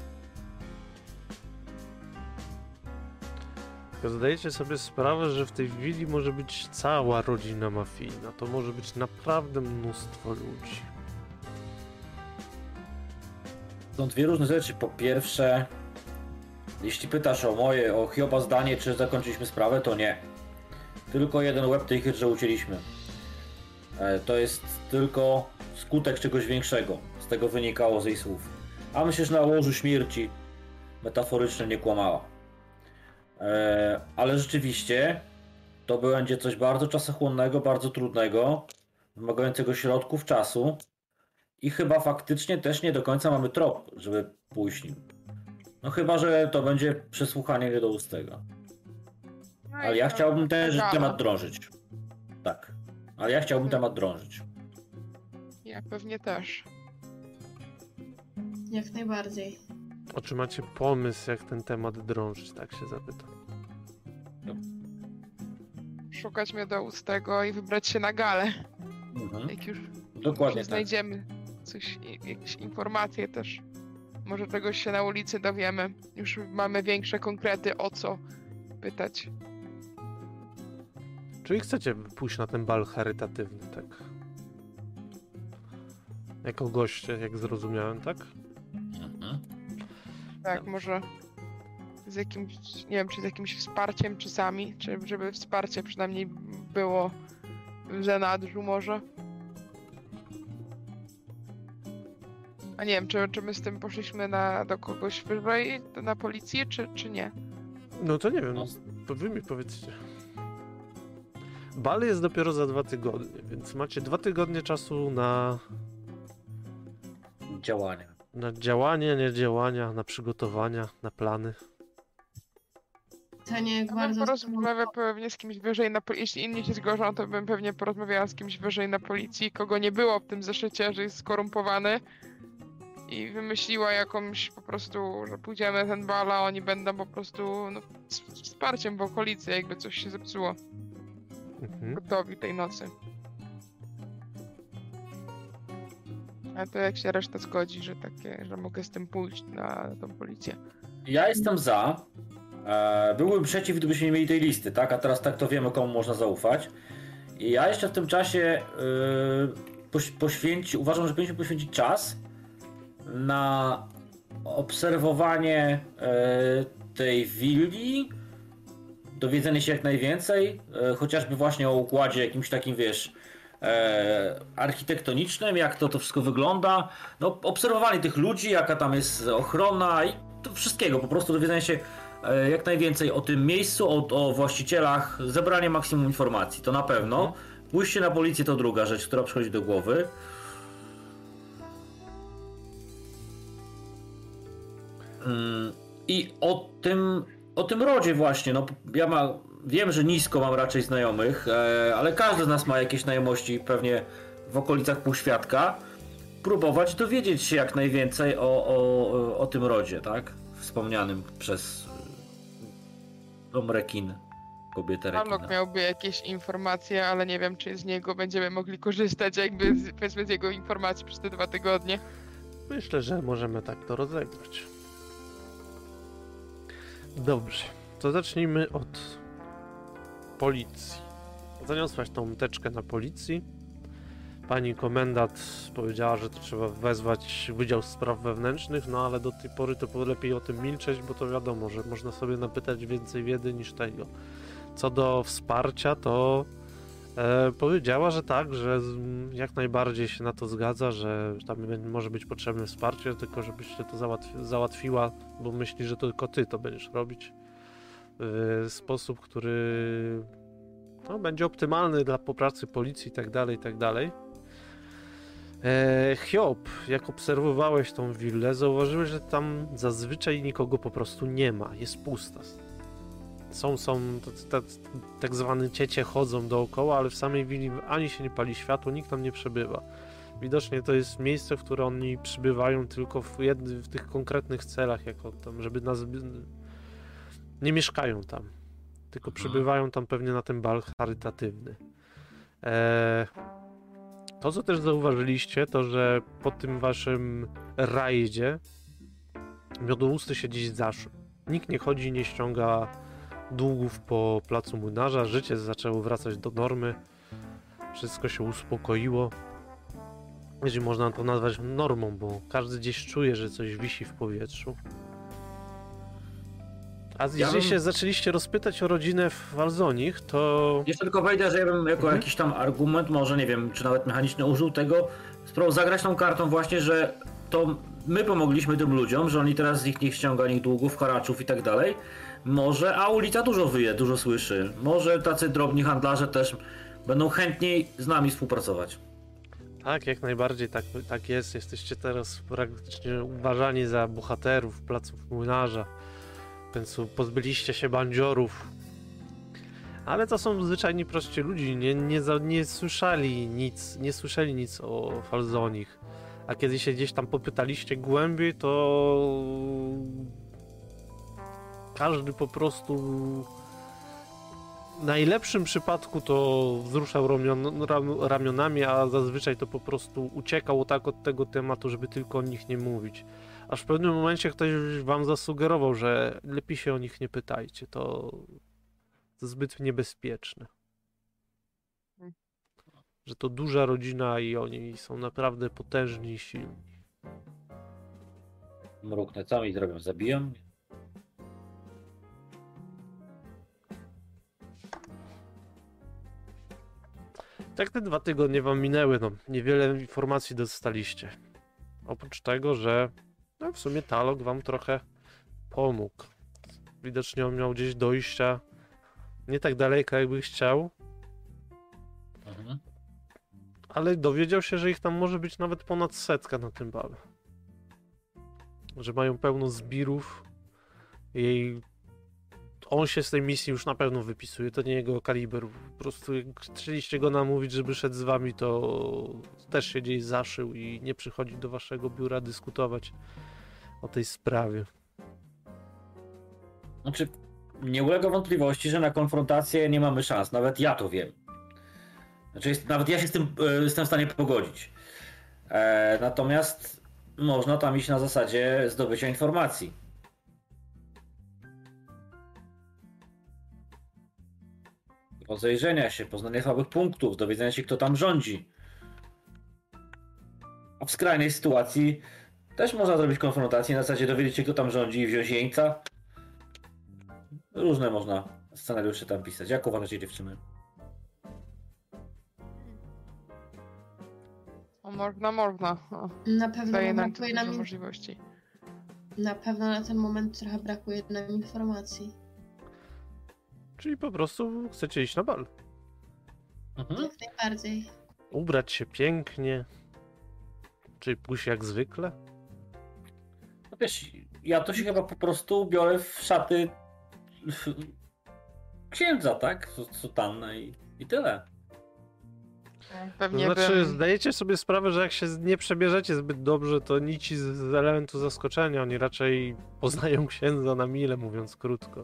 Tylko zdajecie sobie sprawę, że w tej willi może być cała rodzina mafijna. To może być naprawdę mnóstwo ludzi. Są dwie różne rzeczy. Po pierwsze, jeśli pytasz o Hioba zdanie, czy zakończyliśmy sprawę, to nie. Tylko jeden łeb tej hydrze ucięliśmy. To jest tylko skutek czegoś większego. Z tego wynikało z jej słów. A myślę, że na łożu śmierci metaforycznie nie kłamała. Ale rzeczywiście to będzie coś bardzo czasochłonnego, bardzo trudnego, wymagającego środków, czasu i chyba faktycznie też nie do końca mamy trop, żeby pójść nim. No chyba, że to będzie przesłuchanie miodoustego. Ale ja chciałbym ten temat drążyć. Tak. Ale ja chciałbym temat drążyć. Ja pewnie też. Jak najbardziej. A czy macie pomysł, jak ten temat drążyć? Tak się zapytam. Szukać miodoustego i wybrać się na galę. Mhm. Jak już Dokładnie się tak. znajdziemy coś, jakieś informacje też. Może czegoś się na ulicy dowiemy. Już mamy większe konkrety, o co pytać. Czyli chcecie pójść na ten bal charytatywny, tak? Jako goście, jak zrozumiałem, tak? Tak, może z jakimś, nie wiem, czy z jakimś wsparciem, czy sami, czy żeby wsparcie przynajmniej było w zanadrzu może. A nie wiem, czy my z tym poszliśmy do kogoś wyżej, na policję, czy nie? No to nie wiem, to wy mi powiedzcie. Bal jest dopiero za 2 tygodnie, więc macie 2 tygodnie czasu na Działania. działanie, nie działania, na przygotowania, na plany. Pytanie, jak Ja bym bardzo... porozmawiał pewnie z kimś wyżej na policji. Jeśli inni się zgodzą, to bym pewnie porozmawiała z kimś wyżej na policji, kogo nie było w tym zeszycie, że jest skorumpowany. I wymyśliła jakąś po prostu, że pójdziemy na ten bal, a oni będą po prostu no, wsparciem w okolicy, jakby coś się zepsuło. Gotowi tej nocy. A to jak się reszta zgodzi, że takie, że mogę z tym pójść na tą policję. Ja jestem za. Byłbym przeciw, gdybyśmy nie mieli tej listy, tak? A teraz tak to wiemy, komu można zaufać. I ja jeszcze w tym czasie uważam, że powinniśmy poświęcić czas na obserwowanie tej willi, dowiedzenie się jak najwięcej, chociażby właśnie o układzie jakimś takim, wiesz, architektonicznym, jak to wszystko wygląda, no obserwowanie tych ludzi, jaka tam jest ochrona i to wszystkiego, po prostu dowiedzenie się jak najwięcej o tym miejscu, o właścicielach, zebranie maksimum informacji, to na pewno. Pójście na policję to druga rzecz, która przychodzi do głowy. I o tym rodzie właśnie, no ja wiem, że nisko mam raczej znajomych, ale każdy z nas ma jakieś znajomości pewnie w okolicach Półświadka. Próbować dowiedzieć się jak najwięcej o tym rodzie, tak? Wspomnianym przez tą rekin, kobietę rekina. Harlock miałby jakieś informacje, ale nie wiem, czy z niego będziemy mogli korzystać jakby powiedzmy z jego informacji przez te 2 tygodnie. Myślę, że możemy tak to rozegrać. Dobrze, to zacznijmy od policji. Zaniosłaś tą teczkę na policji. Pani komendant powiedziała, że to trzeba wezwać Wydział Spraw Wewnętrznych, no ale do tej pory to lepiej o tym milczeć, bo to wiadomo, że można sobie napytać więcej wiedzy niż tego. Co do wsparcia, to powiedziała, że tak, że jak najbardziej się na to zgadza, że tam może być potrzebne wsparcie, tylko żebyś się to załatwiła, bo myśli, że to tylko ty to będziesz robić w sposób, który no, będzie optymalny dla popracy policji i tak dalej, i tak dalej. Hiob, jak obserwowałeś tą willę, zauważyłeś, że tam zazwyczaj nikogo po prostu nie ma, jest pusta. Są tak zwane ciecie chodzą dookoła, ale w samej willi ani się nie pali światło, nikt tam nie przebywa. Widocznie to jest miejsce, w które oni przybywają tylko w tych konkretnych celach, jako tam, żeby nas... Nie mieszkają tam, tylko przybywają tam pewnie na ten bal charytatywny. To, co też zauważyliście, to że po tym waszym rajdzie miodousty się gdzieś zaszły. Nikt nie chodzi, nie ściąga długów po placu Młynarza, życie zaczęło wracać do normy, wszystko się uspokoiło. Jeżeli można to nazwać normą, bo każdy gdzieś czuje, że coś wisi w powietrzu. A jeżeli się zaczęliście rozpytać o rodzinę w Walzonich, to... Jeszcze tylko wejdę, że ja bym jako jakiś tam argument, może nie wiem, czy nawet mechaniczny użył tego, spróbował zagrać tą kartą właśnie, że to my pomogliśmy tym ludziom, że oni teraz z nich nie ściąga nich długów, haraczów i tak dalej. Może, a ulica dużo wyje, dużo słyszy. Może tacy drobni handlarze też będą chętniej z nami współpracować. Tak, jak najbardziej tak jest. Jesteście teraz praktycznie uważani za bohaterów placów Młynarza. Więc pozbyliście się bandziorów. Ale to są zwyczajni prości ludzie, nie słyszeli nic o Falzonich. A kiedy się gdzieś tam popytaliście głębiej, to każdy po prostu najlepszym przypadku to wzruszał ramionami, a zazwyczaj to po prostu uciekał tak od tego tematu, żeby tylko o nich nie mówić. Aż w pewnym momencie ktoś wam zasugerował, że lepiej się o nich nie pytajcie, to zbyt niebezpieczne. Że to duża rodzina i oni są naprawdę potężni i silni. Mruknę, co mi zrobią? Zabiją? Tak te 2 tygodnie wam minęły, no niewiele informacji dostaliście. Oprócz tego, że no, w sumie Talok wam trochę pomógł. Widocznie on miał gdzieś dojścia nie tak daleko, jakby chciał, ale dowiedział się, że ich tam może być nawet ponad 100 na tym balu. Że mają pełno zbirów i on się z tej misji już na pewno wypisuje, to nie jego kaliber. Po prostu jak chcieliście go namówić, żeby szedł z wami, to też się gdzieś zaszył i nie przychodzi do waszego biura dyskutować o tej sprawie. Znaczy, nie ulega wątpliwości, że na konfrontację nie mamy szans. Nawet ja to wiem. Znaczy, nawet ja się z tym jestem w stanie pogodzić. Natomiast można tam iść na zasadzie zdobycia informacji. Rozejrzenia się, poznania słabych punktów, dowiedzenia się, kto tam rządzi. A w skrajnej sytuacji też można zrobić konfrontację na zasadzie dowiedzieć się, kto tam rządzi i wziąć jeńca. Różne można scenariusze tam pisać. Jak uważacie, dziewczyny? O, można. O, Na pewno daje nam brakuje dużo nam możliwości. Na pewno na ten moment trochę brakuje nam informacji. Czyli po prostu chcecie iść na bal. Jak najbardziej. Ubrać się pięknie. Czy pójść jak zwykle? No wiesz, ja to się chyba po prostu biorę w szaty księdza, tak? Sutannę i tyle. Pewnie To znaczy, bym... zdajecie sobie sprawę, że jak się nie przebierzecie zbyt dobrze, to nic z elementu zaskoczenia. Oni raczej poznają księdza na mile, mówiąc krótko.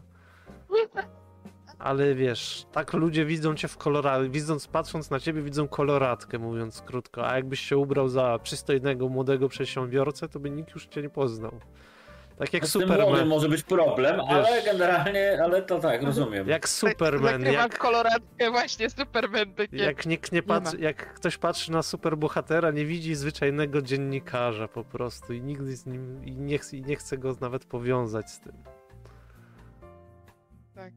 Ale wiesz, tak ludzie widzą cię w koloratce, patrząc na ciebie, widzą koloratkę, mówiąc krótko. A jakbyś się ubrał za przystojnego, młodego przedsiębiorcę, to by nikt już cię nie poznał. Tak jak Z tym Superman. młodym może być problem, Wiesz, ale generalnie, ale to tak, rozumiem. Jak Superman, jak koloratkę, właśnie Superman takie. Jak ktoś patrzy na superbohatera, nie widzi zwyczajnego dziennikarza po prostu i nigdy z nim nie chce go nawet powiązać z tym. Tak.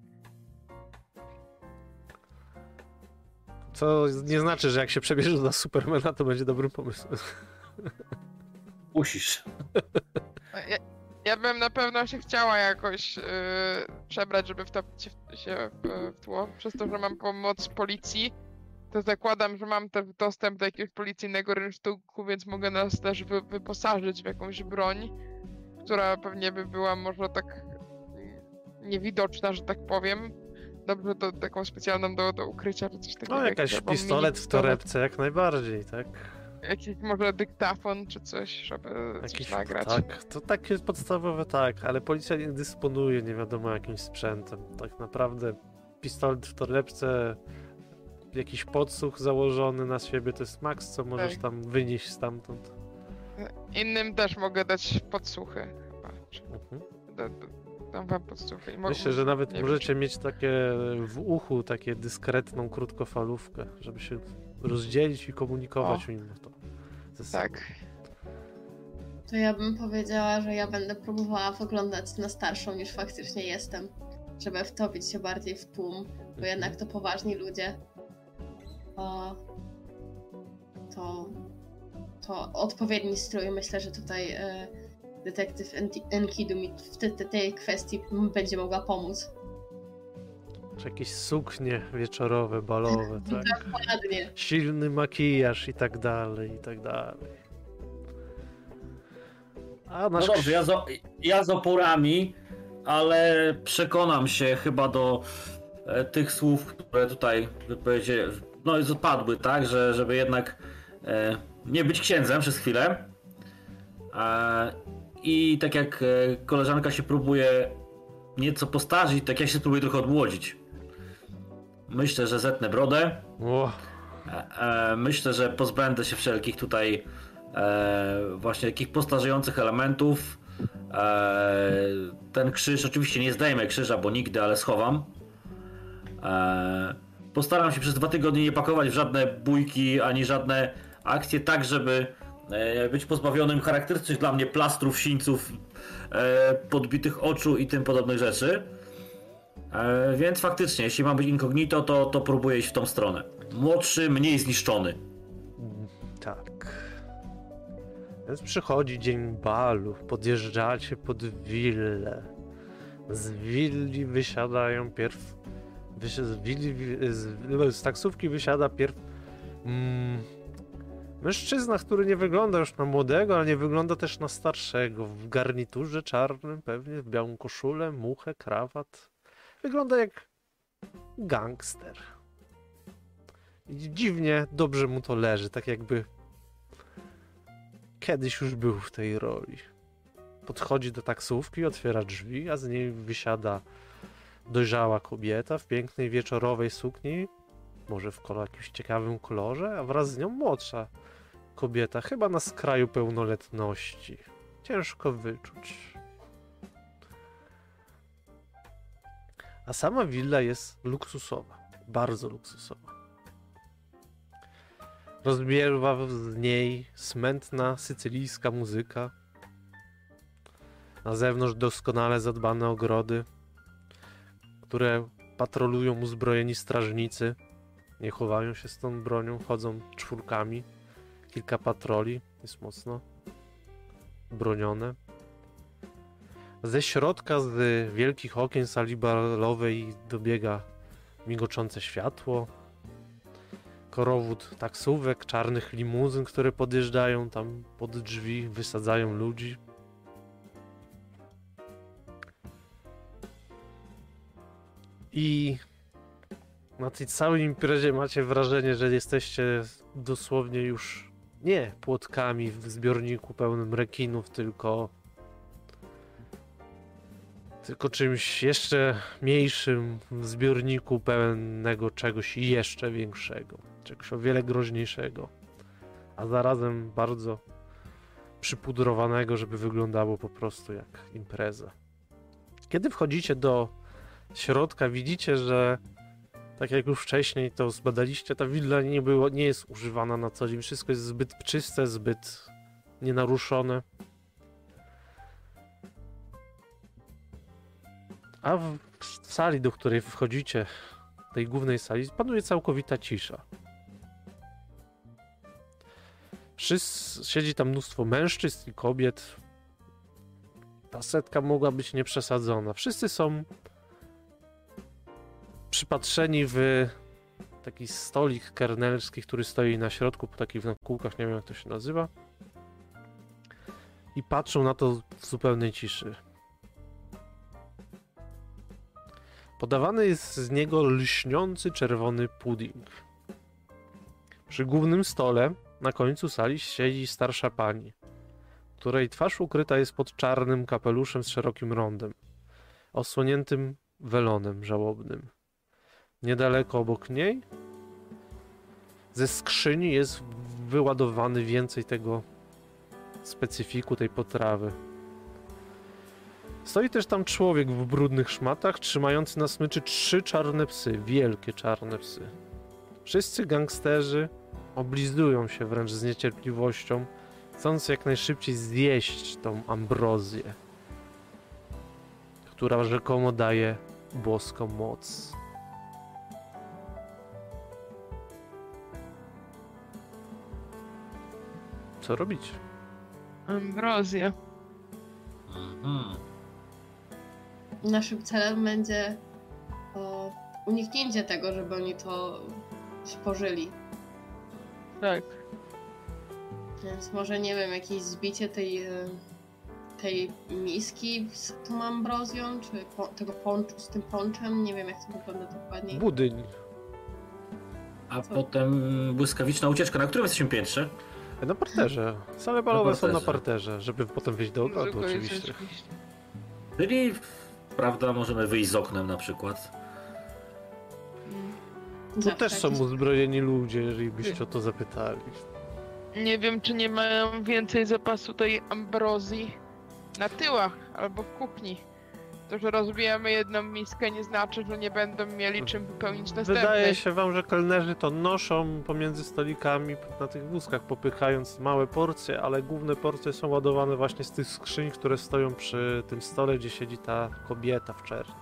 Co nie znaczy, że jak się przebierzesz za Supermana, to będzie dobrym pomysłem. Musisz. Ja bym na pewno się chciała jakoś przebrać, żeby wtopić się w tło. Przez to, że mam pomoc policji, to zakładam, że mam też dostęp do jakiegoś policyjnego rynsztunku, więc mogę nas też wyposażyć w jakąś broń, która pewnie by była może tak niewidoczna, że tak powiem. Dobrze, to taką specjalną do ukrycia, czy coś takiego. No, jakaś pistolet w torebce, jak najbardziej, tak? Jakiś może dyktafon, czy coś, żeby coś nagrać. Tak, to takie podstawowe tak, ale policja nie dysponuje nie wiadomo jakimś sprzętem. Tak naprawdę pistolet w torebce, jakiś podsłuch założony na siebie, to jest maks, co możesz tam wynieść stamtąd. Innym też mogę dać podsłuchy chyba. Dam wam podsłuchy. Myślę, że nawet możecie mieć takie w uchu, takie dyskretną krótkofalówkę, żeby się rozdzielić i komunikować mimo to ze sobą. Tak. To ja bym powiedziała, że ja będę próbowała wyglądać na starszą niż faktycznie jestem, żeby wtopić się bardziej w tłum, bo jednak to poważni ludzie. To odpowiedni strój. Myślę, że tutaj detektyw Enkidu mi w tej kwestii będzie mogła pomóc. Czy jakieś suknie wieczorowe, balowe, tak? Dokładnie. Silny makijaż i tak dalej, i tak dalej. No dobrze, ja z oporami, ale przekonam się chyba do tych słów, które tutaj padły, tak, żeby jednak nie być księdzem przez chwilę. I tak jak koleżanka się próbuje nieco postarzyć, tak ja się spróbuję trochę odmłodzić. Myślę, że zetnę brodę. O, Myślę, że pozbędę się wszelkich tutaj właśnie takich postarzejących elementów. Ten krzyż, oczywiście nie zdejmę krzyża, bo nigdy, ale schowam. Postaram się przez 2 tygodnie nie pakować w żadne bójki, ani żadne akcje, tak żeby być pozbawionym charakterystycznych dla mnie plastrów, sińców, podbitych oczu i tym podobnych rzeczy. Więc faktycznie, jeśli mam być incognito, to próbuję iść w tą stronę. Młodszy, mniej zniszczony. tak. Więc przychodzi dzień balu, podjeżdżacie pod willę. Z willi wysiadają z taksówki wysiada mężczyzna, który nie wygląda już na młodego, ale nie wygląda też na starszego. W garniturze czarnym, pewnie, w białą koszulę, muchę, krawat. Wygląda jak gangster. I dziwnie dobrze mu to leży, tak jakby kiedyś już był w tej roli. Podchodzi do taksówki, otwiera drzwi, a z niej wysiada dojrzała kobieta w pięknej wieczorowej sukni, może w jakimś ciekawym kolorze, a wraz z nią młodsza kobieta, chyba na skraju pełnoletności. Ciężko wyczuć. A sama willa jest luksusowa, bardzo luksusowa. Rozbiewa z niej smętna sycylijska muzyka. Na zewnątrz doskonale zadbane ogrody, które patrolują uzbrojeni strażnicy. Nie chowają się z tą bronią, chodzą czwórkami. Kilka patroli, jest mocno bronione. Ze środka, z wielkich okien sali balowej dobiega migoczące światło. Korowód taksówek, czarnych limuzyn, które podjeżdżają tam pod drzwi, wysadzają ludzi. I na tej całej imprezie macie wrażenie, że jesteście dosłownie już nie płotkami w zbiorniku pełnym rekinów, tylko czymś jeszcze mniejszym w zbiorniku pełnego czegoś jeszcze większego, czegoś o wiele groźniejszego, a zarazem bardzo przypudrowanego, żeby wyglądało po prostu jak impreza. Kiedy wchodzicie do środka, widzicie, że tak jak już wcześniej to zbadaliście, ta willa nie jest używana na co dzień. Wszystko jest zbyt czyste, zbyt nienaruszone. A w sali, do której wchodzicie, tej głównej sali, panuje całkowita cisza. Siedzi tam mnóstwo mężczyzn i kobiet. Ta setka mogła być nieprzesadzona. Wszyscy są przypatrzeni w taki stolik kelnerski, który stoi na środku, po takich kółkach, nie wiem jak to się nazywa. I patrzą na to w zupełnej ciszy. Podawany jest z niego lśniący czerwony pudding. Przy głównym stole na końcu sali siedzi starsza pani, której twarz ukryta jest pod czarnym kapeluszem z szerokim rondem, osłoniętym welonem żałobnym. Niedaleko obok niej ze skrzyni jest wyładowany więcej tego specyfiku, tej potrawy. Stoi też tam człowiek w brudnych szmatach, trzymający na smyczy 3 czarne psy, wielkie czarne psy. Wszyscy gangsterzy oblizują się wręcz z niecierpliwością, chcąc jak najszybciej zjeść tą ambrozję, która rzekomo daje boską moc. Co robić? Ambrozja. Naszym celem będzie uniknięcie tego, żeby oni to spożyli. Tak. Więc może, nie wiem, jakieś zbicie tej miski z tą ambrozją, czy tego ponczu z tym ponczem, nie wiem jak to wygląda dokładnie. Budyń. A potem błyskawiczna ucieczka. Na którym jesteśmy piętrze? Na parterze. Sale balowe są na parterze. parterze, żeby potem wyjść do ogrodu Tylko jest oczywiście. rzeczywiście. Czyli, prawda, możemy wyjść z oknem na przykład. Tu też są uzbrojeni ludzie, jeżeli byście o to zapytali. Nie wiem, czy nie mają więcej zapasu tej ambrozji na tyłach albo w kuchni. To, że rozbijamy jedną miskę, nie znaczy, że nie będą mieli czym wypełnić następnej. Wydaje się wam, że kelnerzy to noszą pomiędzy stolikami na tych wózkach, popychając małe porcje, ale główne porcje są ładowane właśnie z tych skrzyń, które stoją przy tym stole, gdzie siedzi ta kobieta w czerni.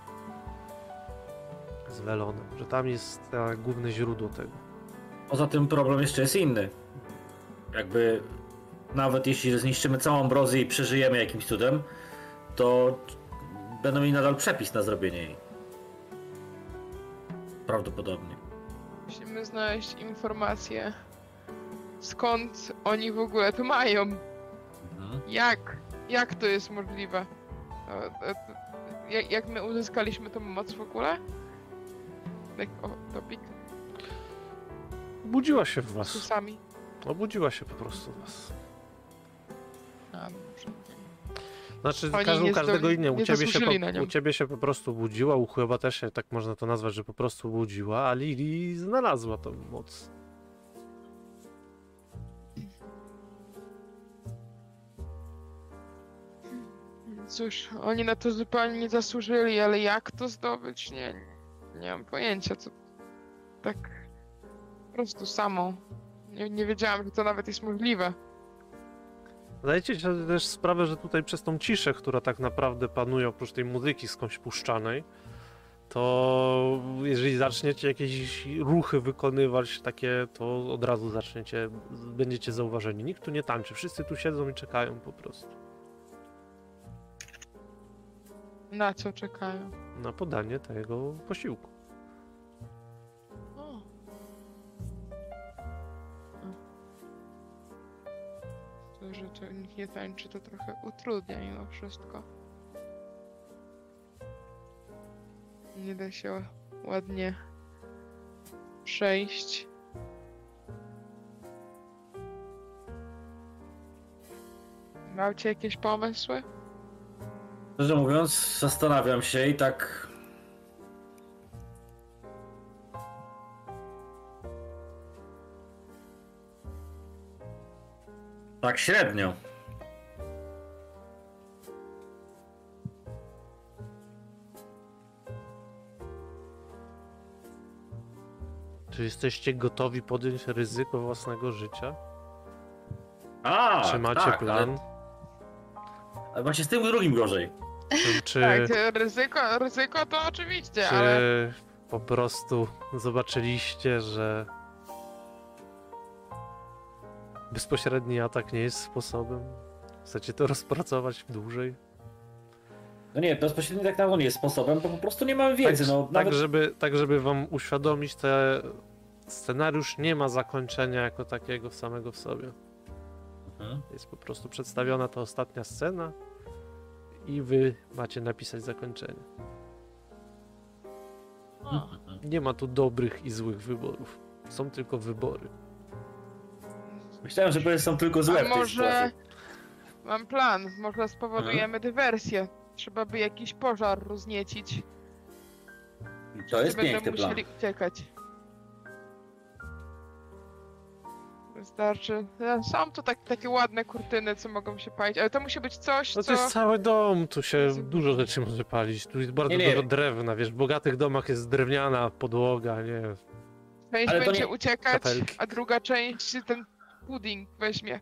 Z welonem, że tam jest główne źródło tego. Poza tym problem jeszcze jest inny. Jakby nawet jeśli zniszczymy całą ambrozję i przeżyjemy jakimś cudem, to będą mieli nadal przepis na zrobienie jej. Prawdopodobnie. Musimy znaleźć informacje, skąd oni w ogóle to mają. Jak to jest możliwe? Jak my uzyskaliśmy tą moc w ogóle? Topik? Budziła się w was. Susami. Obudziła się po prostu w was. Znaczy, Oni każdego innego. nie U ciebie się po prostu budziła, u chyba też się tak można to nazwać, że po prostu budziła, a Lili znalazła tą moc. Cóż, oni na to zupełnie nie zasłużyli, ale jak to zdobyć? Nie mam pojęcia, co tak po prostu samo. Nie wiedziałam, że to nawet jest możliwe. Zdajecie sobie też sprawę, że tutaj przez tą ciszę, która tak naprawdę panuje oprócz tej muzyki skądś puszczanej, to jeżeli zaczniecie jakieś ruchy wykonywać takie, to od razu będziecie zauważeni. Nikt tu nie tańczy, wszyscy tu siedzą i czekają po prostu. Na co czekają? Na podanie tego posiłku. O. To, że to nikt nie tańczy, to trochę utrudnia mimo wszystko. Nie da się ładnie przejść. Macie jakieś pomysły? Szczerze mówiąc, zastanawiam się i tak... Tak średnio. Czy jesteście gotowi podjąć ryzyko własnego życia? A, Czy macie tak, plan? Ale właśnie z tym drugim gorzej. Czy Tak, ryzyko to oczywiście, Czy ale po prostu zobaczyliście, że bezpośredni atak nie jest sposobem? Chcecie to rozpracować dłużej? No nie, bezpośredni tak naprawdę nie jest sposobem, bo po prostu nie mamy wiedzy. Tak, żeby wam uświadomić, scenariusz nie ma zakończenia jako takiego samego w sobie. Jest po prostu przedstawiona ta ostatnia scena i wy macie napisać zakończenie. Nie ma tu dobrych i złych wyborów. Są tylko wybory. Myślałem, że są tylko złe w tej może sytuacji. mam plan, może spowodujemy dywersję. Trzeba by jakiś pożar rozniecić. To jest Będą piękny plan. musieli uciekać. Wystarczy. Są tu takie ładne kurtyny, co mogą się palić, ale to musi być coś, No co... to jest cały dom, tu się dużo rzeczy może palić. Tu jest bardzo Nie. dużo drewna, wiesz, w bogatych domach jest drewniana podłoga, nie? Część Ale to będzie nie- uciekać, Kapelki. a druga część ten pudding weźmie.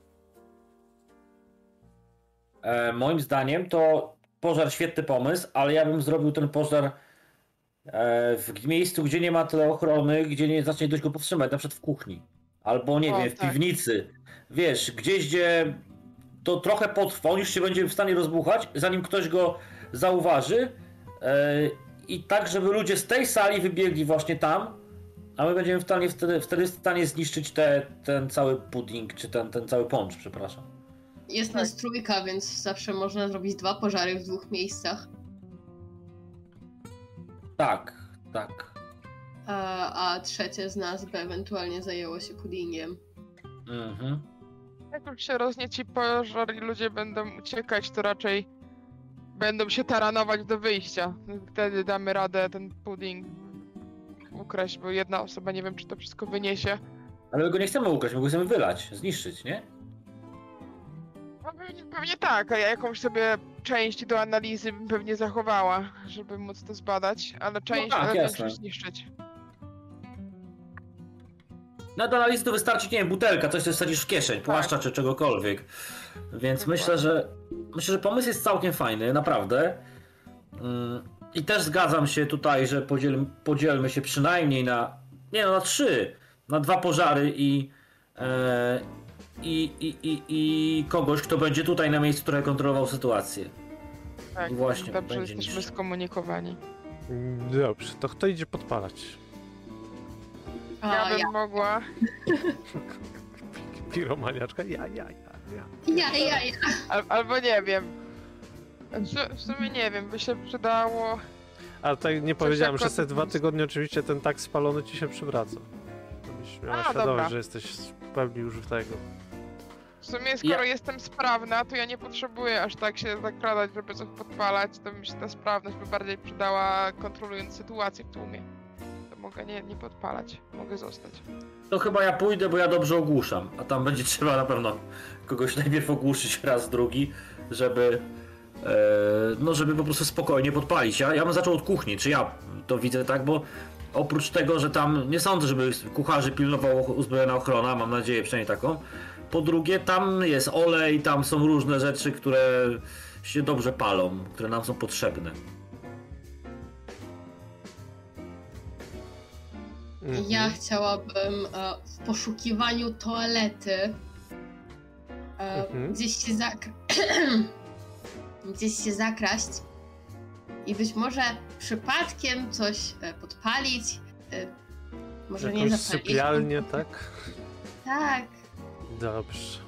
Moim zdaniem to pożar świetny pomysł, ale ja bym zrobił ten pożar w miejscu, gdzie nie ma tyle ochrony, gdzie nie zacznie dość go powstrzymać, na przykład w kuchni. Albo nie wiem, w tak. piwnicy. Wiesz, gdzieś gdzie to trochę potrwa, on już się będzie w stanie rozbuchać, zanim ktoś go zauważy. I tak, żeby ludzie z tej sali wybiegli właśnie tam, a my będziemy wtedy w stanie zniszczyć ten cały pudding, czy ten cały poncz, przepraszam. Jest nas trójka, więc zawsze można zrobić 2 pożary w 2 miejscach. Tak. A trzecie z nas by ewentualnie zajęło się puddingiem. Mhm. Jak już się roznieci pożar i ludzie będą uciekać, to raczej będą się taranować do wyjścia. Wtedy damy radę ten pudding ukraść, bo jedna osoba nie wiem, czy to wszystko wyniesie. Ale my go nie chcemy ukraść, my go chcemy wylać, zniszczyć, nie? No, pewnie tak, a ja jakąś sobie część do analizy bym pewnie zachowała, żeby móc to zbadać, ale część, tak, ale jasne. większość zniszczyć. Na do analizy to wystarczy, nie wiem, butelka, coś co wsadzisz w kieszeń, płaszcza czy czegokolwiek. Więc myślę, że pomysł jest całkiem fajny, naprawdę. I też zgadzam się tutaj, że podzielmy się przynajmniej na 3, na 2 pożary i kogoś, kto będzie tutaj na miejscu, który kontrolował sytuację. Tak, I właśnie, dobrze będzie jesteśmy skomunikowani. Dobrze, to kto idzie podpalać? Ja bym mogła. Piromaniaczka? Ja. Albo nie wiem. W sumie nie wiem, by się przydało. Ale tutaj nie powiedziałem, jako że te 2 tygodnie oczywiście ten tak spalony ci się przywraca. Żebyś miała dobra. świadomość, że jesteś w pełni użytego. W sumie skoro jestem sprawna, to ja nie potrzebuję aż tak się zakradać, żeby coś podpalać, to mi się ta sprawność by bardziej przydała, kontrolując sytuację w tłumie. To mogę nie podpalać, mogę zostać. To chyba ja pójdę, bo ja dobrze ogłuszam, a tam będzie trzeba na pewno kogoś najpierw ogłuszyć raz, drugi, żeby żeby po prostu spokojnie podpalić. Ja bym zaczął od kuchni, czy ja to widzę tak, bo oprócz tego, że tam nie sądzę, żeby kucharzy pilnował uzbrojona ochrona, mam nadzieję przynajmniej taką. Po drugie, tam jest olej, tam są różne rzeczy, które się dobrze palą, które nam są potrzebne. Ja chciałabym w poszukiwaniu toalety gdzieś się zakraść i być może przypadkiem coś podpalić, może jakąś nie zapalić. sypialnię, tak? Tak. Dobrze.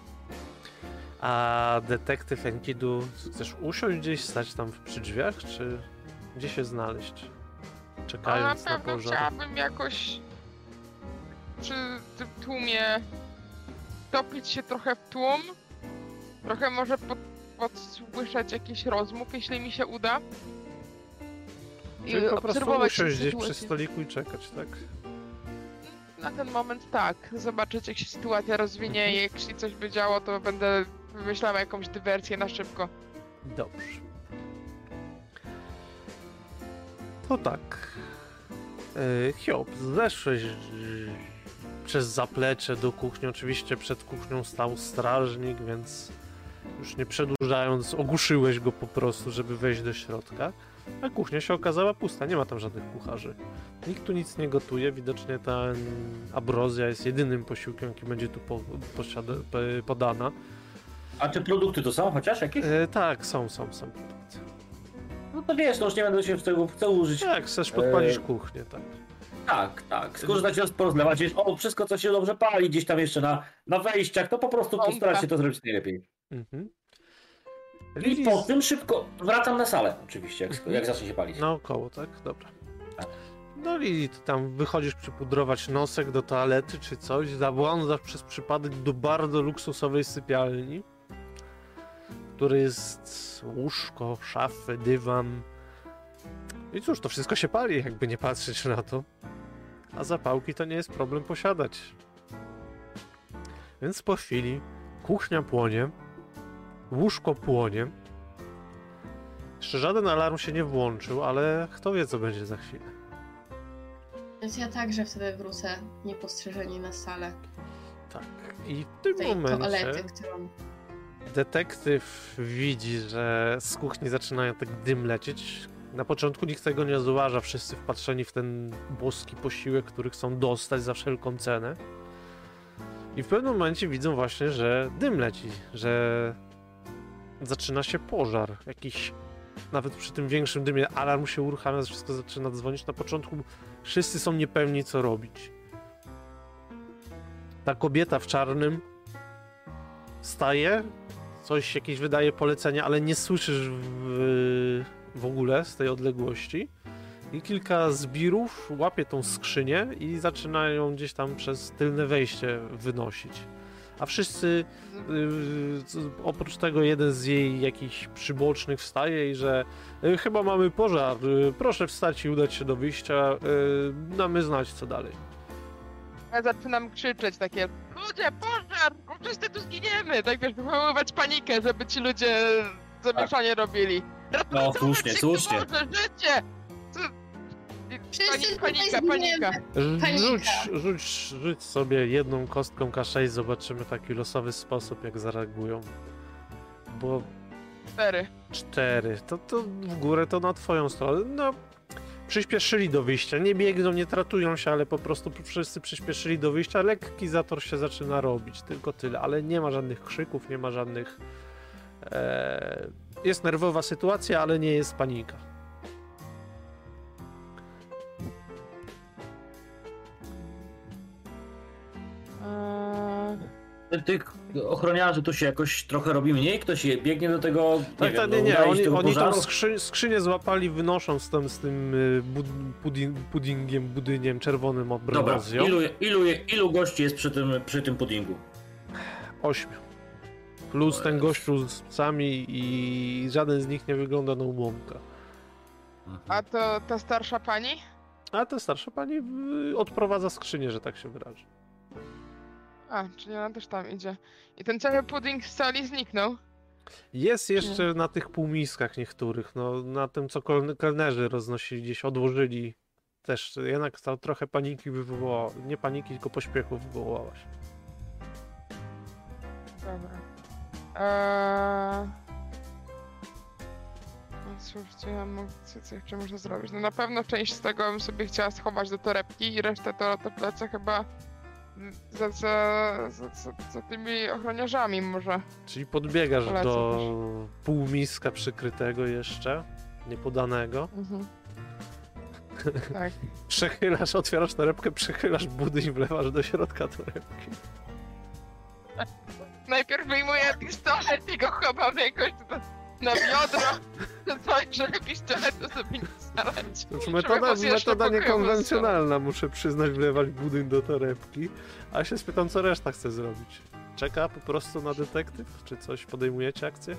A detektyw Enkidu, chcesz usiąść gdzieś, stać tam przy drzwiach, czy gdzie się znaleźć? Czekając na pewno pożar. chciałabym jakoś przy tym tłumie topić się trochę w tłum. Trochę może podsłyszeć jakiś rozmów, jeśli mi się uda. Czyli po prostu obserwować usiąść gdzieś sytuację. przy stoliku i czekać, tak? Na ten moment tak. Zobaczyć, jak się sytuacja rozwinie i jeśli coś by działo, to będę wymyślała jakąś dywersję na szybko. Dobrze. To tak. Hiob, zeszłeś przez zaplecze do kuchni. Oczywiście przed kuchnią stał strażnik, więc już nie przedłużając, ogłuszyłeś go po prostu, żeby wejść do środka. A kuchnia się okazała pusta, nie ma tam żadnych kucharzy. Nikt tu nic nie gotuje, widocznie ta abrozja jest jedynym posiłkiem, jaki będzie tu podana. A czy produkty to są chociaż jakieś? Tak, są produkty. No to wiesz, no już nie będę się w tego chcę użyć. Tak, chcesz podpalić kuchnię, tak. Tak. Skorzystać raz porozlewać, wszystko co się dobrze pali gdzieś tam jeszcze na wejściach, to po prostu postarać się to zrobić najlepiej. Mhm. I po tym szybko wracam na salę oczywiście, jak zacznie się palić. Naokoło, tak? Dobra. Tak. No Lili, ty tam wychodzisz przypudrować nosek do toalety czy coś, zabłądzasz przez przypadek do bardzo luksusowej sypialni, który jest łóżko, szafy, dywan. I cóż, to wszystko się pali, jakby nie patrzeć na to. A zapałki to nie jest problem posiadać. Więc po chwili kuchnia płonie, łóżko płonie. Jeszcze żaden alarm się nie włączył, ale kto wie, co będzie za chwilę. Więc ja także wtedy wrócę niepostrzeżeni na salę. Tak. I w tym Tej momencie toalety, którą... detektyw widzi, że z kuchni zaczynają tak dym lecieć. Na początku nikt tego nie zauważa, wszyscy wpatrzeni w ten boski posiłek, który chcą dostać za wszelką cenę. I w pewnym momencie widzą właśnie, że dym leci, że zaczyna się pożar. Jakiś, nawet przy tym większym dymie, alarm się uruchamia, wszystko zaczyna dzwonić. Na początku wszyscy są niepewni, co robić. Ta kobieta w czarnym wstaje, coś jakieś wydaje polecenia, ale nie słyszysz w ogóle z tej odległości. I kilka zbirów łapie tą skrzynię i zaczynają gdzieś tam przez tylne wejście wynosić. A wszyscy, oprócz tego jeden z jej jakichś przybocznych wstaje i że chyba mamy pożar, proszę wstać i udać się do wyjścia, damy znać co dalej. Ja zaczynam krzyczeć takie, ludzie, pożar, wszyscy tu zginiemy! Tak wiesz, wywoływać panikę, żeby ci ludzie zamieszanie robili. No, słusznie, się, słusznie. Boże, życie! Wszyscy Panika, tutaj panika. Rzuć sobie jedną kostką K6, zobaczymy taki losowy sposób, jak zareagują. Bo 4. To w górę to na twoją stronę. No, przyspieszyli do wyjścia. Nie biegną, nie tratują się, ale po prostu wszyscy przyspieszyli do wyjścia. Lekki zator się zaczyna robić, tylko tyle. Ale nie ma żadnych krzyków, nie ma żadnych... Jest nerwowa sytuacja, ale nie jest panika. Tych ochroniarzy tu się jakoś trochę robi mniej? Ktoś biegnie do tego, nie, oni tą skrzynię złapali, wynosząc z tym budyniem czerwonym od browazją. Dobra, ilu gości jest przy tym puddingu? 8. Plus ten gościu z psami i żaden z nich nie wygląda na ubłąka. A to ta starsza pani? A ta starsza pani odprowadza skrzynię, że tak się wyrażę. A, czyli ona też tam idzie. I ten cały pudding z sali zniknął? Jest jeszcze na tych półmiskach niektórych, no na tym co kelnerzy roznosili, gdzieś odłożyli. Też jednak to trochę paniki wywołało, nie paniki, tylko pośpiechu wywołałaś. Dobra. No cóż, co ja mogę, co jeszcze można zrobić? No na pewno część z tego bym sobie chciała schować do torebki i resztę to te plece chyba za tymi ochroniarzami może. Czyli podbiegasz do półmiska przykrytego jeszcze, niepodanego. Mhm. Tak. Przechylasz, otwierasz torebkę, przechylasz budyń i wlewasz do środka torebki. Najpierw wyjmuję pistolet i go chowam jakoś na biodro. Coś, żeby pistoletu sobie nie starać. Metoda niekonwencjonalna, muszę przyznać, wlewać budyń do torebki. A się spytam, co reszta chce zrobić. Czeka po prostu na detektyw? Czy coś podejmujecie akcję?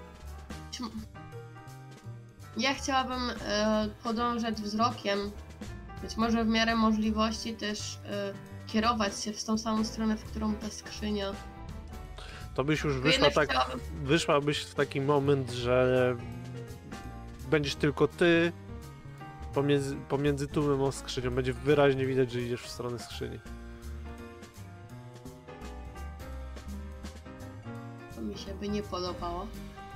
Ja chciałabym podążać wzrokiem, być może w miarę możliwości też kierować się w tą samą stronę, w którą ta skrzynia. To byś już wyszła wyszłabyś w taki moment, że będziesz tylko ty pomiędzy tłumem a skrzynią. Będzie wyraźnie widać, że idziesz w stronę skrzyni. To mi się by nie podobało.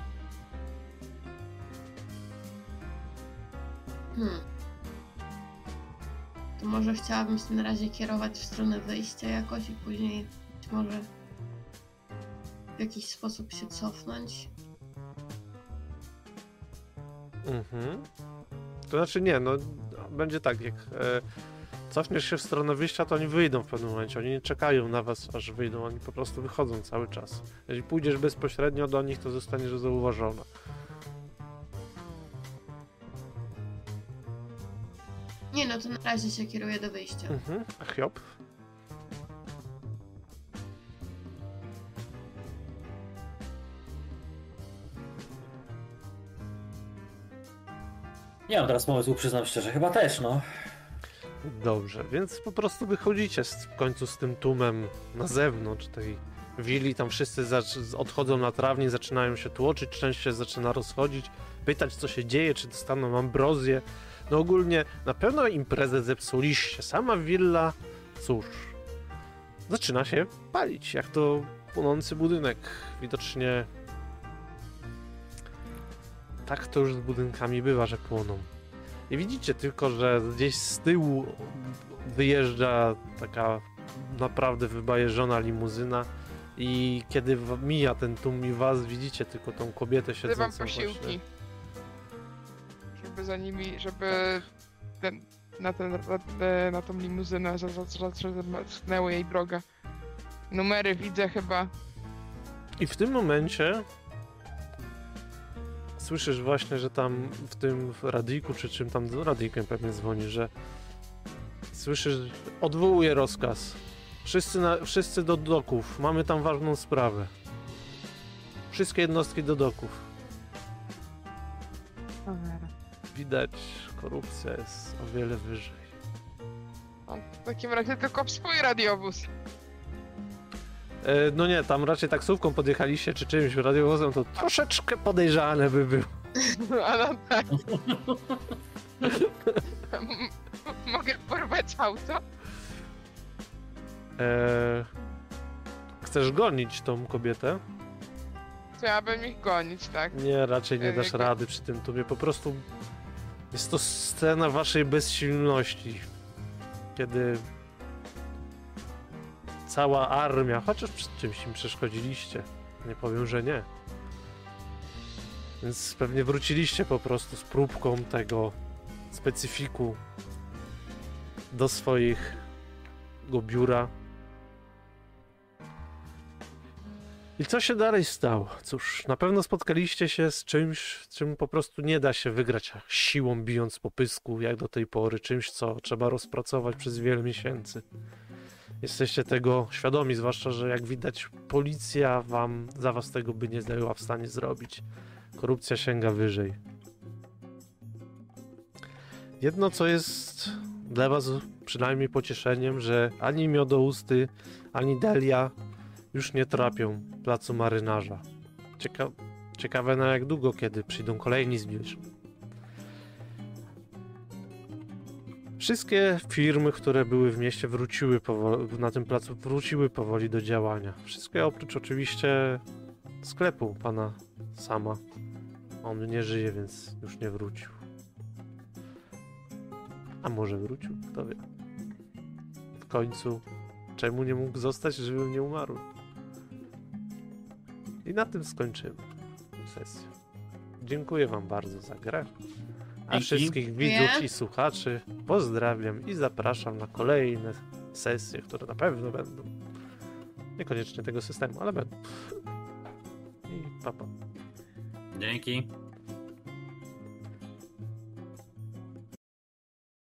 To może chciałabym się na razie kierować w stronę wyjścia jakoś i później być może w jakiś sposób się cofnąć. To znaczy nie, no będzie tak, jak cofniesz się w stronę wyjścia, to oni wyjdą w pewnym momencie. Oni nie czekają na was, aż wyjdą, oni po prostu wychodzą cały czas. Jeżeli pójdziesz bezpośrednio do nich, to zostaniesz zauważona. Nie no, to na razie się kieruję do wyjścia. A Hiob? Nie mam teraz pomysłu, przyznam szczerze, chyba też, no. Dobrze, więc po prostu wychodzicie w końcu z tym tłumem na zewnątrz tej willi, tam wszyscy odchodzą na trawnik, zaczynają się tłoczyć, część się zaczyna rozchodzić, pytać co się dzieje, czy dostaną ambrozję. No ogólnie na pewno imprezę zepsuliście, sama willa, cóż, zaczyna się palić, jak to płonący budynek, widocznie tak to już z budynkami bywa, że płoną. I widzicie tylko, że gdzieś z tyłu wyjeżdża taka naprawdę wybajeżona limuzyna i kiedy mija ten tłum i was, widzicie tylko tą kobietę siedzącą posiłki. właśnie. Żeby za nimi, żeby na tą limuzynę zatrzymnęły jej drogę. Numery widzę chyba. I w tym momencie słyszysz właśnie, że tam w tym radyjku, czy czym tam radyjkiem pewnie dzwoni, że słyszysz, odwołuje rozkaz. Wszyscy do doków. Mamy tam ważną sprawę. Wszystkie jednostki do doków. Widać, korupcja jest o wiele wyżej. W takim razie tylko w swój radiowóz. No nie, tam raczej taksówką podjechaliście, czy czymś radiowozem, to troszeczkę podejrzane by było. A no tak. Mogę porwać auto? Chcesz gonić tą kobietę? Chciałabym ich gonić, tak? Nie, raczej nie dasz Jakby- rady przy tym tobie. Po prostu jest to scena waszej bezsilności. Kiedy cała armia, chociaż przed czymś im przeszkodziliście. Nie powiem, że nie. Więc pewnie wróciliście po prostu z próbką tego specyfiku do swojego biura. I co się dalej stało? Cóż, na pewno spotkaliście się z czymś, czym po prostu nie da się wygrać siłą, bijąc po pysku, jak do tej pory. Czymś, co trzeba rozpracować przez wiele miesięcy. Jesteście tego świadomi, zwłaszcza, że jak widać, policja za was tego by nie była w stanie zrobić. Korupcja sięga wyżej. Jedno, co jest dla was przynajmniej pocieszeniem, że ani Miodousty, ani Delia już nie trapią placu Marynarza. Ciekawe na jak długo, kiedy przyjdą kolejni zbieży. Wszystkie firmy, które były w mieście, na tym placu wróciły powoli do działania. Wszystkie oprócz oczywiście sklepu pana Sama. On nie żyje, więc już nie wrócił. A może wrócił? Kto wie. W końcu czemu nie mógł zostać, żebym nie umarł? I na tym skończymy sesję. Dziękuję wam bardzo za grę. A Dzięki. wszystkich widzów i słuchaczy pozdrawiam i zapraszam na kolejne sesje, które na pewno będą. Niekoniecznie tego systemu, ale będą. I pa, pa. Dzięki.